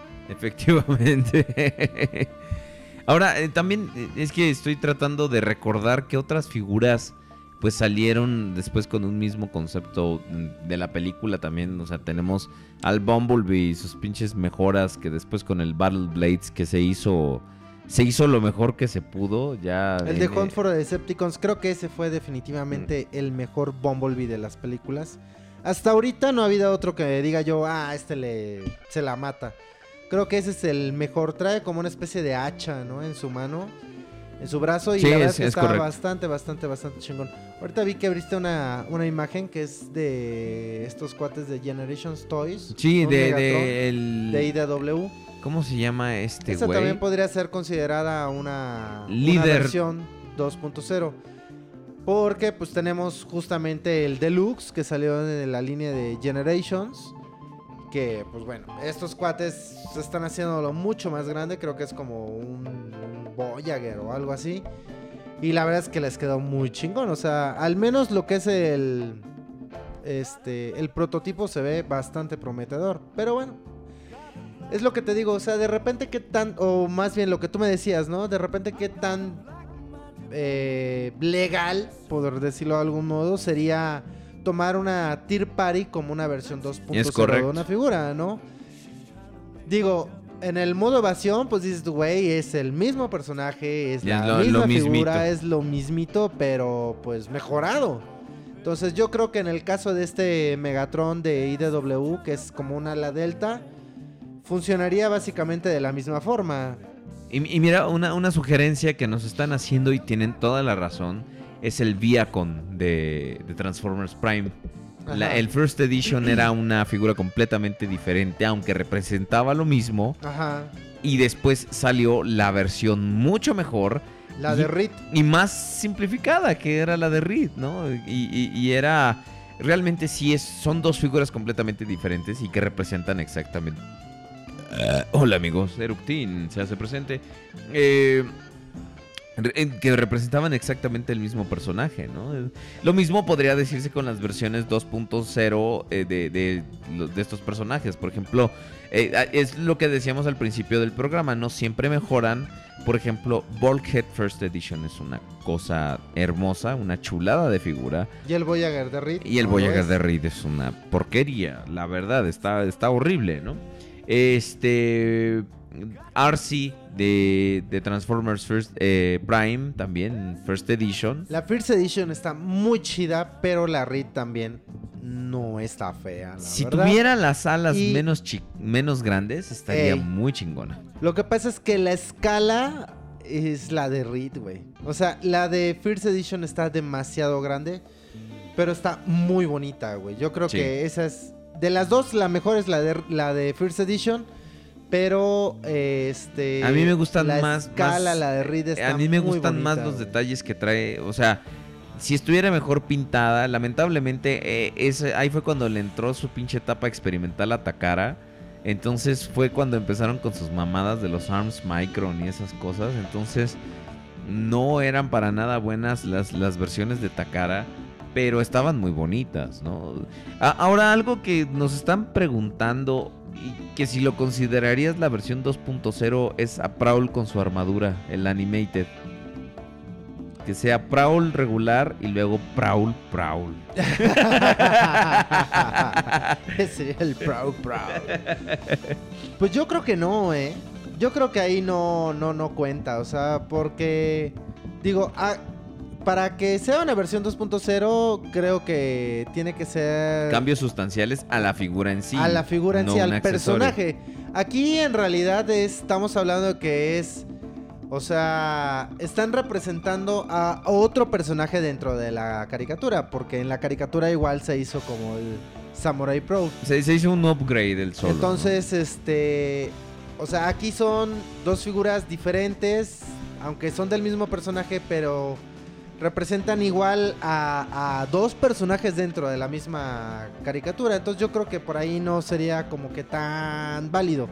Efectivamente. Ahora, eh, también eh, es que estoy tratando de recordar que otras figuras pues salieron después con un mismo concepto de la película también. O sea, tenemos al Bumblebee y sus pinches mejoras, que después con el Battle Blades que se hizo se hizo lo mejor que se pudo. Ya el de Hunt for the Decepticons, creo que ese fue definitivamente mm. el mejor Bumblebee de las películas. Hasta ahorita no ha habido otro que diga yo, ah, este le se la mata. Creo que ese es el mejor. Trae como una especie de hacha, ¿no? En su mano, en su brazo. Y sí, la verdad es, es que está correcto. bastante, bastante, bastante chingón. Ahorita vi que abriste una, una imagen que es de estos cuates de Generations Toys. Sí, de, de, el... de I D W. ¿Cómo se llama este güey? Esa también podría ser considerada una, Líder. una versión dos punto cero. Porque pues tenemos justamente el Deluxe que salió de la línea de Generations. Que pues bueno, estos cuates están haciéndolo mucho más grande. Creo que es como un, un Voyager o algo así. Y la verdad es que les quedó muy chingón. O sea, al menos lo que es el Este el prototipo se ve bastante prometedor. Pero bueno, es lo que te digo. O sea, de repente qué tan, o más bien lo que tú me decías, ¿no? De repente qué tan eh, legal, por decirlo de algún modo, sería tomar una Tier Party como una versión dos punto cero de una figura, ¿no? Digo, en el modo evasión, pues dices, güey, es el mismo personaje, es la lo, misma lo figura, mismito. es lo mismito, pero pues mejorado. Entonces yo creo que en el caso de este Megatron de I D W, que es como una ala delta, funcionaría básicamente de la misma forma. Y, y mira, una, una sugerencia que nos están haciendo y tienen toda la razón, es el Viacon de, de Transformers Prime. La, el First Edition era una figura completamente diferente, aunque representaba lo mismo. Ajá. Y después salió la versión mucho mejor. La y, de Reed. Y más simplificada, que era la de Reed, ¿no? Y, y, y era... Realmente sí es, son dos figuras completamente diferentes y que representan exactamente... Uh, hola amigos, Eructin se hace presente. Eh... que representaban exactamente el mismo personaje, ¿no? Lo mismo podría decirse con las versiones dos punto cero eh, de, de, de estos personajes. Por ejemplo, eh, es lo que decíamos al principio del programa, no siempre mejoran. Por ejemplo, Bulkhead First Edition es una cosa hermosa, una chulada de figura. Y el Voyager de Reed. Y el Voyager de Reed es una porquería, la verdad, está, está horrible, ¿no? Este... R C de, de Transformers First eh, Prime también, First Edition. La First Edition está muy chida, pero la Reed también no está fea, la si verdad. tuviera las alas y menos, chi- menos grandes, estaría ey, muy chingona. Lo que pasa es que la escala es la de Reed, güey. O sea, la de First Edition está demasiado grande, pero está muy bonita, güey. Yo creo sí. que esa es... De las dos, la mejor es la de, la de First Edition. Pero eh, este a mí me gustan la más, escala, más la de Reed está a mí me muy gustan bonita, más los güey. detalles que trae, o sea, si estuviera mejor pintada, lamentablemente eh, ese, ahí fue cuando le entró su pinche etapa experimental a Takara. Entonces fue cuando empezaron con sus mamadas de los Arms Micron y esas cosas. Entonces no eran para nada buenas las, las versiones de Takara, pero estaban muy bonitas, ¿no? A, ahora algo que nos están preguntando, y que si lo considerarías la versión dos punto cero, es a Prowl con su armadura, el Animated. Que sea Prowl regular y luego Prowl Prowl. Ese es el Prowl Prowl. Pues yo creo que no, eh. Yo creo que ahí no, no, no cuenta. O sea, porque digo, ah, para que sea una versión dos punto cero, creo que tiene que ser... cambios sustanciales a la figura en sí. A la figura en no sí, al personaje. Aquí en realidad es, estamos hablando de que es O sea, están representando a otro personaje dentro de la caricatura, porque en la caricatura igual se hizo como el Samurai Pro. Se, se hizo un upgrade del solo. Entonces, ¿no? este... O sea, aquí son dos figuras diferentes, aunque son del mismo personaje, pero representan igual a, a dos personajes dentro de la misma caricatura. Entonces yo creo que por ahí no sería como que tan válido.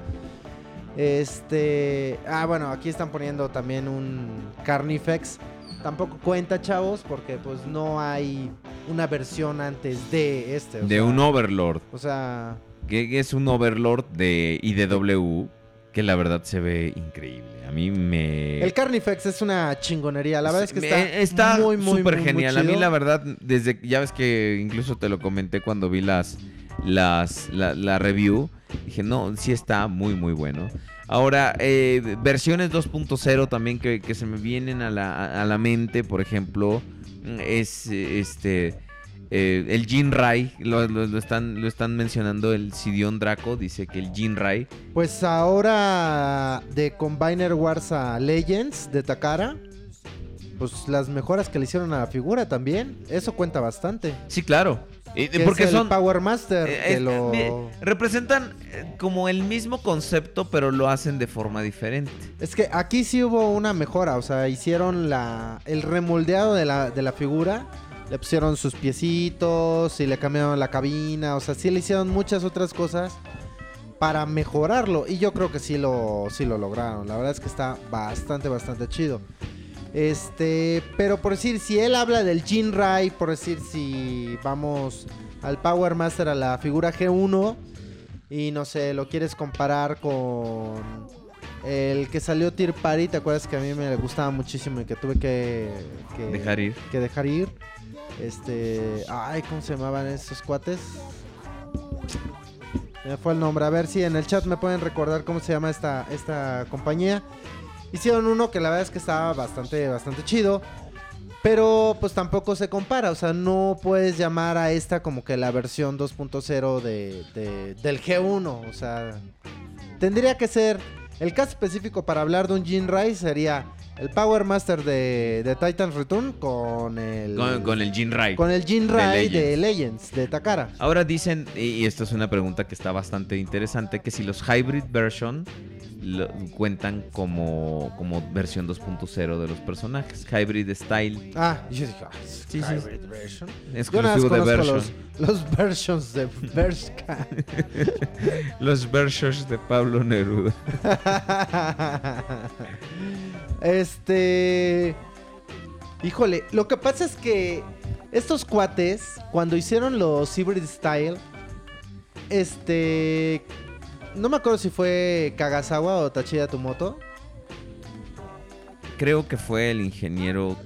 Este... Ah, bueno, aquí están poniendo también un Carnifex. Tampoco cuenta, chavos, porque pues no hay una versión antes de este. De sea, un Overlord. O sea... Que es un Overlord de I D W que la verdad se ve increíble. A mí me... El Carnifex es una chingonería. La verdad es que está, está muy, muy, súper muy, genial. muy A mí la verdad, desde... Ya ves que incluso te lo comenté cuando vi las... las la, la review. Dije, no, sí está muy, muy bueno. Ahora, eh, versiones dos punto cero también que, que se me vienen a la, a la mente, por ejemplo, es este... Eh, el Jinrai, lo, lo, lo, están, lo están mencionando el Sidion Draco, dice que el Jinrai. Pues ahora de Combiner Wars a Legends de Takara, pues las mejoras que le hicieron a la figura también, eso cuenta bastante. Sí, claro. Eh, que porque es el son Power Master eh, que eh, lo... eh, representan eh, como el mismo concepto, pero lo hacen de forma diferente. Es que aquí sí hubo una mejora, o sea, hicieron la el remoldeado de la, de la figura. Le pusieron sus piecitos y le cambiaron la cabina. O sea, sí le hicieron muchas otras cosas para mejorarlo. Y yo creo que sí lo, sí lo lograron. La verdad es que está bastante, bastante chido. Este, pero por decir, si él habla del Jinrai, por decir, si vamos al Power Master, a la figura G uno, y no sé, lo quieres comparar con el que salió Tier Party, ¿te acuerdas que a mí me gustaba muchísimo y que tuve que, que dejar ir? Que dejar ir. Este, ay, ¿cómo se llamaban esos cuates? Me fue el nombre. A ver si en el chat me pueden recordar cómo se llama esta, esta compañía. Hicieron uno que la verdad es que estaba bastante, bastante chido. Pero pues tampoco se compara. O sea, no puedes llamar a esta como que la versión dos punto cero de, de, del G uno. O sea, tendría que ser... El caso específico para hablar de un Jinrai sería... El Power Master de, de Titan's Return con el... Con, con el Jinrai. Con el Jinrai de Legends. de Legends, de Takara. Ahora dicen, y esto es una pregunta que está bastante interesante, que si los Hybrid Version lo, cuentan como, como versión dos punto cero de los personajes. Hybrid Style. Ah, yo dije, ah, sí, Hybrid sí. Version. Exclusivo de Version. Los, los versions de Bershka. Los versions de Pablo Neruda. Este... Híjole, lo que pasa es que estos cuates, cuando hicieron los Hybrid Style, este... No me acuerdo si fue Kagasawa o Tachida Tumoto. Creo que fue el ingeniero...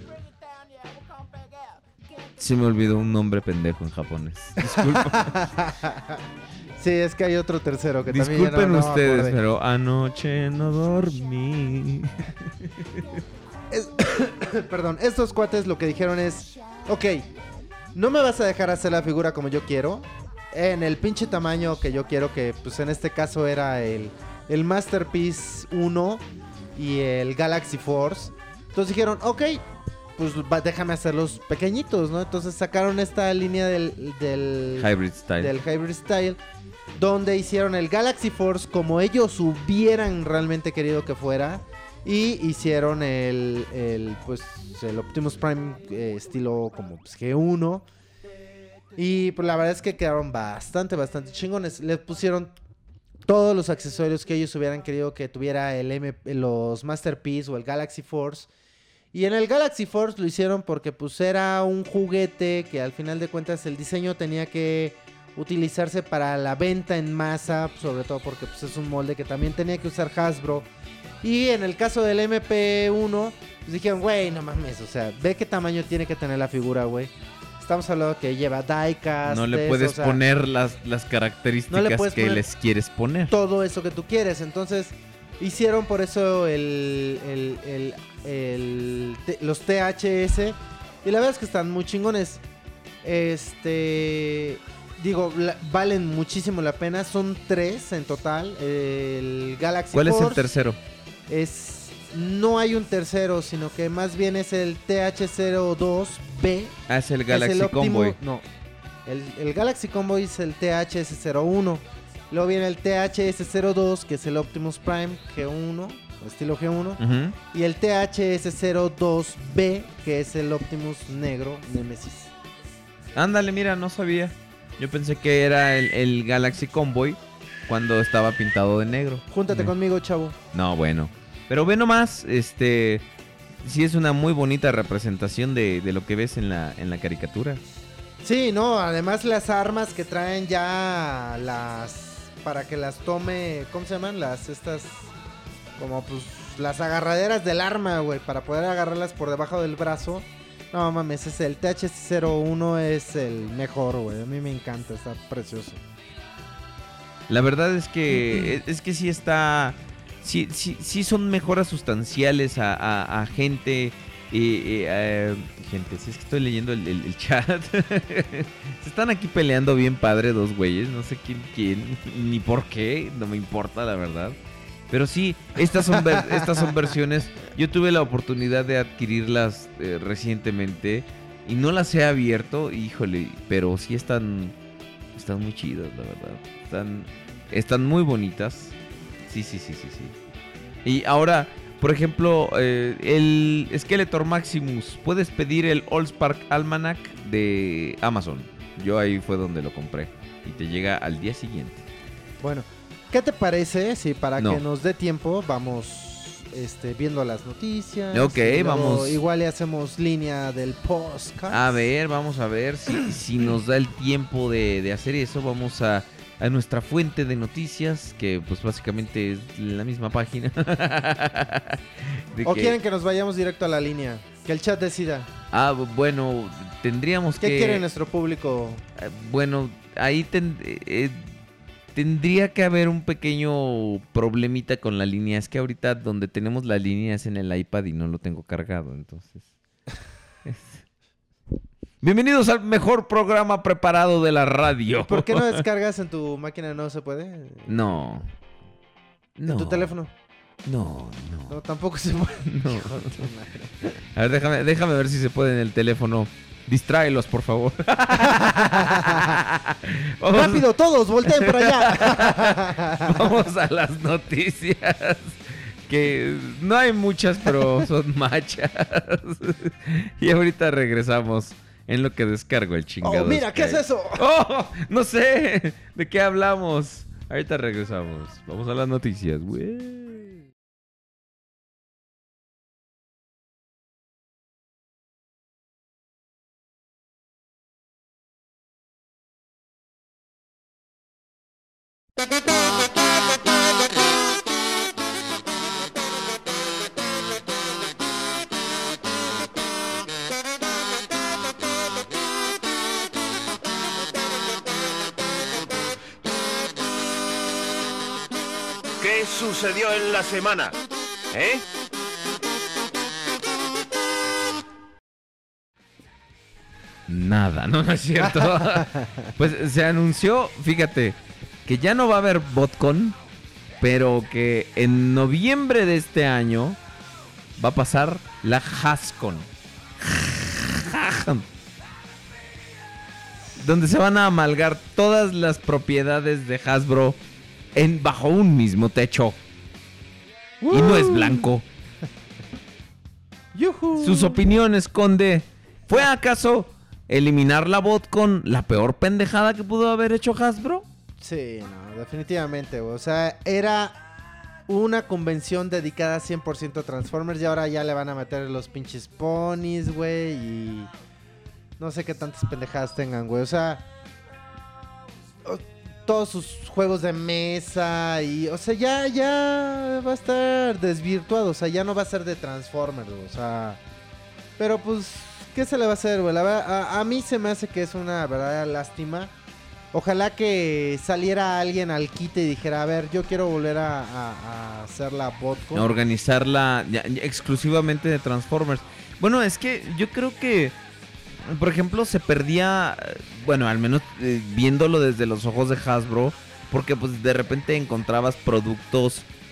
Se me olvidó un nombre pendejo en japonés. Disculpa. Sí, es que hay otro tercero que Disculpen también... Disculpen no, ustedes, no pero anoche no dormí. Es, perdón, estos cuates lo que dijeron es... Ok, no me vas a dejar hacer la figura como yo quiero. En el pinche tamaño que yo quiero, que pues en este caso era el, el Masterpiece uno y el Galaxy Force. Entonces dijeron, ok, pues va, déjame hacerlos pequeñitos, ¿no? Entonces sacaron esta línea del, del Hybrid Style. Del Hybrid Style, donde hicieron el Galaxy Force como ellos hubieran realmente querido que fuera. Y hicieron el, el pues el Optimus Prime eh, estilo como pues, G uno. Y pues la verdad es que quedaron bastante, bastante chingones. Les pusieron todos los accesorios que ellos hubieran querido que tuviera el M, los Masterpiece o el Galaxy Force. Y en el Galaxy Force lo hicieron porque pues era un juguete que al final de cuentas el diseño tenía que utilizarse para la venta en masa, sobre todo porque pues es un molde que también tenía que usar Hasbro. Y en el caso del M P uno, pues dijeron, güey, no mames, o sea, ve qué tamaño tiene que tener la figura, güey. Estamos hablando que lleva diecast. No le eso, puedes o sea, poner las, las características no le puedes que poner les quieres poner. todo eso que tú quieres. Entonces, hicieron por eso el, el, el, el te- los T H S. Y la verdad es que están muy chingones. Este... Digo, la- valen muchísimo la pena. Son tres en total. El Galaxy ¿Cuál es el Force tercero? Es no hay un tercero, sino que más bien es el T H cero dos B. Ah, es el Galaxy es el Optimus, Convoy. No, el, el Galaxy Convoy es el T H S cero uno. Luego viene el T H S cero dos, que es el Optimus Prime G uno, estilo G uno. Uh-huh. Y el T H S cero dos B, que es el Optimus negro Nemesis. Ándale, mira, no sabía. Yo pensé que era el, el Galaxy Convoy cuando estaba pintado de negro. Júntate no. conmigo, chavo. No, bueno. Pero ve nomás, este... sí es una muy bonita representación de, de lo que ves en la, en la caricatura. Sí, no, además las armas que traen ya las... para que las tome, ¿cómo se llaman? Las estas, como pues, las agarraderas del arma, güey, para poder agarrarlas por debajo del brazo. No mames, es el T H S cero uno es el mejor, güey, a mí me encanta, está precioso. La verdad es que, es, es que sí está, sí, sí, sí son mejoras sustanciales a, a, a gente... Y, y, uh, gente, si es que estoy leyendo el, el, el chat. Se están aquí peleando bien padre dos güeyes. No sé quién, quién, ni por qué. No me importa, la verdad. Pero sí, estas son, ver, estas son versiones. Yo tuve la oportunidad de adquirirlas eh, recientemente. Y no las he abierto. Híjole, pero sí están, están muy chidas, la verdad. Están, están muy bonitas. Sí, sí, sí, sí, sí. Y ahora... Por ejemplo, eh, el Skeletor Maximus. Puedes pedir el Allspark Almanac de Amazon. Yo ahí fue donde lo compré. Y te llega al día siguiente. Bueno, ¿qué te parece si para no. que nos dé tiempo vamos este, viendo las noticias? Ok, vamos. Igual le hacemos línea del podcast. A ver, vamos a ver si, si nos da el tiempo de, de hacer eso. Vamos a... a nuestra fuente de noticias, que pues básicamente es la misma página. ¿O que... quieren que nos vayamos directo a la línea? Que el chat decida. Ah, bueno, tendríamos ¿Qué que... ¿Qué quiere nuestro público? Eh, bueno, ahí ten... eh, tendría que haber un pequeño problemita con la línea. Es que ahorita donde tenemos la línea es en el iPad y no lo tengo cargado, entonces... es... Bienvenidos al mejor programa preparado de la radio. ¿Por qué no descargas en tu máquina? ¿No se puede? No. No. ¿En tu teléfono? No, no. No, tampoco se puede. No. A ver, déjame, déjame ver si se puede en el teléfono. Distráelos, por favor. Vamos. ¡Rápido, todos! ¡Volteen para allá! Vamos a las noticias. Que no hay muchas, pero son machas. Y ahorita regresamos. En lo que descargo el chingado. Oh, mira, ¿qué es eso? Oh, no sé. ¿De qué hablamos? Ahorita regresamos. Vamos a las noticias, güey. ¿Qué sucedió en la semana? ¿Eh? Nada, no, no es cierto. Pues se anunció, fíjate, que ya no va a haber BotCon, pero que en noviembre de este año va a pasar la HasCon. Donde se van a amalgar todas las propiedades de Hasbro en bajo un mismo techo. Uh. Y no es blanco. Yuhu. Sus opiniones, Conde. ¿Fue acaso eliminar la BotCon la peor pendejada que pudo haber hecho Hasbro? Sí, no, definitivamente. O sea, era una convención dedicada cien por ciento a Transformers y ahora ya le van a meter los pinches ponies, güey, y no sé qué tantas pendejadas tengan, güey. O sea, todos sus juegos de mesa y, o sea, ya, ya va a estar desvirtuado. O sea, ya no va a ser de Transformers, güey. O sea, pero pues, ¿qué se le va a hacer, güey? La verdad, a, a mí se me hace que es una verdadera lástima. Ojalá que saliera alguien al quite y dijera, a ver, yo quiero volver a, a, a hacer la BotCon. A organizarla ya, ya, exclusivamente de Transformers. Bueno, es que yo creo que, por ejemplo, se perdía, bueno, al menos eh, viéndolo desde los ojos de Hasbro, porque pues de repente encontrabas productos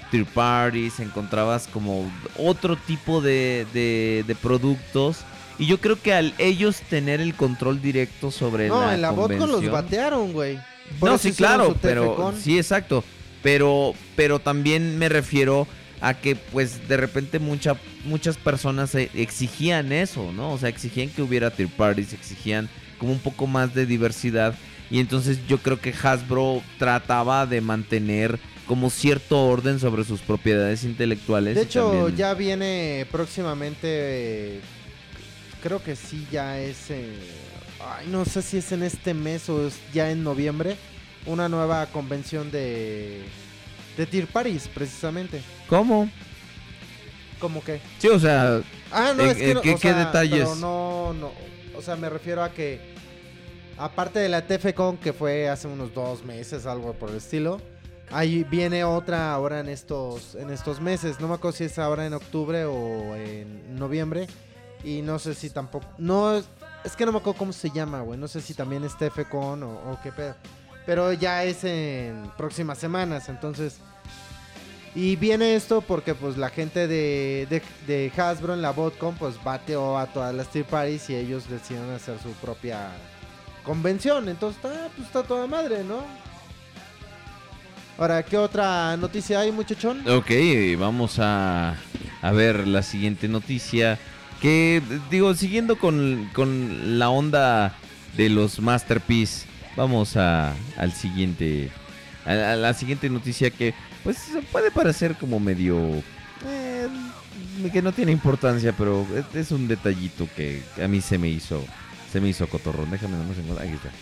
third parties, encontrabas como otro tipo de, de, de productos. Y yo creo que al ellos tener el control directo sobre no, la en la convención... Vodcon los batearon, güey. Por No, eso sí, hicieron claro, su pero... TFCon. Sí, exacto. Pero, pero también me refiero a que, pues, de repente mucha, muchas personas eh, exigían eso, ¿no? O sea, exigían que hubiera third parties, exigían como un poco más de diversidad. Y entonces yo creo que Hasbro trataba de mantener como cierto orden sobre sus propiedades intelectuales. De y hecho, también... ya viene próximamente, eh, creo que sí, ya es, eh, ay, no sé si es en este mes o es ya en noviembre, una nueva convención de, de Third Parties, precisamente. ¿Cómo? ¿Cómo qué? Sí, o sea... Ah, no, eh, es que no, ¿qué, o qué sea, detalles? pero no, no, o sea, me refiero a que, aparte de la TFCon, que fue hace unos dos meses, algo por el estilo... Ahí viene otra ahora en estos en estos meses. No me acuerdo si es ahora en octubre o en noviembre. Y no sé si tampoco... No, es que no me acuerdo cómo se llama, güey. No sé si también es TFCon o, o qué pedo. Pero ya es en próximas semanas, entonces... Y viene esto porque pues la gente de, de, de Hasbro en la Vodcon pues bateó a todas las third parties y ellos decidieron hacer su propia convención. Entonces está, pues, está toda madre, ¿no? Ahora, ¿qué otra noticia hay, muchachón? Ok, vamos a, a ver la siguiente noticia. Que, digo, siguiendo con, con la onda de los Masterpiece, vamos a, al siguiente, a, a la siguiente noticia que, pues, puede parecer como medio... Eh, que no tiene importancia, pero es, es un detallito que a mí se me hizo, se me hizo cotorrón. Déjame nomás encontrar. Ahí está.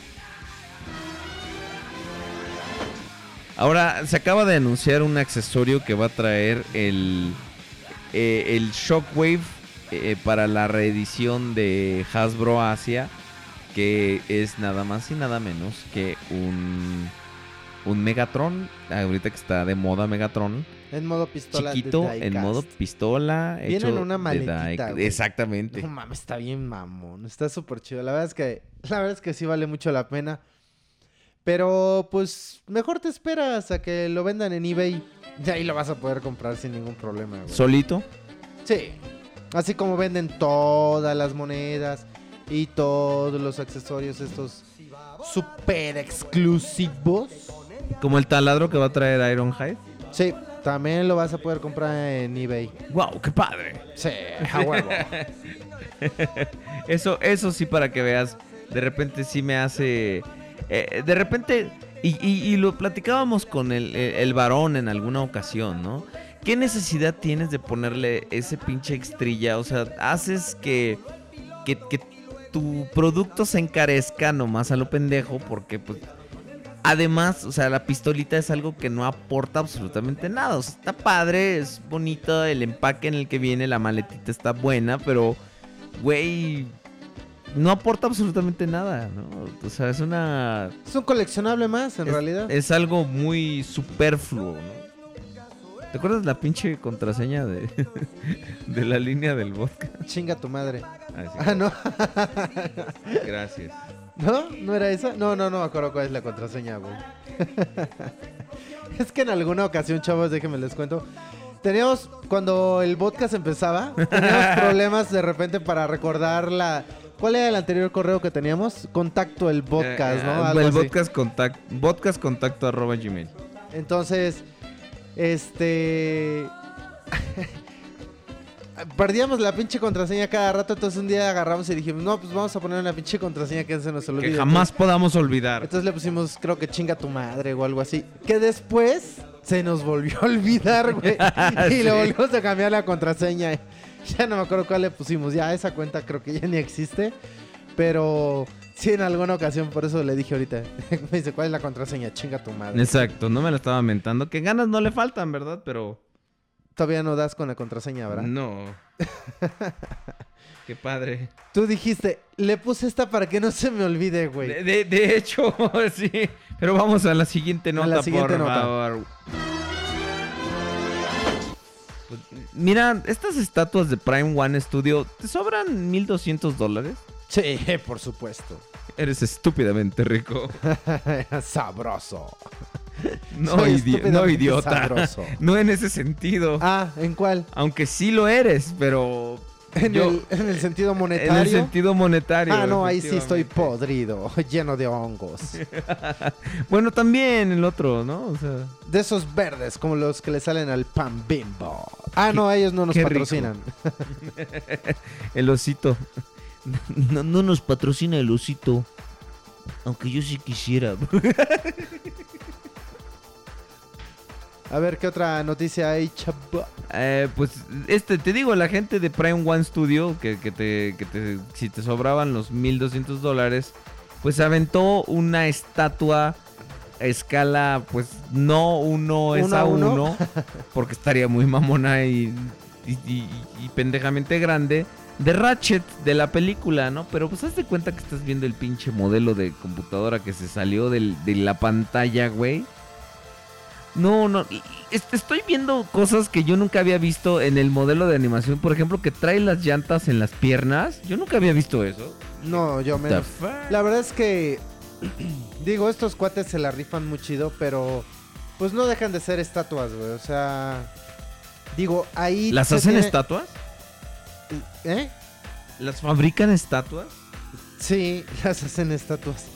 Ahora, se acaba de anunciar un accesorio que va a traer el, eh, el Shockwave eh, para la reedición de Hasbro Asia, que es nada más y nada menos que un, un Megatron, ahorita que está de moda Megatron. En modo pistola. Chiquito, de en modo pistola. Viene hecho en una de maletita, die- güey. Exactamente. No mames, está bien mamón. Está súper chido. La verdad es que, la verdad es que sí vale mucho la pena. Pero, pues, mejor te esperas a que lo vendan en eBay. Y ahí lo vas a poder comprar sin ningún problema, güey. ¿Solito? Sí. Así como venden todas las monedas y todos los accesorios estos super exclusivos. Como el taladro que va a traer Ironhide. Sí, también lo vas a poder comprar en eBay. ¡Wow! ¡Qué padre! Sí, a huevo. Eso, eso sí, para que veas, de repente sí me hace... Eh, de repente, y, y, y lo platicábamos con el, el, el varón en alguna ocasión, ¿no? ¿Qué necesidad tienes de ponerle ese pinche extrilla? O sea, haces que, que, que tu producto se encarezca nomás a lo pendejo porque, pues, además, o sea, la pistolita es algo que no aporta absolutamente nada. O sea, está padre, es bonito, el empaque en el que viene, la maletita está buena, pero, güey... no aporta absolutamente nada, ¿no? O sea, es una... Es un coleccionable más, en es, realidad. Es algo muy superfluo, ¿no? ¿Te acuerdas la pinche contraseña de, de la línea del vodka? Chinga tu madre. Ah, sí, ah no. Gracias. ¿No? ¿No era esa? No, no, no me acuerdo cuál es la contraseña, güey. Es que en alguna ocasión, chavos, déjenme les cuento. Teníamos, cuando el podcast empezaba, teníamos problemas de repente para recordar la... ¿Cuál era el anterior correo que teníamos? Contacto el podcast, eh, ¿no? Eh, Algo el así. podcast contacto, podcast contacto arroba gmail. Entonces, este... perdíamos la pinche contraseña cada rato, entonces un día agarramos y dijimos, no, pues vamos a poner una pinche contraseña que se nos olvide. Que jamás entonces, podamos olvidar. Entonces le pusimos, creo que chinga tu madre o algo así. Que después se nos volvió a olvidar, güey. Y Sí. le volvimos a cambiar la contraseña. Ya no me acuerdo cuál le pusimos. Ya esa cuenta creo que ya ni existe. Pero sí, en alguna ocasión, por eso le dije ahorita. Me dice, ¿cuál es la contraseña? Chinga tu madre. Exacto, no me la estaba mentando. Que ganas no le faltan, ¿verdad? Pero... Todavía no das con la contraseña, ¿verdad? No. Qué padre. Tú dijiste, le puse esta para que no se me olvide, güey. De, de, de hecho, sí. Pero vamos a la siguiente nota, la siguiente por nota. favor. Pues, mira, estas estatuas de Prime One Studio, ¿te sobran mil doscientos dólares? Sí, por supuesto. Eres estúpidamente rico. Sabroso. No, Soy idi- no estúpidamente idiota. sabroso. No en ese sentido. Ah, ¿en cuál? Aunque sí lo eres, pero... ¿En, yo- el, ¿En el sentido monetario? En el sentido monetario. Ah, no, ahí sí estoy efectivamente. podrido, lleno de hongos. Bueno, también el otro, ¿no? O sea... De esos verdes, como los que le salen al pan Bimbo. Ah, no, ellos no nos qué rico. patrocinan. El osito. No, no nos patrocina el osito. Aunque yo sí quisiera. A ver, ¿qué otra noticia hay, chavo? Eh, pues, este, te digo, la gente de Prime One Studio, que, que, te, que te, si te sobraban los mil doscientos dólares, pues aventó una estatua a escala, pues, no uno es ¿Uno a a uno? uno, porque estaría muy mamona y, y, y- y pendejamente grande, de Ratchet, de la película, ¿no? Pero pues haz de cuenta que estás viendo el pinche modelo de computadora que se salió del- de la pantalla, güey. No, no, y- y est- estoy viendo cosas que yo nunca había visto en el modelo de animación. Por ejemplo, que trae las llantas en las piernas. Yo nunca había visto eso. No, yo The menos. fuck? La verdad es que, digo, estos cuates se la rifan muy chido, pero pues no dejan de ser estatuas, güey. O sea, digo, ahí... ¿Las se hacen tiene- estatuas? ¿Eh? ¿Las fabrican estatuas? Sí, las hacen estatuas.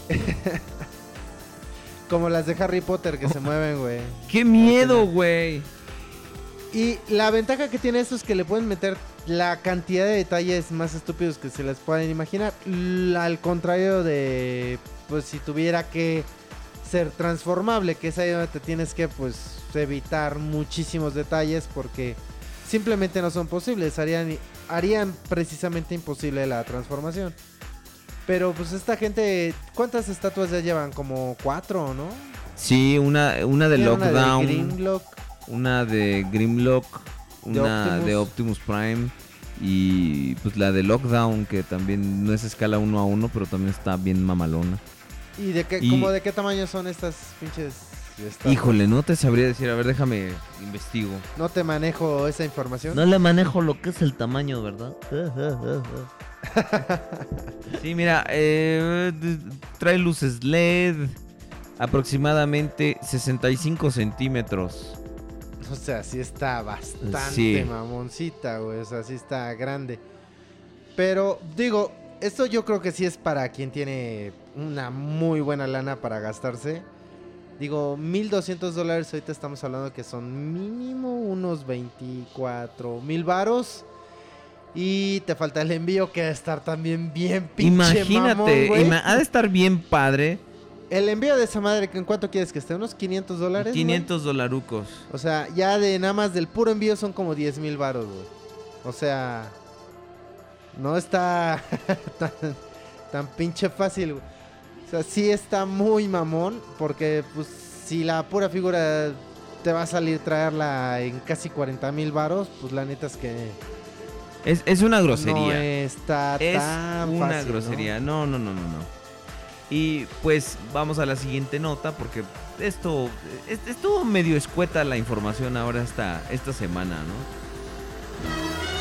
Como las de Harry Potter que se mueven, güey. ¡Qué miedo, güey! Y la ventaja que tiene esto es que le pueden meter la cantidad de detalles más estúpidos que se les pueden imaginar. L- al contrario de, pues, si tuviera que ser transformable, que es ahí donde te tienes que, pues, evitar muchísimos detalles porque simplemente no son posibles. Harían, harían precisamente imposible la transformación. Pero, pues, esta gente, ¿cuántas estatuas ya llevan? Como cuatro, ¿no? Sí, una, una de Tiene una de Lockdown. Grimlock. Una de Grimlock. De Una Optimus. de Optimus Prime. Y pues la de Lockdown, que también no es escala uno a uno, pero también está bien mamalona. ¿Y de qué, Y- como de qué tamaño son estas pinches estatuas? Híjole, no te sabría decir. A ver, déjame investigo. No te manejo esa información. No le manejo lo que es el tamaño, ¿verdad? Sí, mira, eh, d- trae luces L E D. Aproximadamente sesenta y cinco centímetros. O sea, sí está bastante Sí. mamoncita, güey. O sea, sí está grande. Pero, digo, esto yo creo que sí es para quien tiene una muy buena lana para gastarse. Digo, mil doscientos dólares, ahorita estamos hablando que son mínimo unos veinticuatro mil varos. Y te falta el envío, que va a estar también bien pinche Imagínate, mamón, güey. ima- ha de estar bien padre. El envío de esa madre, ¿en cuánto quieres que esté? ¿Unos quinientos dólares? güey? quinientos dolarucos. O sea, ya de nada más del puro envío son como diez mil varos, güey. O sea, no está tan, tan pinche fácil, güey. O sea, sí está muy mamón, porque pues si la pura figura te va a salir traerla en casi cuarenta mil varos, pues la neta es que Es, es una no grosería. está Es tan una fácil, ¿no? grosería. No, no, no, no, no. Y pues vamos a la siguiente nota porque esto es- estuvo medio escueta la información ahora esta, esta semana, ¿no?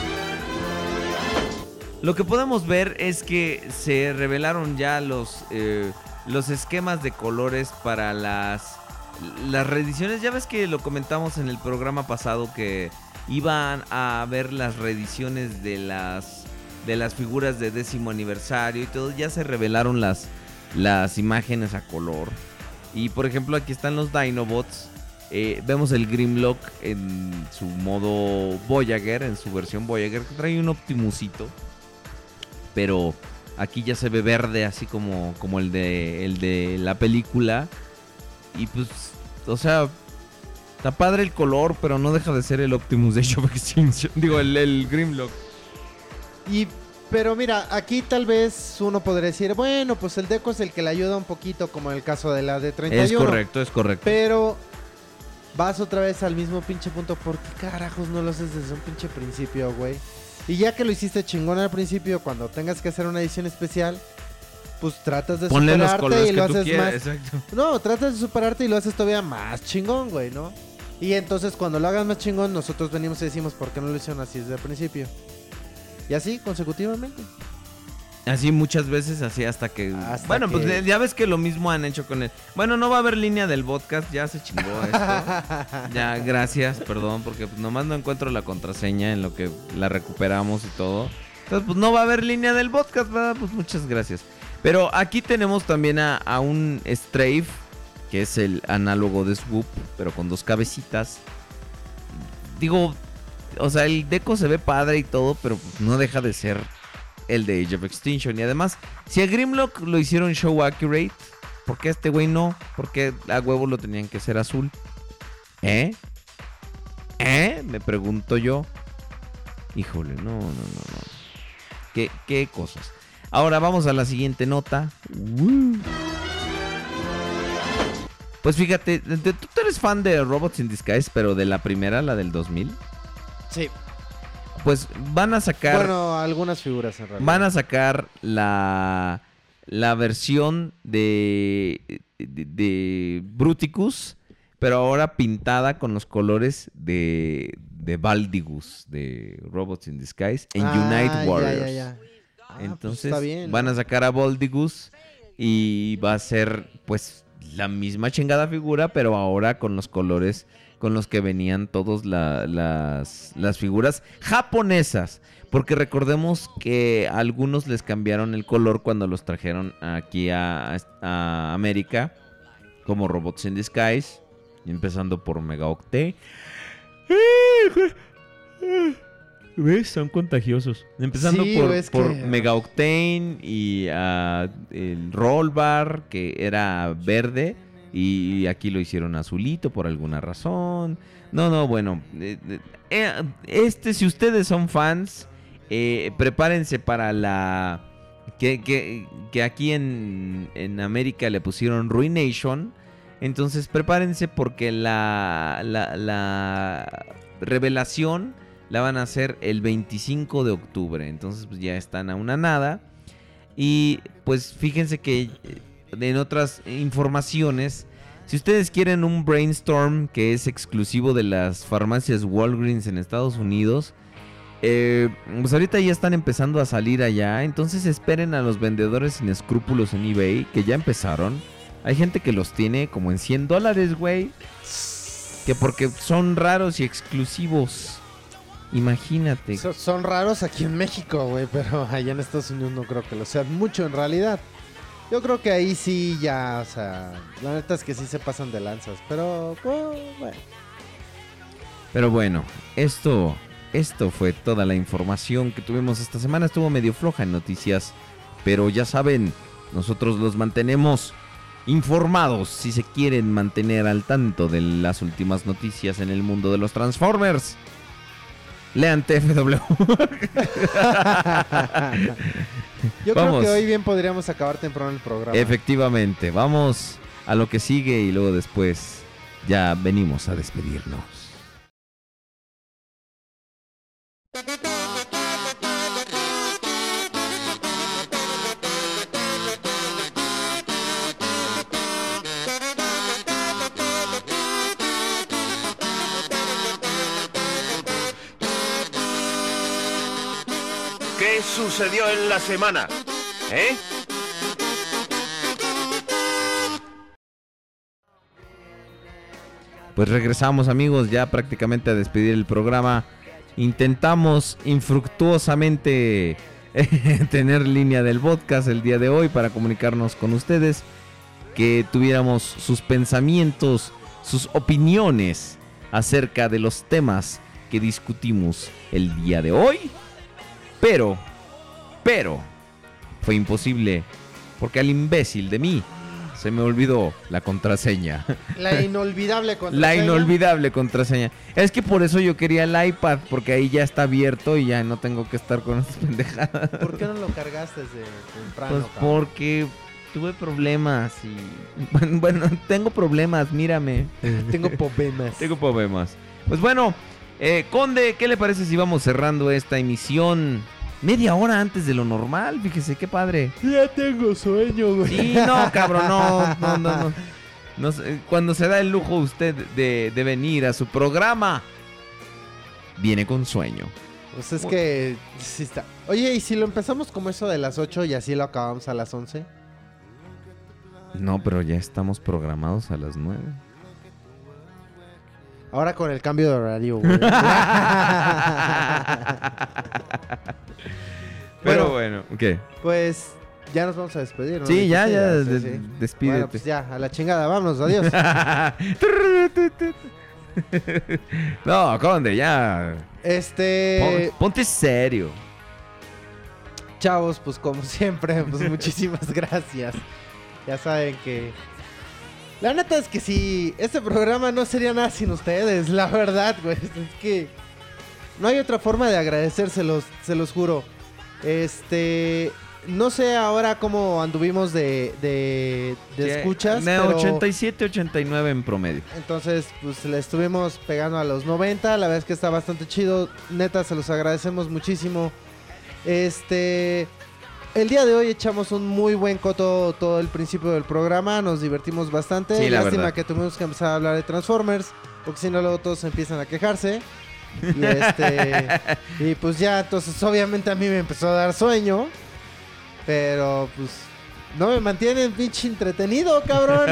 Lo que podemos ver es que se revelaron ya los, eh, los esquemas de colores para las, las reediciones. Ya ves que lo comentamos en el programa pasado que iban a ver las reediciones de las, de las figuras de décimo aniversario y todo. Ya se revelaron las, las imágenes a color. Y por ejemplo aquí están los Dinobots. Eh, vemos el Grimlock en su modo Voyager, en su versión Voyager, que trae un Optimusito. Pero aquí ya se ve verde, así como, como el, de, el de la película. Y pues, o sea, está padre el color, pero no deja de ser el Optimus de Age of Extinction. Digo, el, el Grimlock. Y, pero mira, aquí tal vez uno podría decir, bueno, pues el Deco es el que le ayuda un poquito, como en el caso de la de treinta y uno. Es correcto, es correcto. Pero vas otra vez al mismo pinche punto. ¿Por qué carajos no lo haces desde un pinche principio, güey? Y ya que lo hiciste chingón al principio, cuando tengas que hacer una edición especial, pues tratas de Ponle los superarte colores y lo que tú haces quieras, más. exacto. No, tratas de superarte y lo haces todavía más chingón, güey, ¿no? Y entonces cuando lo hagas más chingón, nosotros venimos y decimos, ¿por qué no lo hicieron así desde el principio? Y así consecutivamente. Así muchas veces, así hasta que... Hasta bueno, que... pues ya ves que lo mismo han hecho con él. Bueno, no va a haber línea del podcast, ya se chingó esto. Ya, gracias, perdón, porque pues, nomás no encuentro la contraseña en lo que la recuperamos y todo. Entonces, pues no va a haber línea del podcast, ¿verdad? Pues muchas gracias. Pero aquí tenemos también a, a un Strafe, que es el análogo de Swoop, pero con dos cabecitas. Digo, o sea, el deco se ve padre y todo, pero pues, no deja de ser el de Age of Extinction. Y además, si a Grimlock lo hicieron show accurate, ¿por qué a este güey no? ¿Por qué a huevo lo tenían que hacer azul? ¿Eh? ¿Eh? Me pregunto yo. Híjole, no, no, no, no. ¿Qué, qué cosas? Ahora vamos a la siguiente nota. Uh. Pues fíjate, tú eres fan de Robots in Disguise, pero de la primera, la del dos mil. Sí. Pues van a sacar... Bueno, algunas figuras en realidad. Van a sacar la, la versión de, de, de Bruticus, pero ahora pintada con los colores de, de Baldigus, de Robots in Disguise, en ah, Unite Warriors. Ya, ya, ya. Ah, Entonces pues está bien, van ¿no? a sacar a Baldigus y va a ser pues la misma chingada figura, pero ahora con los colores con los que venían todas la, las, las figuras japonesas. Porque recordemos que a algunos les cambiaron el color cuando los trajeron aquí a, a América, como Robots in Disguise, empezando por Mega Octane. ¿Ves? Son contagiosos. Empezando Sí, por, es por que- Mega Octane y uh, el Roll Bar, que era verde. Y aquí lo hicieron azulito por alguna razón. No, no, bueno. Eh, eh, este, si ustedes son fans, eh, prepárense para la... Que, que, que aquí en, en América le pusieron Ruination. Entonces prepárense porque la, la, la revelación la van a hacer el veinticinco de octubre. Entonces pues ya están a una nada. Y pues fíjense que en otras informaciones, si ustedes quieren un Brainstorm que es exclusivo de las farmacias Walgreens en Estados Unidos, eh, pues ahorita ya están empezando a salir allá. Entonces esperen a los vendedores sin escrúpulos en eBay, que ya empezaron. Hay gente que los tiene como en cien dólares, güey. Que porque son raros y exclusivos. Imagínate. So- son raros aquí en México, güey, pero allá en Estados Unidos no creo que lo sean mucho en realidad. Yo creo que ahí sí ya, o sea, la neta es que sí se pasan de lanzas, pero pues, bueno. Pero bueno, esto, esto fue toda la información que tuvimos esta semana. Estuvo medio floja en noticias, pero ya saben, nosotros los mantenemos informados si se quieren mantener al tanto de las últimas noticias en el mundo de los Transformers. Lean T F W. Yo Vamos. creo que hoy bien podríamos acabar temprano el programa. Efectivamente, vamos a lo que sigue y luego después ya venimos a despedirnos. ¿Qué sucedió en la semana? ¿Eh? Pues regresamos, amigos, ya prácticamente a despedir el programa. Intentamos infructuosamente eh, tener línea del podcast el día de hoy para comunicarnos con ustedes, que tuviéramos sus pensamientos, sus opiniones acerca de los temas que discutimos el día de hoy. Pero, pero, fue imposible porque al imbécil de mí se me olvidó la contraseña. La inolvidable contraseña. La inolvidable contraseña. Es que por eso yo quería el iPad, porque ahí ya está abierto y ya no tengo que estar con esas pendejadas. ¿Por qué no lo cargaste desde temprano, Pues cabrón? porque tuve problemas y... Bueno, tengo problemas, mírame. Tengo problemas. Tengo problemas. Pues bueno, eh, Conde, ¿qué le parece si vamos cerrando esta emisión media hora antes de lo normal? Fíjese, qué padre. Ya tengo sueño, güey. Sí, no, cabrón, no, no, no, no. No sé, cuando se da el lujo usted de, de venir a su programa, viene con sueño. Pues es que sí está. Oye, ¿y si lo empezamos como eso de las ocho y así lo acabamos a las once? No, pero ya estamos programados a las nueve. Ahora con el cambio de horario, güey. Pero bueno, ¿qué? Pues ya nos vamos a despedir, ¿no? Sí, ya, Dijiste, ya, sí, des- sí. despídete. Bueno, pues ya, a la chingada, vámonos, adiós. No, Conde, ya. Este... Pon- ponte serio. Chavos, pues como siempre, pues muchísimas gracias. Ya saben que... La neta es que sí, este programa no sería nada sin ustedes, la verdad, güey. Es que no hay otra forma de agradecérselos, se los juro. Este... No sé ahora cómo anduvimos de, de, de Sí, escuchas, de pero... ochenta y siete, ochenta y nueve en promedio. Entonces, pues le estuvimos pegando a los noventa. La verdad es que está bastante chido. Neta, se los agradecemos muchísimo. Este... El día de hoy echamos un muy buen coto todo el principio del programa. Nos divertimos bastante. Sí, la Lástima verdad. que tuvimos que empezar a hablar de Transformers, porque si no luego todos empiezan a quejarse. Y este... y pues ya, entonces obviamente a mí me empezó a dar sueño. Pero pues... No me mantienen pinche entretenido, cabrón.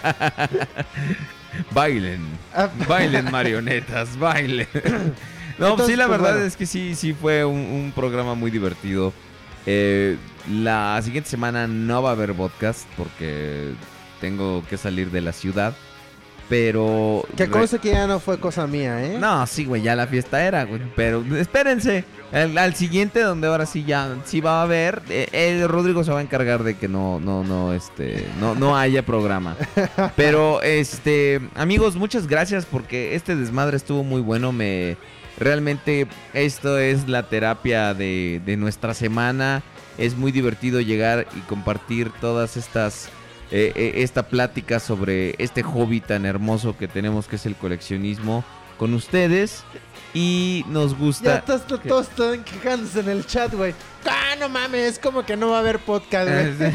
Bailen. Ah. Bailen, marionetas, bailen. No, Entonces, sí, la pues, verdad bueno. es que sí, sí fue un, un programa muy divertido. Eh, la siguiente semana no va a haber podcast porque tengo que salir de la ciudad. Pero... Que conste que ya no fue cosa mía, ¿eh? No, sí, güey, ya la fiesta era, güey. Pero espérense, al, al siguiente donde ahora sí ya sí va a haber, eh, el Rodrigo se va a encargar de que no, no, no, este, no, no haya programa. Pero, este, amigos, muchas gracias porque este desmadre estuvo muy bueno. Me, realmente esto es la terapia de, de nuestra semana. Es muy divertido llegar y compartir todas estas... Eh, eh, esta plática sobre este hobby tan hermoso que tenemos que es el coleccionismo con ustedes y nos gusta. Ya todos, todos, que- todos están quejándose en el chat, güey. Ah, no mames, como que no va a haber podcast, güey.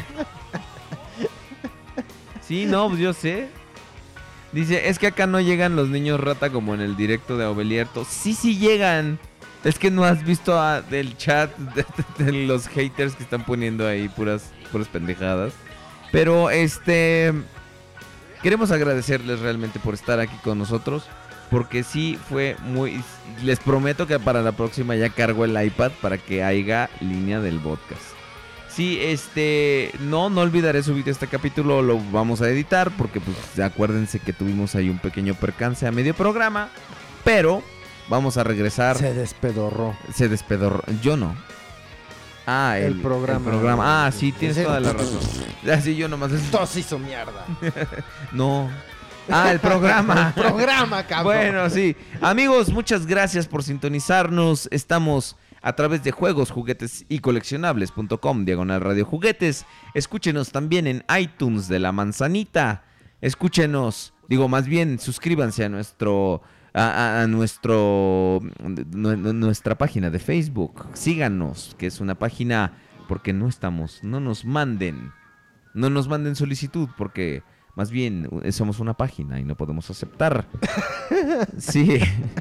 Sí, no, pues yo sé. Dice, es que acá no llegan los niños rata como en el directo de Obelierto. Sí, sí llegan. Es que no has visto a, del chat de, de los haters que están poniendo ahí puras, puras pendejadas. Pero este queremos agradecerles realmente por estar aquí con nosotros. Porque sí fue muy... Les prometo que para la próxima ya cargo el iPad para que haya línea del podcast. Sí, este... No, no olvidaré subir este capítulo. Lo vamos a editar porque pues acuérdense que tuvimos ahí un pequeño percance a medio programa. Pero vamos a regresar. Se despedorró. Se despedorró. Yo no. Ah, el, El programa. el programa. Ah, sí, tienes Sí. toda la razón. Así yo nomás. Todos hizo mierda. No. Ah, el programa. El programa, cabrón. Bueno, sí. Amigos, muchas gracias por sintonizarnos. Estamos a través de juegos, juguetes y coleccionables punto com, diagonal radio juguetes. Escúchenos también en iTunes de La Manzanita. Escúchenos, digo, más bien, suscríbanse a nuestro... A, a- a nuestro nu- nu- nuestra página de Facebook. Síganos, que es una página porque no estamos, no nos manden, no nos manden solicitud porque más bien eh, somos una página y no podemos aceptar. Sí.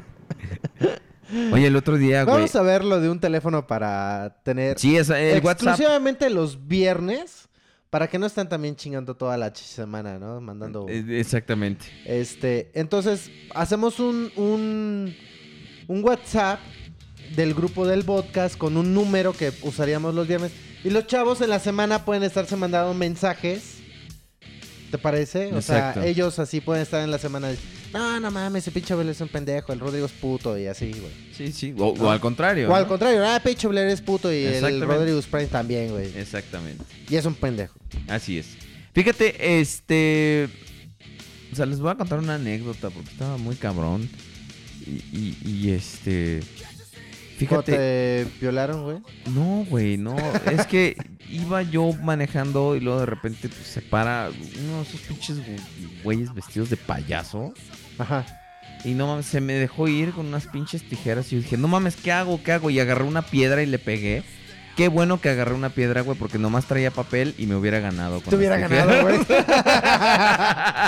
Oye, el otro día, güey. Vamos a ver lo de un teléfono para tener... Sí, es el WhatsApp. exclusivamente los viernes, para que no estén también chingando toda la ch- semana, ¿no? Mandando... Eh, Exactamente. Este, entonces, hacemos un, un, un WhatsApp del grupo del podcast con un número que usaríamos los viernes. Y los chavos en la semana pueden estarse mandando mensajes. ¿Te parece? O Exacto. sea, ellos así pueden estar en la semana. de, No, no mames, ese pinche Abel es un pendejo, el Rodrigo es puto y así, güey. Sí, sí. O, ¿No? o al contrario. O al ¿no? contrario, ah, pinche Blair es puto y el Exactamente. Rodrigo Prime también, güey. Exactamente. Y es un pendejo. Así es. Fíjate, este... O sea, les voy a contar una anécdota porque estaba muy cabrón. Y, y, y, este... ¿Cómo Fíjate... te violaron, güey? No, güey, no. Es que iba yo manejando y luego de repente pues, se para uno de esos pinches güey- güeyes vestidos de payaso. Ajá. Y no mames, se me dejó ir con unas pinches tijeras. Y yo dije, no mames, ¿qué hago? ¿Qué hago? Y agarré una piedra y le pegué. Qué bueno que agarré una piedra, güey, porque nomás traía papel y me hubiera ganado. Con Te hubiera las ganado, güey.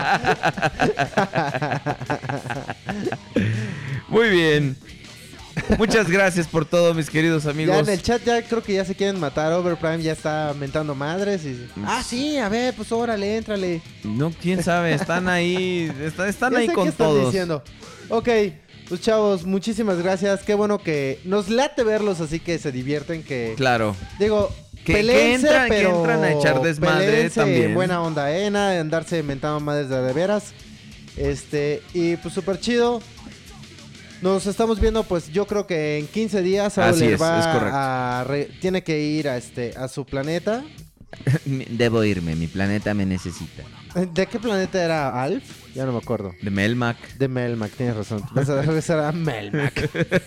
Muy bien. Muchas gracias por todo, mis queridos amigos. Ya en el chat ya creo que ya se quieren matar. Overprime ya está mentando madres. Y... Ah, sí, a ver, pues órale, éntrale. No, quién sabe, están ahí, está- están Ya ahí sé con qué están todos. diciendo. Ok, pues chavos, muchísimas gracias. Qué bueno que nos late verlos así que se divierten. Que Claro. digo, Que- que pelense, entran- que pero entran a echar desmadre pelense también. en buena onda, eh, nada de andarse mentando madres de, de veras. Este, y pues súper chido. Nos estamos viendo, pues yo creo que en quince días Así Auler es, va es correcto. a re- tiene que ir a este a su planeta. Debo irme, mi planeta me necesita. ¿De qué planeta era Alf? Ya no me acuerdo. De Melmac. De Melmac, tienes razón. Vas a regresar a Melmac.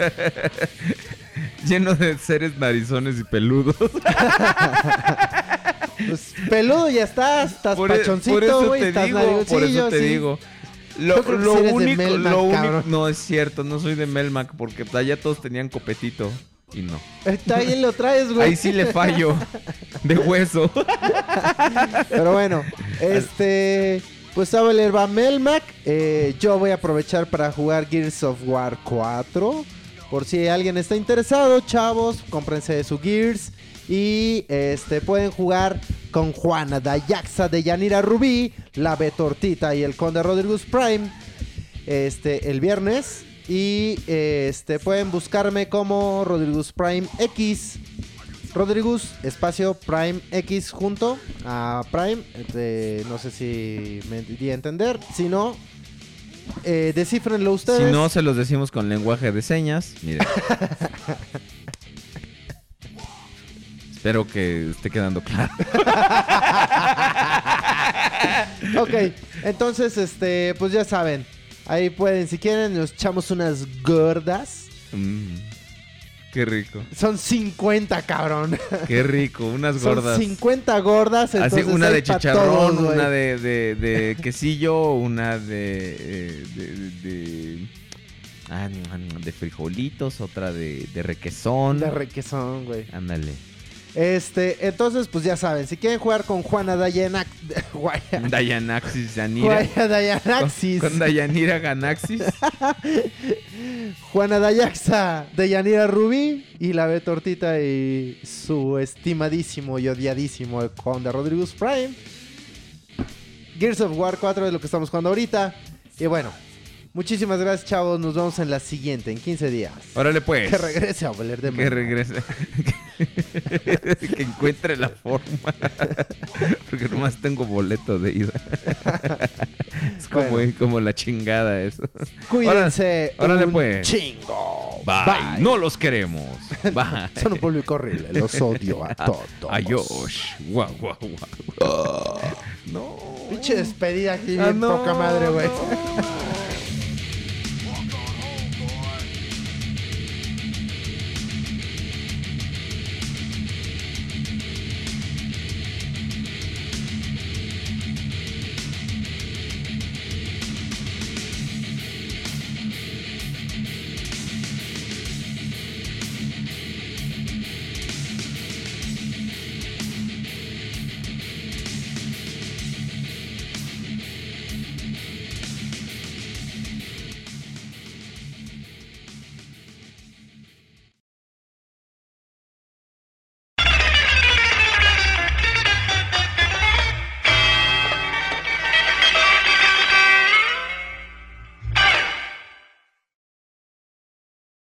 Lleno de seres narizones y peludos. Pues peludo ya estás, estás Por, e- pachoncito, por eso güey, te estás digo, por narigucillo, eso te sí. digo. Yo Lo, creo que lo sí eres de único, Melmac, lo único, cabrón. no es cierto, no soy de Melmac porque allá todos tenían copetito y no. Está ahí lo traes, güey. Ahí sí le fallo de hueso. Pero bueno, este, pues Auler va a Melmac. Eh, yo voy a aprovechar para jugar Gears of War cuatro. Por si alguien está interesado, chavos, cómprense su Gears. Y este pueden jugar con Juana Dayaxa de Yanira Rubí, la Betortita y el Conde Rodriguez Prime este, el viernes. Y este pueden buscarme como Rodriguez Prime X. Rodriguez, espacio Prime X junto a Prime. Este, no sé si me di a entender. Si no, eh, descífrenlo ustedes. Si no, se los decimos con lenguaje de señas. Miren. Espero que esté quedando claro. Ok, entonces, este, pues ya saben. Ahí pueden, si quieren, nos echamos unas gordas. Mm, qué rico. Son cincuenta, cabrón. Qué rico, unas gordas. Son cincuenta gordas. Así, Entonces una hay de pa' chicharrón, todos, güey. una de, de, de quesillo, una de, eh, de, de, ah, de frijolitos, otra de, de requesón. De requesón, güey. Ándale. Este, entonces, pues ya saben, si quieren jugar con Juana Dayanax... Dayanaxis, Yanira. Juana Dayanaxis. Con, con Dayanira Ganaxis. Juana Dayaxa de Yanira Rubí y la Betortita y su estimadísimo y odiadísimo Conde Rodriguez Prime. Gears of War cuatro es lo que estamos jugando ahorita. Y bueno, muchísimas gracias, chavos. Nos vemos en la siguiente, en quince días. Órale, pues. Que regrese a Auler de Que Melmac. regrese. Que encuentre la forma. Porque nomás tengo boleto de ida. Es como, Bueno. como la chingada eso. Cuídense. Órale, órale, un pues. chingo. Bye. Bye. No los queremos. Bye. Son un público horrible. Los odio a todos. Adiós. Guau, guau, guau. No. Pinche despedida aquí, Ah, bien no, poca madre, güey. no.